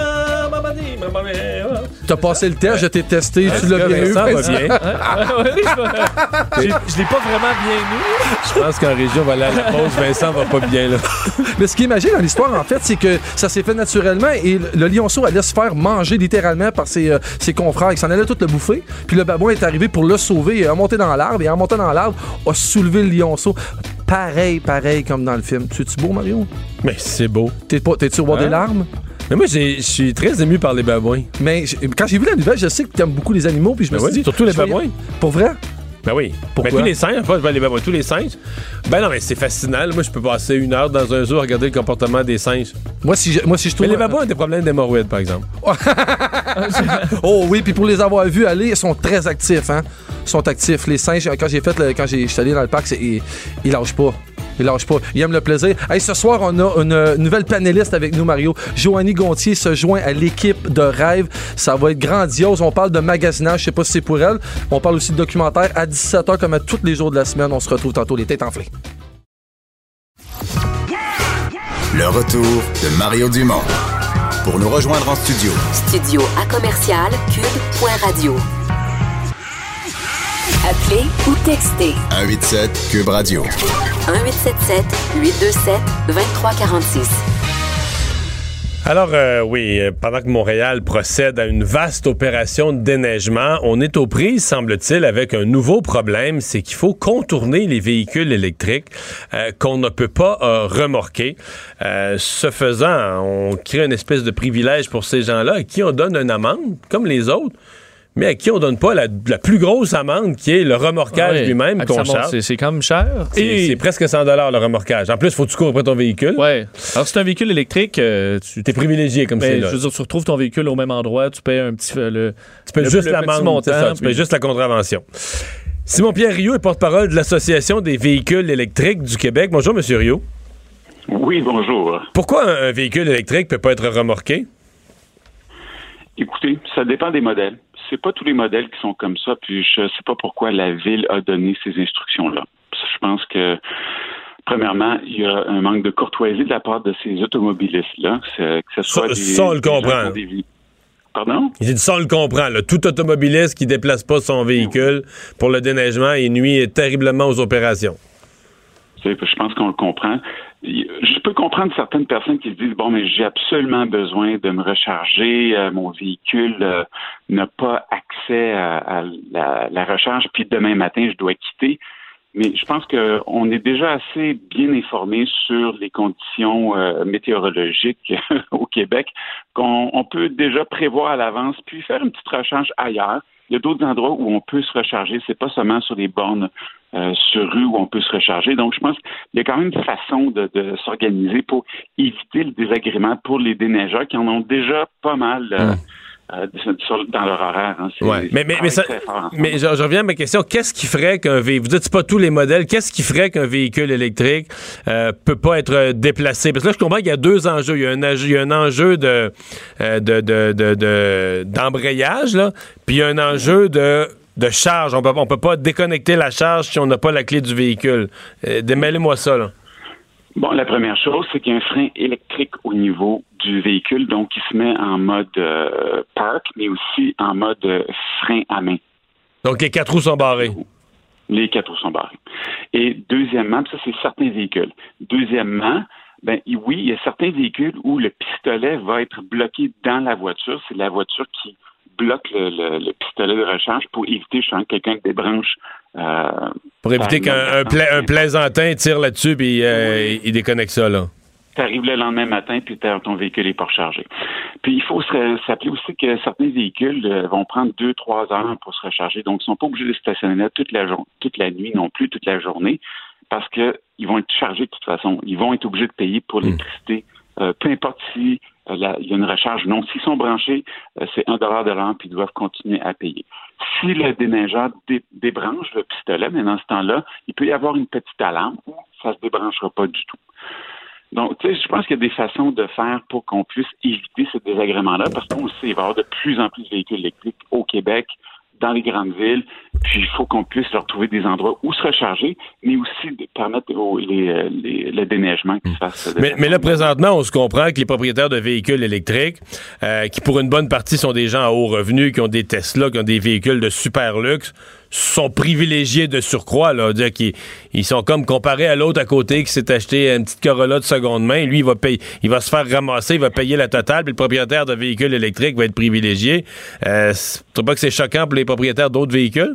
t'as passé le test, je t'ai testé, ouais, tu l'as bien eu. Ça va bien. Je l'ai pas vraiment bien eu. Je pense qu'en région, on va aller à la pause. Vincent va pas bien, là. Mais ce qui est magique dans l'histoire, en fait, c'est que ça s'est fait naturellement et le lionceau allait se faire manger littéralement par ses, euh, ses confrères. Il s'en allait tout le bouffer. Puis le babouin est arrivé pour le sauver. Il a monté dans l'arbre et en montant dans l'arbre, a soulevé le lionceau. Pareil, pareil comme dans le film. C'est-tu beau, Mario? Mais c'est beau. T'es pas, t'es-tu au bord hein? des larmes? Mais moi, je suis très ému par les babouins. Mais quand j'ai vu la nouvelle, je sais que tu aimes beaucoup les animaux. Puis je me ben suis oui, dit. Surtout les babouins. Pour vrai? Ben oui. Pourquoi? Ben, tous les singes, pas les babouins, tous les singes. Ben non, mais c'est fascinant. Moi, je peux passer une heure dans un zoo à regarder le comportement des singes. Moi, si je, moi, si je trouve. Mais les babouins ont des problèmes d'hémorroïdes, par exemple. Oh oui, puis pour les avoir vus aller, ils sont très actifs, hein. Ils sont actifs. Les singes, quand j'ai fait, le, quand j'ai, je suis allé dans le parc, c'est, ils, ils lâchent pas. Ils lâchent pas. Ils aiment le plaisir. Hey, ce soir, on a une nouvelle panéliste avec nous, Mario. Joanie Gontier se joint à l'équipe de Rêve. Ça va être grandiose. On parle de magasinage. Je sais pas si c'est pour elle. On parle aussi de documentaire à dix-sept heures comme à tous les jours de la semaine. On se retrouve tantôt les têtes enflées. Le retour de Mario Dumont. Pour nous rejoindre en studio. Studio à commercial cube point radio. Appelez ou textez un huit sept Cube Radio. un huit sept sept huit deux sept deux trois quatre six. Alors, euh, oui, pendant que Montréal procède à une vaste opération de déneigement, on est aux prises, semble-t-il, avec un nouveau problème, c'est qu'il faut contourner les véhicules électriques euh, qu'on ne peut pas euh, remorquer. Euh, ce faisant, on crée une espèce de privilège pour ces gens-là à qui on donne une amende, comme les autres, mais à qui on donne pas la, la plus grosse amende, qui est le remorquage ah oui. lui-même ah, qu'on ça, charge. C'est, c'est quand même cher. C'est, Et... c'est presque cent dollars le remorquage. En plus, faut que tu cours après ton véhicule. Ouais. Alors, si c'est un véhicule électrique, euh, tu es privilégié comme c'est là. Je veux dire, tu retrouves ton véhicule au même endroit, tu payes un petit... Euh, le, tu payes le, juste le l'amende, montant, c'est ça, tu puis... payes juste la contravention. Simon-Pierre Rioux est porte-parole de l'Association des véhicules électriques du Québec. Bonjour, M. Rioux. Oui, bonjour. Pourquoi un, un véhicule électrique peut pas être remorqué? Écoutez, ça dépend des modèles. C'est pas tous les modèles qui sont comme ça, puis je sais pas pourquoi la Ville a donné ces instructions-là. Je pense que, premièrement, il y a un manque de courtoisie de la part de ces automobilistes-là. Que ce soit ça, des, ça, on le comprend. Des... Pardon? Il dit ça, on le comprend. Là. Tout automobiliste qui déplace pas son véhicule pour le déneigement et nuit terriblement aux opérations. Je pense qu'on le comprend. Je peux comprendre certaines personnes qui se disent, bon, mais j'ai absolument besoin de me recharger, euh, mon véhicule euh, n'a pas accès à, à la, la recharge, puis demain matin, je dois quitter. Mais je pense qu'on est déjà assez bien informé sur les conditions euh, météorologiques au Québec, qu'on on peut déjà prévoir à l'avance, puis faire une petite recharge ailleurs. Il y a d'autres endroits où on peut se recharger, c'est pas seulement sur les bornes euh, sur rue où on peut se recharger. Donc, je pense qu'il y a quand même une façon de, de s'organiser pour éviter le désagrément pour les déneigeurs qui en ont déjà pas mal euh, euh, sur, dans leur horaire. Hein. C'est, ouais. Mais, mais, mais, ça, mais je, je reviens à ma question. Qu'est-ce qui ferait qu'un véhicule, vous dites c'est pas tous les modèles, qu'est-ce qui ferait qu'un véhicule électrique euh, peut pas être déplacé? Parce que là, je comprends qu'il y a deux enjeux. Il y a un, il y a un enjeu de, euh, de, de, de, de, d'embrayage, là, puis il y a un enjeu de de charge. On peut, on peut pas déconnecter la charge si on n'a pas la clé du véhicule. Euh, démêlez-moi ça, là. Bon, la première chose, c'est qu'il y a un frein électrique au niveau du véhicule, donc il se met en mode euh, park, mais aussi en mode euh, frein à main. Donc les quatre roues sont barrées. Les quatre roues sont barrées. Et deuxièmement, ça c'est certains véhicules. Deuxièmement, ben oui, il y a certains véhicules où le pistolet va être bloqué dans la voiture. C'est la voiture qui bloque le, le, le pistolet de recharge pour éviter justement que quelqu'un débranche. Euh, pour éviter qu'un un pla- un plaisantin tire là-dessus et euh, oui. il déconnecte ça, là. Tu arrives le lendemain matin puis ton véhicule n'est pas rechargé. Puis il faut se rappeler aussi que certains véhicules euh, vont prendre deux, trois heures pour se recharger. Donc, ils ne sont pas obligés de stationner là toute la, jour- toute la nuit non plus, toute la journée, parce qu'ils vont être chargés de toute façon. Ils vont être obligés de payer pour l'électricité. Euh, peu importe si euh, la, il y a une recharge ou non. S'ils sont branchés, euh, c'est un dollar de l'heure, puis ils doivent continuer à payer. Si le déneigeur dé, débranche le pistolet, mais dans ce temps-là, il peut y avoir une petite alarme où ça ne se débranchera pas du tout. Donc, tu sais, je pense qu'il y a des façons de faire pour qu'on puisse éviter ce désagrément-là, parce qu'on le sait, il va y avoir de plus en plus de véhicules électriques au Québec, dans les grandes villes, puis il faut qu'on puisse leur trouver des endroits où se recharger, mais aussi de permettre aux, les, les, le déneigement qui se fasse. Mais, mais là, présentement, on se comprend que les propriétaires de véhicules électriques, euh, qui pour une bonne partie sont des gens à haut revenu, qui ont des Tesla, qui ont des véhicules de super luxe, sont privilégiés de surcroît, là, dire qu'ils ils sont comme comparés à l'autre à côté qui s'est acheté une petite Corolla de seconde main. Lui, il va payer, il va se faire ramasser, il va payer la totale, puis le propriétaire de véhicules électriques va être privilégié. Euh, tu trouves pas que c'est choquant pour les propriétaires d'autres véhicules?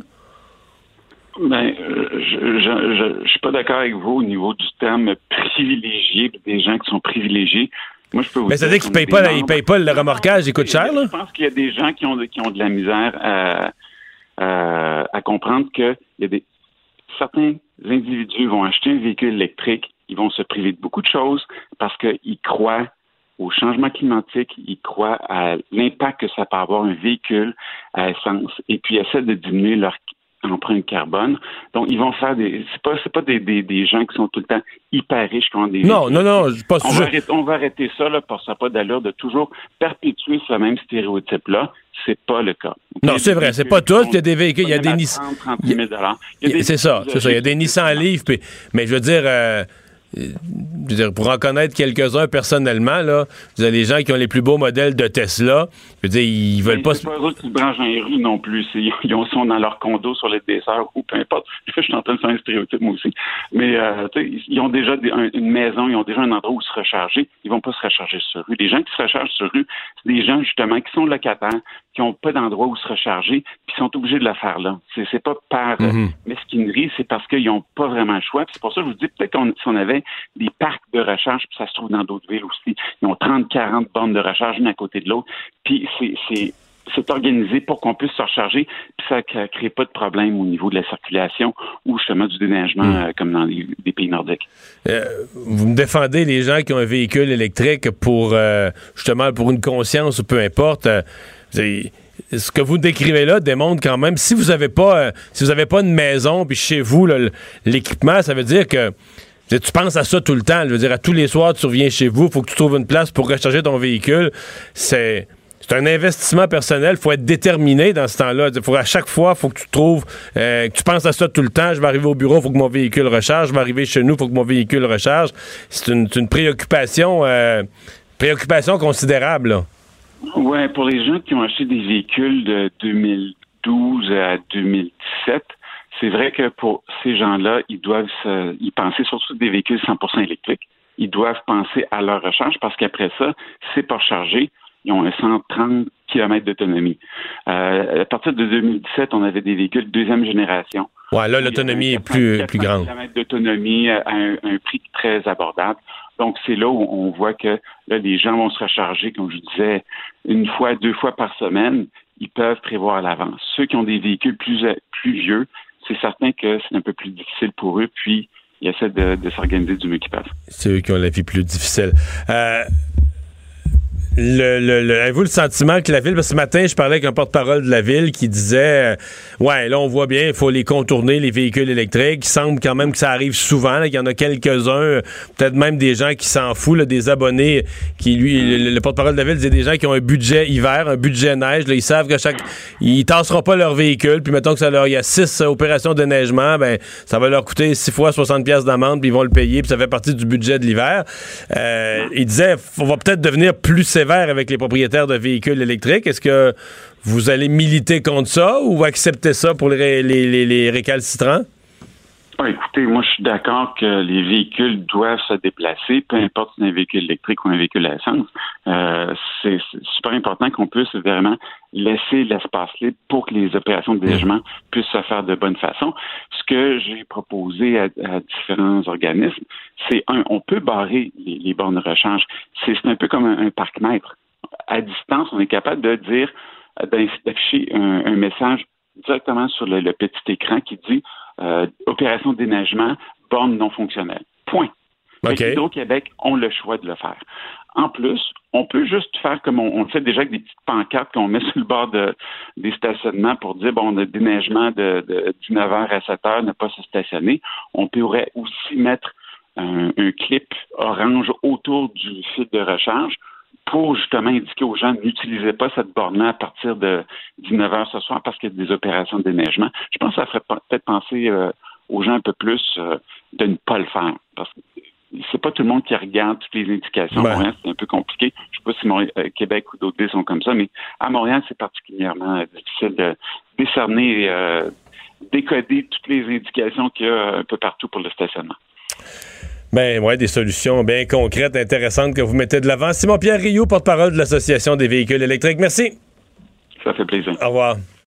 Ben, je, je, je, je suis pas d'accord avec vous au niveau du terme privilégié, des gens qui sont privilégiés. Moi, je peux vous mais ça veut dire qu'ils payent pas, membres... ils payent pas le remorquage, il coûte cher, là? Je pense qu'il y a des gens qui ont de, qui ont de la misère à Euh, à comprendre que il y a des certains individus vont acheter un véhicule électrique, ils vont se priver de beaucoup de choses parce qu'ils croient au changement climatique, ils croient à l'impact que ça peut avoir un véhicule à essence, et puis essaient de diminuer leur empreinte carbone. Donc, ils vont faire des... C'est pas, c'est pas des, des, des gens qui sont tout le temps hyper riches qui ont des... Non, non, non, pas on, va arrêter, on va arrêter ça, là, parce que ça n'a pas d'allure de toujours perpétuer ce même stéréotype-là. C'est pas le cas. Non, c'est vrai, c'est pas tout. Il y a des véhicules, il y a des Nissan... C'est ça, c'est ça. Il y a des Nissan Leaf, mais je veux dire... Euh... je veux dire, pour en connaître quelques-uns personnellement, là, vous avez les gens qui ont les plus beaux modèles de Tesla. Je veux dire, ils veulent mais pas... C'est pas eux qui se branchent dans les rues non plus. C'est, ils sont dans leur condo sur les desserts ou peu importe. Je suis en train de faire un stéréotype, moi aussi. Mais euh, ils ont déjà des, un, une maison, ils ont déjà un endroit où se recharger. Ils vont pas se recharger sur rue. Les gens qui se rechargent sur rue, c'est des gens, justement, qui sont locataires, qui ont pas d'endroit où se recharger, puis sont obligés de le faire là. C'est, c'est pas par mm-hmm. mesquinerie, c'est parce qu'ils ont pas vraiment le choix. Puis c'est pour ça que je vous dis, peut-être qu'on, si on avait des parcs de recharge, puis ça se trouve dans d'autres villes aussi, ils ont trente quarante bornes de recharge une à côté de l'autre, puis c'est, c'est, c'est organisé pour qu'on puisse se recharger, puis ça ne crée pas de problème au niveau de la circulation ou justement du déneigement mm. euh, comme dans les, les pays nordiques. Euh, vous me défendez les gens qui ont un véhicule électrique pour euh, justement pour une conscience ou peu importe. Euh, ce que vous décrivez là démontre quand même, si vous n'avez pas euh, si vous avez pas une maison, puis chez vous, là, l'équipement, ça veut dire que tu penses à ça tout le temps. Je veux dire, à tous les soirs, tu reviens chez vous, il faut que tu trouves une place pour recharger ton véhicule. C'est, c'est un investissement personnel. Il faut être déterminé dans ce temps-là. Faut, à chaque fois, il faut que tu trouves, euh, que tu penses à ça tout le temps. Je vais arriver au bureau, il faut que mon véhicule recharge. Je vais arriver chez nous, il faut que mon véhicule recharge. C'est une, c'est une préoccupation, euh, préoccupation considérable, là. Oui, pour les gens qui ont acheté des véhicules de deux mille douze à deux mille dix-sept, c'est vrai que pour ces gens-là, ils doivent se, ils penser surtout des véhicules cent pour cent électriques. Ils doivent penser à leur recharge parce qu'après ça, si c'est pas rechargé, ils ont un cent trente kilomètres d'autonomie. Euh, à partir de deux mille dix-sept, on avait des véhicules deuxième génération. Ouais, là, l'autonomie est plus, plus grande. kilomètres d'autonomie à un, un prix très abordable. Donc, c'est là où on voit que là, les gens vont se recharger, comme je disais, une fois, deux fois par semaine. Ils peuvent prévoir à l'avance. Ceux qui ont des véhicules plus, plus vieux, c'est certain que c'est un peu plus difficile pour eux, puis ils essaient de, de s'organiser du mieux qu'ils peuvent. C'est eux qui ont la vie plus difficile. Euh, le, le, le, avez-vous le sentiment que la ville, parce que ce matin, je parlais avec un porte-parole de la ville qui disait, euh, ouais, là, on voit bien, il faut les contourner, les véhicules électriques. Il semble quand même que ça arrive souvent, là, qu'il y en a quelques-uns, peut-être même des gens qui s'en foutent, là, des abonnés qui, lui, le, le porte-parole de la ville disait des gens qui ont un budget hiver, un budget neige, là, ils savent que chaque, ils tasseront pas leur véhicule, puis mettons que ça leur, il y a six euh, opérations de neigement, ben, ça va leur coûter six fois soixante piastres d'amende, puis ils vont le payer, puis ça fait partie du budget de l'hiver. Euh, il disait, on va peut-être devenir plus sévère avec les propriétaires de véhicules électriques. Est-ce que vous allez militer contre ça ou vous acceptez ça pour les, les, les, les récalcitrants? Ah, écoutez, moi, je suis d'accord que les véhicules doivent se déplacer, peu importe si c'est un véhicule électrique ou un véhicule à essence. Euh, c'est, c'est super important qu'on puisse vraiment laisser l'espace libre pour que les opérations de déneigement puissent se faire de bonne façon. Ce que j'ai proposé à, à différents organismes, c'est un, on peut barrer les, les bornes de recharge. C'est, c'est un peu comme un, un parc-mètre. À distance, on est capable de dire, d'afficher un, un message directement sur le, le petit écran qui dit euh, opération de déneigement, borne non fonctionnelle. Point. Okay. Hydro-Québec ont le choix de le faire. En plus, on peut juste faire comme on, on le fait déjà avec des petites pancartes qu'on met sur le bord de, des stationnements pour dire, bon, le déneigement de, de dix-neuf heures à sept heures, ne pas se stationner. On pourrait aussi mettre un, un clip orange autour du site de recharge pour justement indiquer aux gens, n'utilisez pas cette borne-là à partir de dix-neuf heures ce soir parce qu'il y a des opérations de déneigement. Je pense que ça ferait peut-être penser euh, aux gens un peu plus euh, de ne pas le faire. Parce que c'est pas tout le monde qui regarde toutes les indications. Ben. À Montréal, c'est un peu compliqué. Je sais pas si Montréal, euh, Québec ou d'autres villes sont comme ça, mais à Montréal, c'est particulièrement euh, difficile de décerner, euh, décoder toutes les indications qu'il y a un peu partout pour le stationnement. Ben ouais, des solutions bien concrètes, intéressantes que vous mettez de l'avant. Simon-Pierre Rioux, porte-parole de l'Association des véhicules électriques. Merci. Ça fait plaisir. Au revoir.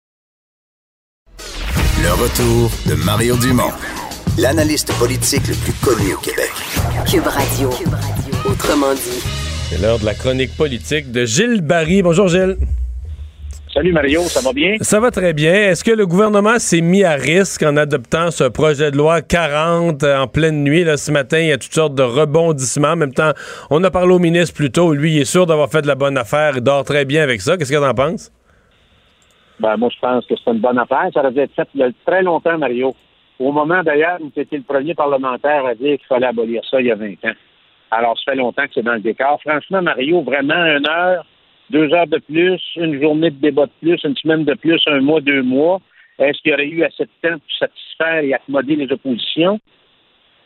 Le retour de Mario Dumont, l'analyste politique le plus connu au Québec. Cube Radio. Cube Radio. Autrement dit. C'est l'heure de la chronique politique de Gilles Barry. Bonjour Gilles. Salut Mario, ça va bien? Ça va très bien. Est-ce que le gouvernement s'est mis à risque en adoptant ce projet de loi quarante en pleine nuit? Là, ce matin, il y a toutes sortes de rebondissements. En même temps, on a parlé au ministre plus tôt. Lui, il est sûr d'avoir fait de la bonne affaire. Il dort très bien avec ça. Qu'est-ce que tu en penses? Ben, moi, je pense que c'est une bonne affaire. Ça aurait dû être fait il y a très longtemps, Mario. Au moment, d'ailleurs, où tu étais le premier parlementaire à dire qu'il fallait abolir ça il y a vingt ans. Alors, ça fait longtemps que c'est dans le décor. Franchement, Mario, vraiment, une heure, deux heures de plus, une journée de débat de plus, une semaine de plus, un mois, deux mois. Est-ce qu'il y aurait eu assez de temps pour satisfaire et accommoder les oppositions?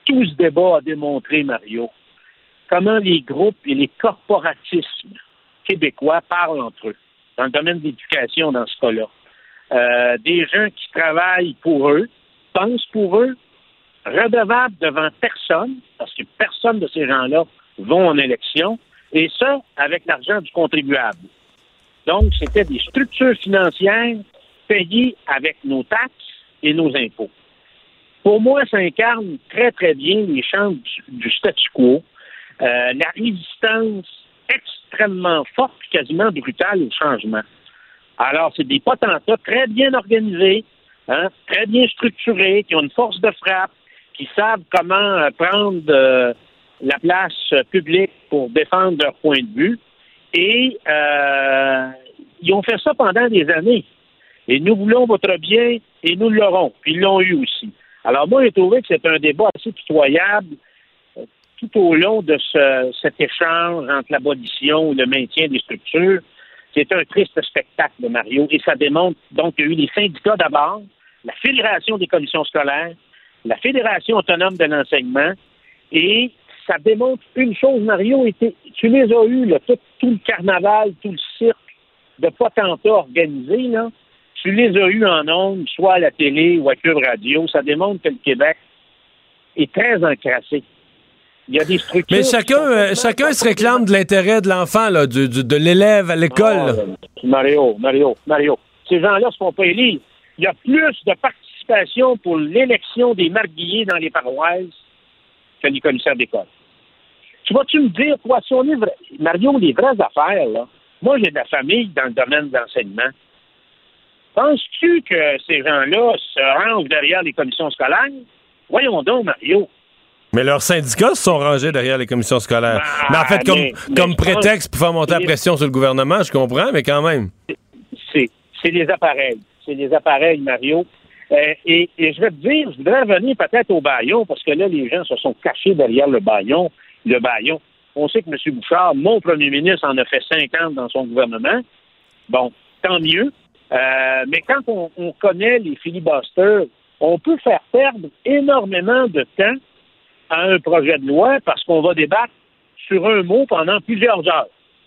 tout ce débat a démontré, Mario, comment les groupes et les corporatismes québécois parlent entre eux, dans le domaine de l'éducation, dans ce cas-là. Euh, des gens qui travaillent pour eux, pensent pour eux, redevables devant personne, parce que personne de ces gens-là vont en élection, et ça, avec l'argent du contribuable. Donc, c'était des structures financières payées avec nos taxes et nos impôts. Pour moi, ça incarne très, très bien les champs du, du statu quo, euh, la résistance extrêmement forte, quasiment brutale au changement. Alors, c'est des potentats très bien organisés, hein, très bien structurés, qui ont une force de frappe, qui savent comment euh, prendre euh, la place euh, publique pour défendre leur point de vue. Et euh, ils ont fait ça pendant des années. Et nous voulons votre bien et nous l'aurons. Puis ils l'ont eu aussi. Alors moi, j'ai trouvé que c'est un débat assez pitoyable euh, tout au long de ce, cet échange entre l'abolition et le maintien des structures. C'est un triste spectacle, Mario, et ça démontre donc qu'il y a eu les syndicats d'abord, la Fédération des commissions scolaires, la Fédération autonome de l'enseignement, et ça démontre une chose, Mario, et tu les as eus, là, tout, tout le carnaval, tout le cirque de potentats organisés, là, tu les as eus en ondes, soit à la télé ou à Cube Radio, ça démontre que le Québec est très encrassé. Il y a des structures... Mais chacun, euh, chacun se réclame de l'intérêt de l'enfant, là, du, du, de l'élève à l'école. Ah, Mario, Mario, Mario, ces gens-là se font pas élire. Il y a plus de participation pour l'élection des marguilliers dans les paroisses que les commissaires d'école. Tu vas-tu me dire, quoi, si on est vrai... Mario, les vraies affaires, là, moi, j'ai de la famille dans le domaine de l'enseignement. Penses-tu que ces gens-là se rangent derrière les commissions scolaires? Voyons donc, Mario. Mais leurs syndicats se sont rangés derrière les commissions scolaires. Ah, mais en fait, comme, mais, mais comme prétexte pour faire monter la c'est... pression sur le gouvernement, je comprends, mais quand même. C'est, c'est les appareils. C'est les appareils, Mario. Euh, et, et je vais te dire, je voudrais revenir peut-être au bâillon, parce que là, les gens se sont cachés derrière le bâillon. Le bâillon. On sait que M. Bouchard, mon premier ministre, en a fait cinquante dans son gouvernement. Bon, tant mieux. Euh, mais quand on, on connaît les filibusters, on peut faire perdre énormément de temps à un projet de loi parce qu'on va débattre sur un mot pendant plusieurs heures.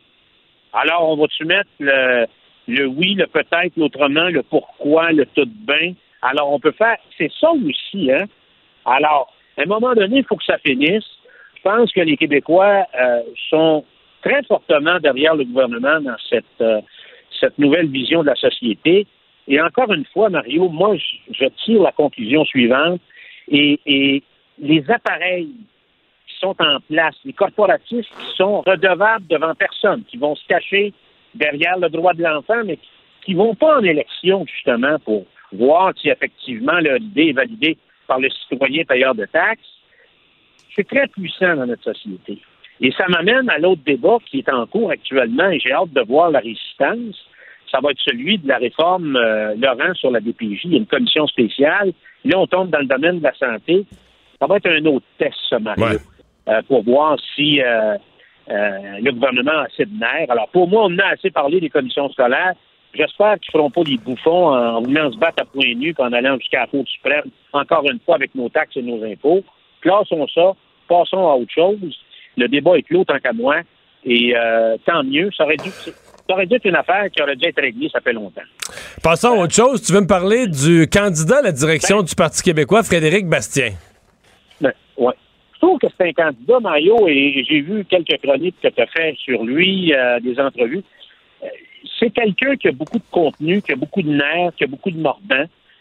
Alors, on va-tu mettre le, le oui, le peut-être, l'autrement, le pourquoi, le tout bien. Alors, on peut faire... C'est ça aussi, hein? Alors, à un moment donné, il faut que ça finisse. Je pense que les Québécois euh, sont très fortement derrière le gouvernement dans cette, euh, cette nouvelle vision de la société. Et encore une fois, Mario, moi, je, je tire la conclusion suivante. Et, et les appareils qui sont en place, les corporatistes qui sont redevables devant personne, qui vont se cacher derrière le droit de l'enfant, mais qui ne vont pas en élection, justement, pour voir si effectivement leur idée est validée par le citoyen payeur de taxes, c'est très puissant dans notre société. Et ça m'amène à l'autre débat qui est en cours actuellement, et j'ai hâte de voir la résistance. Ça va être celui de la réforme euh, Laurent sur la D P J. Il y a une commission spéciale. Là, on tombe dans le domaine de la santé. Ça va être un autre test, ce Mario, ouais. euh, pour voir si euh, euh, le gouvernement a assez de nerfs. Alors, pour moi, on a assez parlé des commissions scolaires. J'espère qu'ils ne feront pas des bouffons en voulant se battre à poing nu puis en allant jusqu'à la Cour suprême, encore une fois, avec nos taxes et nos impôts. Classons ça, passons à autre chose. Le débat est clos, tant qu'à moi. Et euh, tant mieux. Ça aurait dû... Ça aurait dû être une affaire qui aurait dû être réglée, ça fait longtemps. Passons à autre chose. Tu veux me parler du candidat à la direction ben, du Parti québécois, Frédéric Bastien. Ben, oui. Je trouve que c'est un candidat, Mario, et j'ai vu quelques chroniques que tu as fait sur lui, euh, des entrevues. Euh, c'est quelqu'un qui a beaucoup de contenu, qui a beaucoup de nerfs, qui a beaucoup de mordant.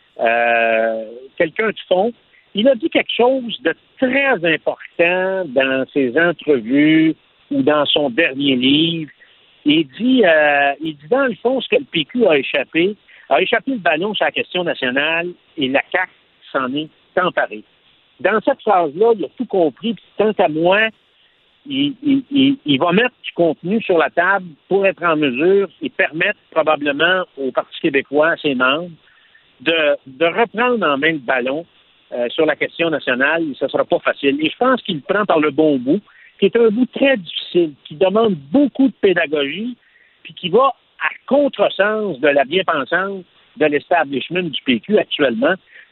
Euh, quelqu'un de fond. Il a dit quelque chose de très important dans ses entrevues ou dans son dernier livre. Il dit, euh, il dit dans le fond, ce que le P Q a échappé, a échappé le ballon sur la question nationale et la C A Q s'en est emparée. Dans cette phrase-là, il a tout compris, puis tant à moi, il, il, il, il va mettre du contenu sur la table pour être en mesure et permettre probablement au Parti québécois, à ses membres, de, de reprendre en main le ballon euh, sur la question nationale. Et ce ne sera pas facile. Et je pense qu'il le prend par le bon bout, qui est un bout très difficile, qui demande beaucoup de pédagogie, puis qui va à contresens de la bien-pensance de l'establishment du P Q actuellement.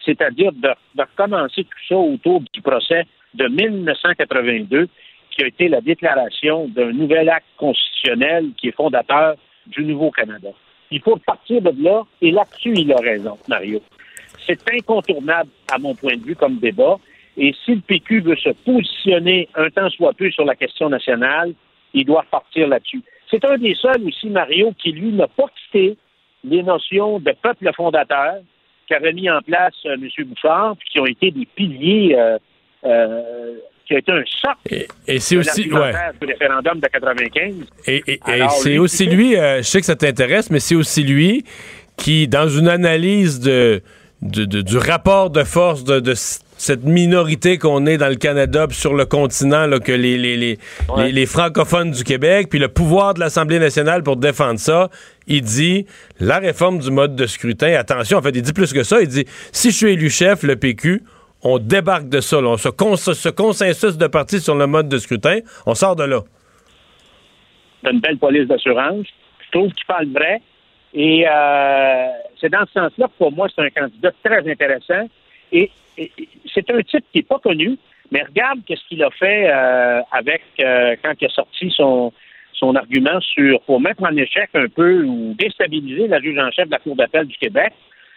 c'est-à-dire de, de recommencer tout ça autour du procès de dix-neuf cent quatre-vingt-deux, qui a été la déclaration d'un nouvel acte constitutionnel qui est fondateur du Nouveau-Canada. Il faut partir de là, et là-dessus, il a raison, Mario. C'est incontournable, à mon point de vue, comme débat, et si le P Q veut se positionner un temps soit peu sur la question nationale, il doit partir là-dessus. C'est un des seuls aussi, Mario, qui, lui, n'a pas quitté les notions de peuple fondateur qu'avait mis en place euh, M. Bouchard, puis qui ont été des piliers, euh, euh, qui a été un choc et, et c'est aussi, ouais. du référendum de quatre-vingt-quinze. Et, et, et c'est lui, aussi lui, euh, je sais que ça t'intéresse, mais c'est aussi lui qui, dans une analyse de, de, de du rapport de force de, de cette minorité qu'on est dans le Canada puis sur le continent, là, que les, les, les, ouais. les, les francophones du Québec, puis le pouvoir de l'Assemblée nationale pour défendre ça, il dit la réforme du mode de scrutin, attention, en fait, il dit plus que ça, il dit si je suis élu chef, le P Q, on débarque de ça, là, on se, cons- ce consensus de parti sur le mode de scrutin, on sort de là. C'est une belle police d'assurance. Je trouve qu'il parle vrai. Et euh, c'est dans ce sens-là que pour moi, c'est un candidat très intéressant. Et, et, et c'est un type qui n'est pas connu, mais regarde ce qu'il a fait euh, avec euh, quand il a sorti son, son argument sur pour mettre en échec un peu ou déstabiliser la juge en chef de la Cour d'appel du Québec.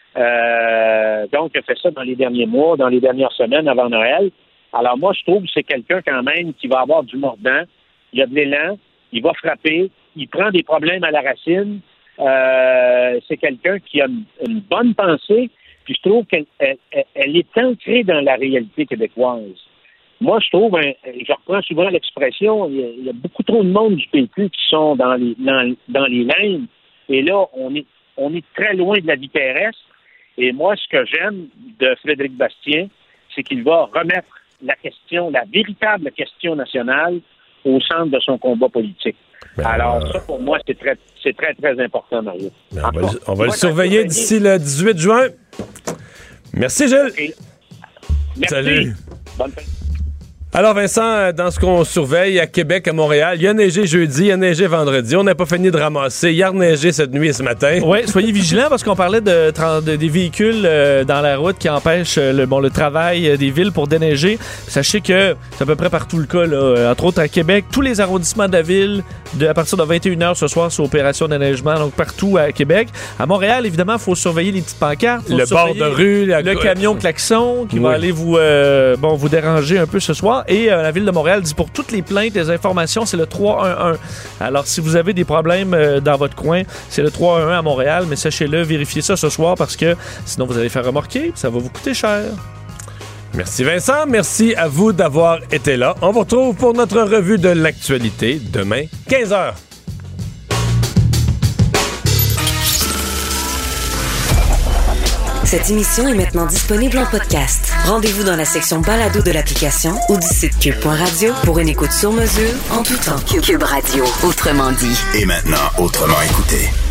Euh, donc, il a fait ça dans les derniers mois, dans les dernières semaines avant Noël. Alors moi, je trouve que c'est quelqu'un quand même qui va avoir du mordant. Il a de l'élan, il va frapper, il prend des problèmes à la racine. Euh, c'est quelqu'un qui a une, une bonne pensée, puis je trouve qu'elle elle, elle est ancrée dans la réalité québécoise. Moi, je trouve, hein, je reprends souvent l'expression, il y, a, il y a beaucoup trop de monde du P Q qui sont dans les dans, dans les lignes, et là, on est on est très loin de la vie terrestre. Et moi, ce que j'aime de Frédéric Bastien, c'est qu'il va remettre la question, la véritable question nationale, au centre de son combat politique. Ben Alors, euh... ça, pour moi, c'est très, c'est très, très important, Mario. Ben on va, on va le surveiller d'ici le dix-huit juin. Merci, Gilles. Okay. Merci. Salut. Bonne fin. Alors, Vincent, dans ce qu'on surveille à Québec, à Montréal, il y a neigé jeudi, il y a neigé vendredi. On n'a pas fini de ramasser. Il y a neigé cette nuit et ce matin. Oui, soyez vigilants parce qu'on parlait de, de, des véhicules euh, dans la route qui empêchent euh, le, bon, le travail euh, des villes pour déneiger. Sachez que c'est à peu près partout le cas. Là. Euh, entre autres, à Québec, tous les arrondissements de la ville, de, à partir de vingt et une heures ce soir, c'est opération déneigement, donc partout à Québec. À Montréal, évidemment, il faut surveiller les petites pancartes. Le bord de rue. La... Le camion klaxon qui oui. va aller vous, euh, bon, vous déranger un peu ce soir. Et euh, la Ville de Montréal dit pour toutes les plaintes, les informations, c'est le trois un un. Alors, si vous avez des problèmes euh, dans votre coin, c'est le trois un un à Montréal, mais sachez-le, vérifiez ça ce soir parce que sinon vous allez faire remorquer, ça va vous coûter cher. Merci Vincent, merci à vous d'avoir été là. On vous retrouve pour notre revue de l'actualité demain, quinze heures. Cette émission est maintenant disponible en podcast. Rendez-vous dans la section balado de l'application ou du site cube point radio pour une écoute sur mesure en tout temps. Cube Radio, autrement dit. Et maintenant, autrement écouté.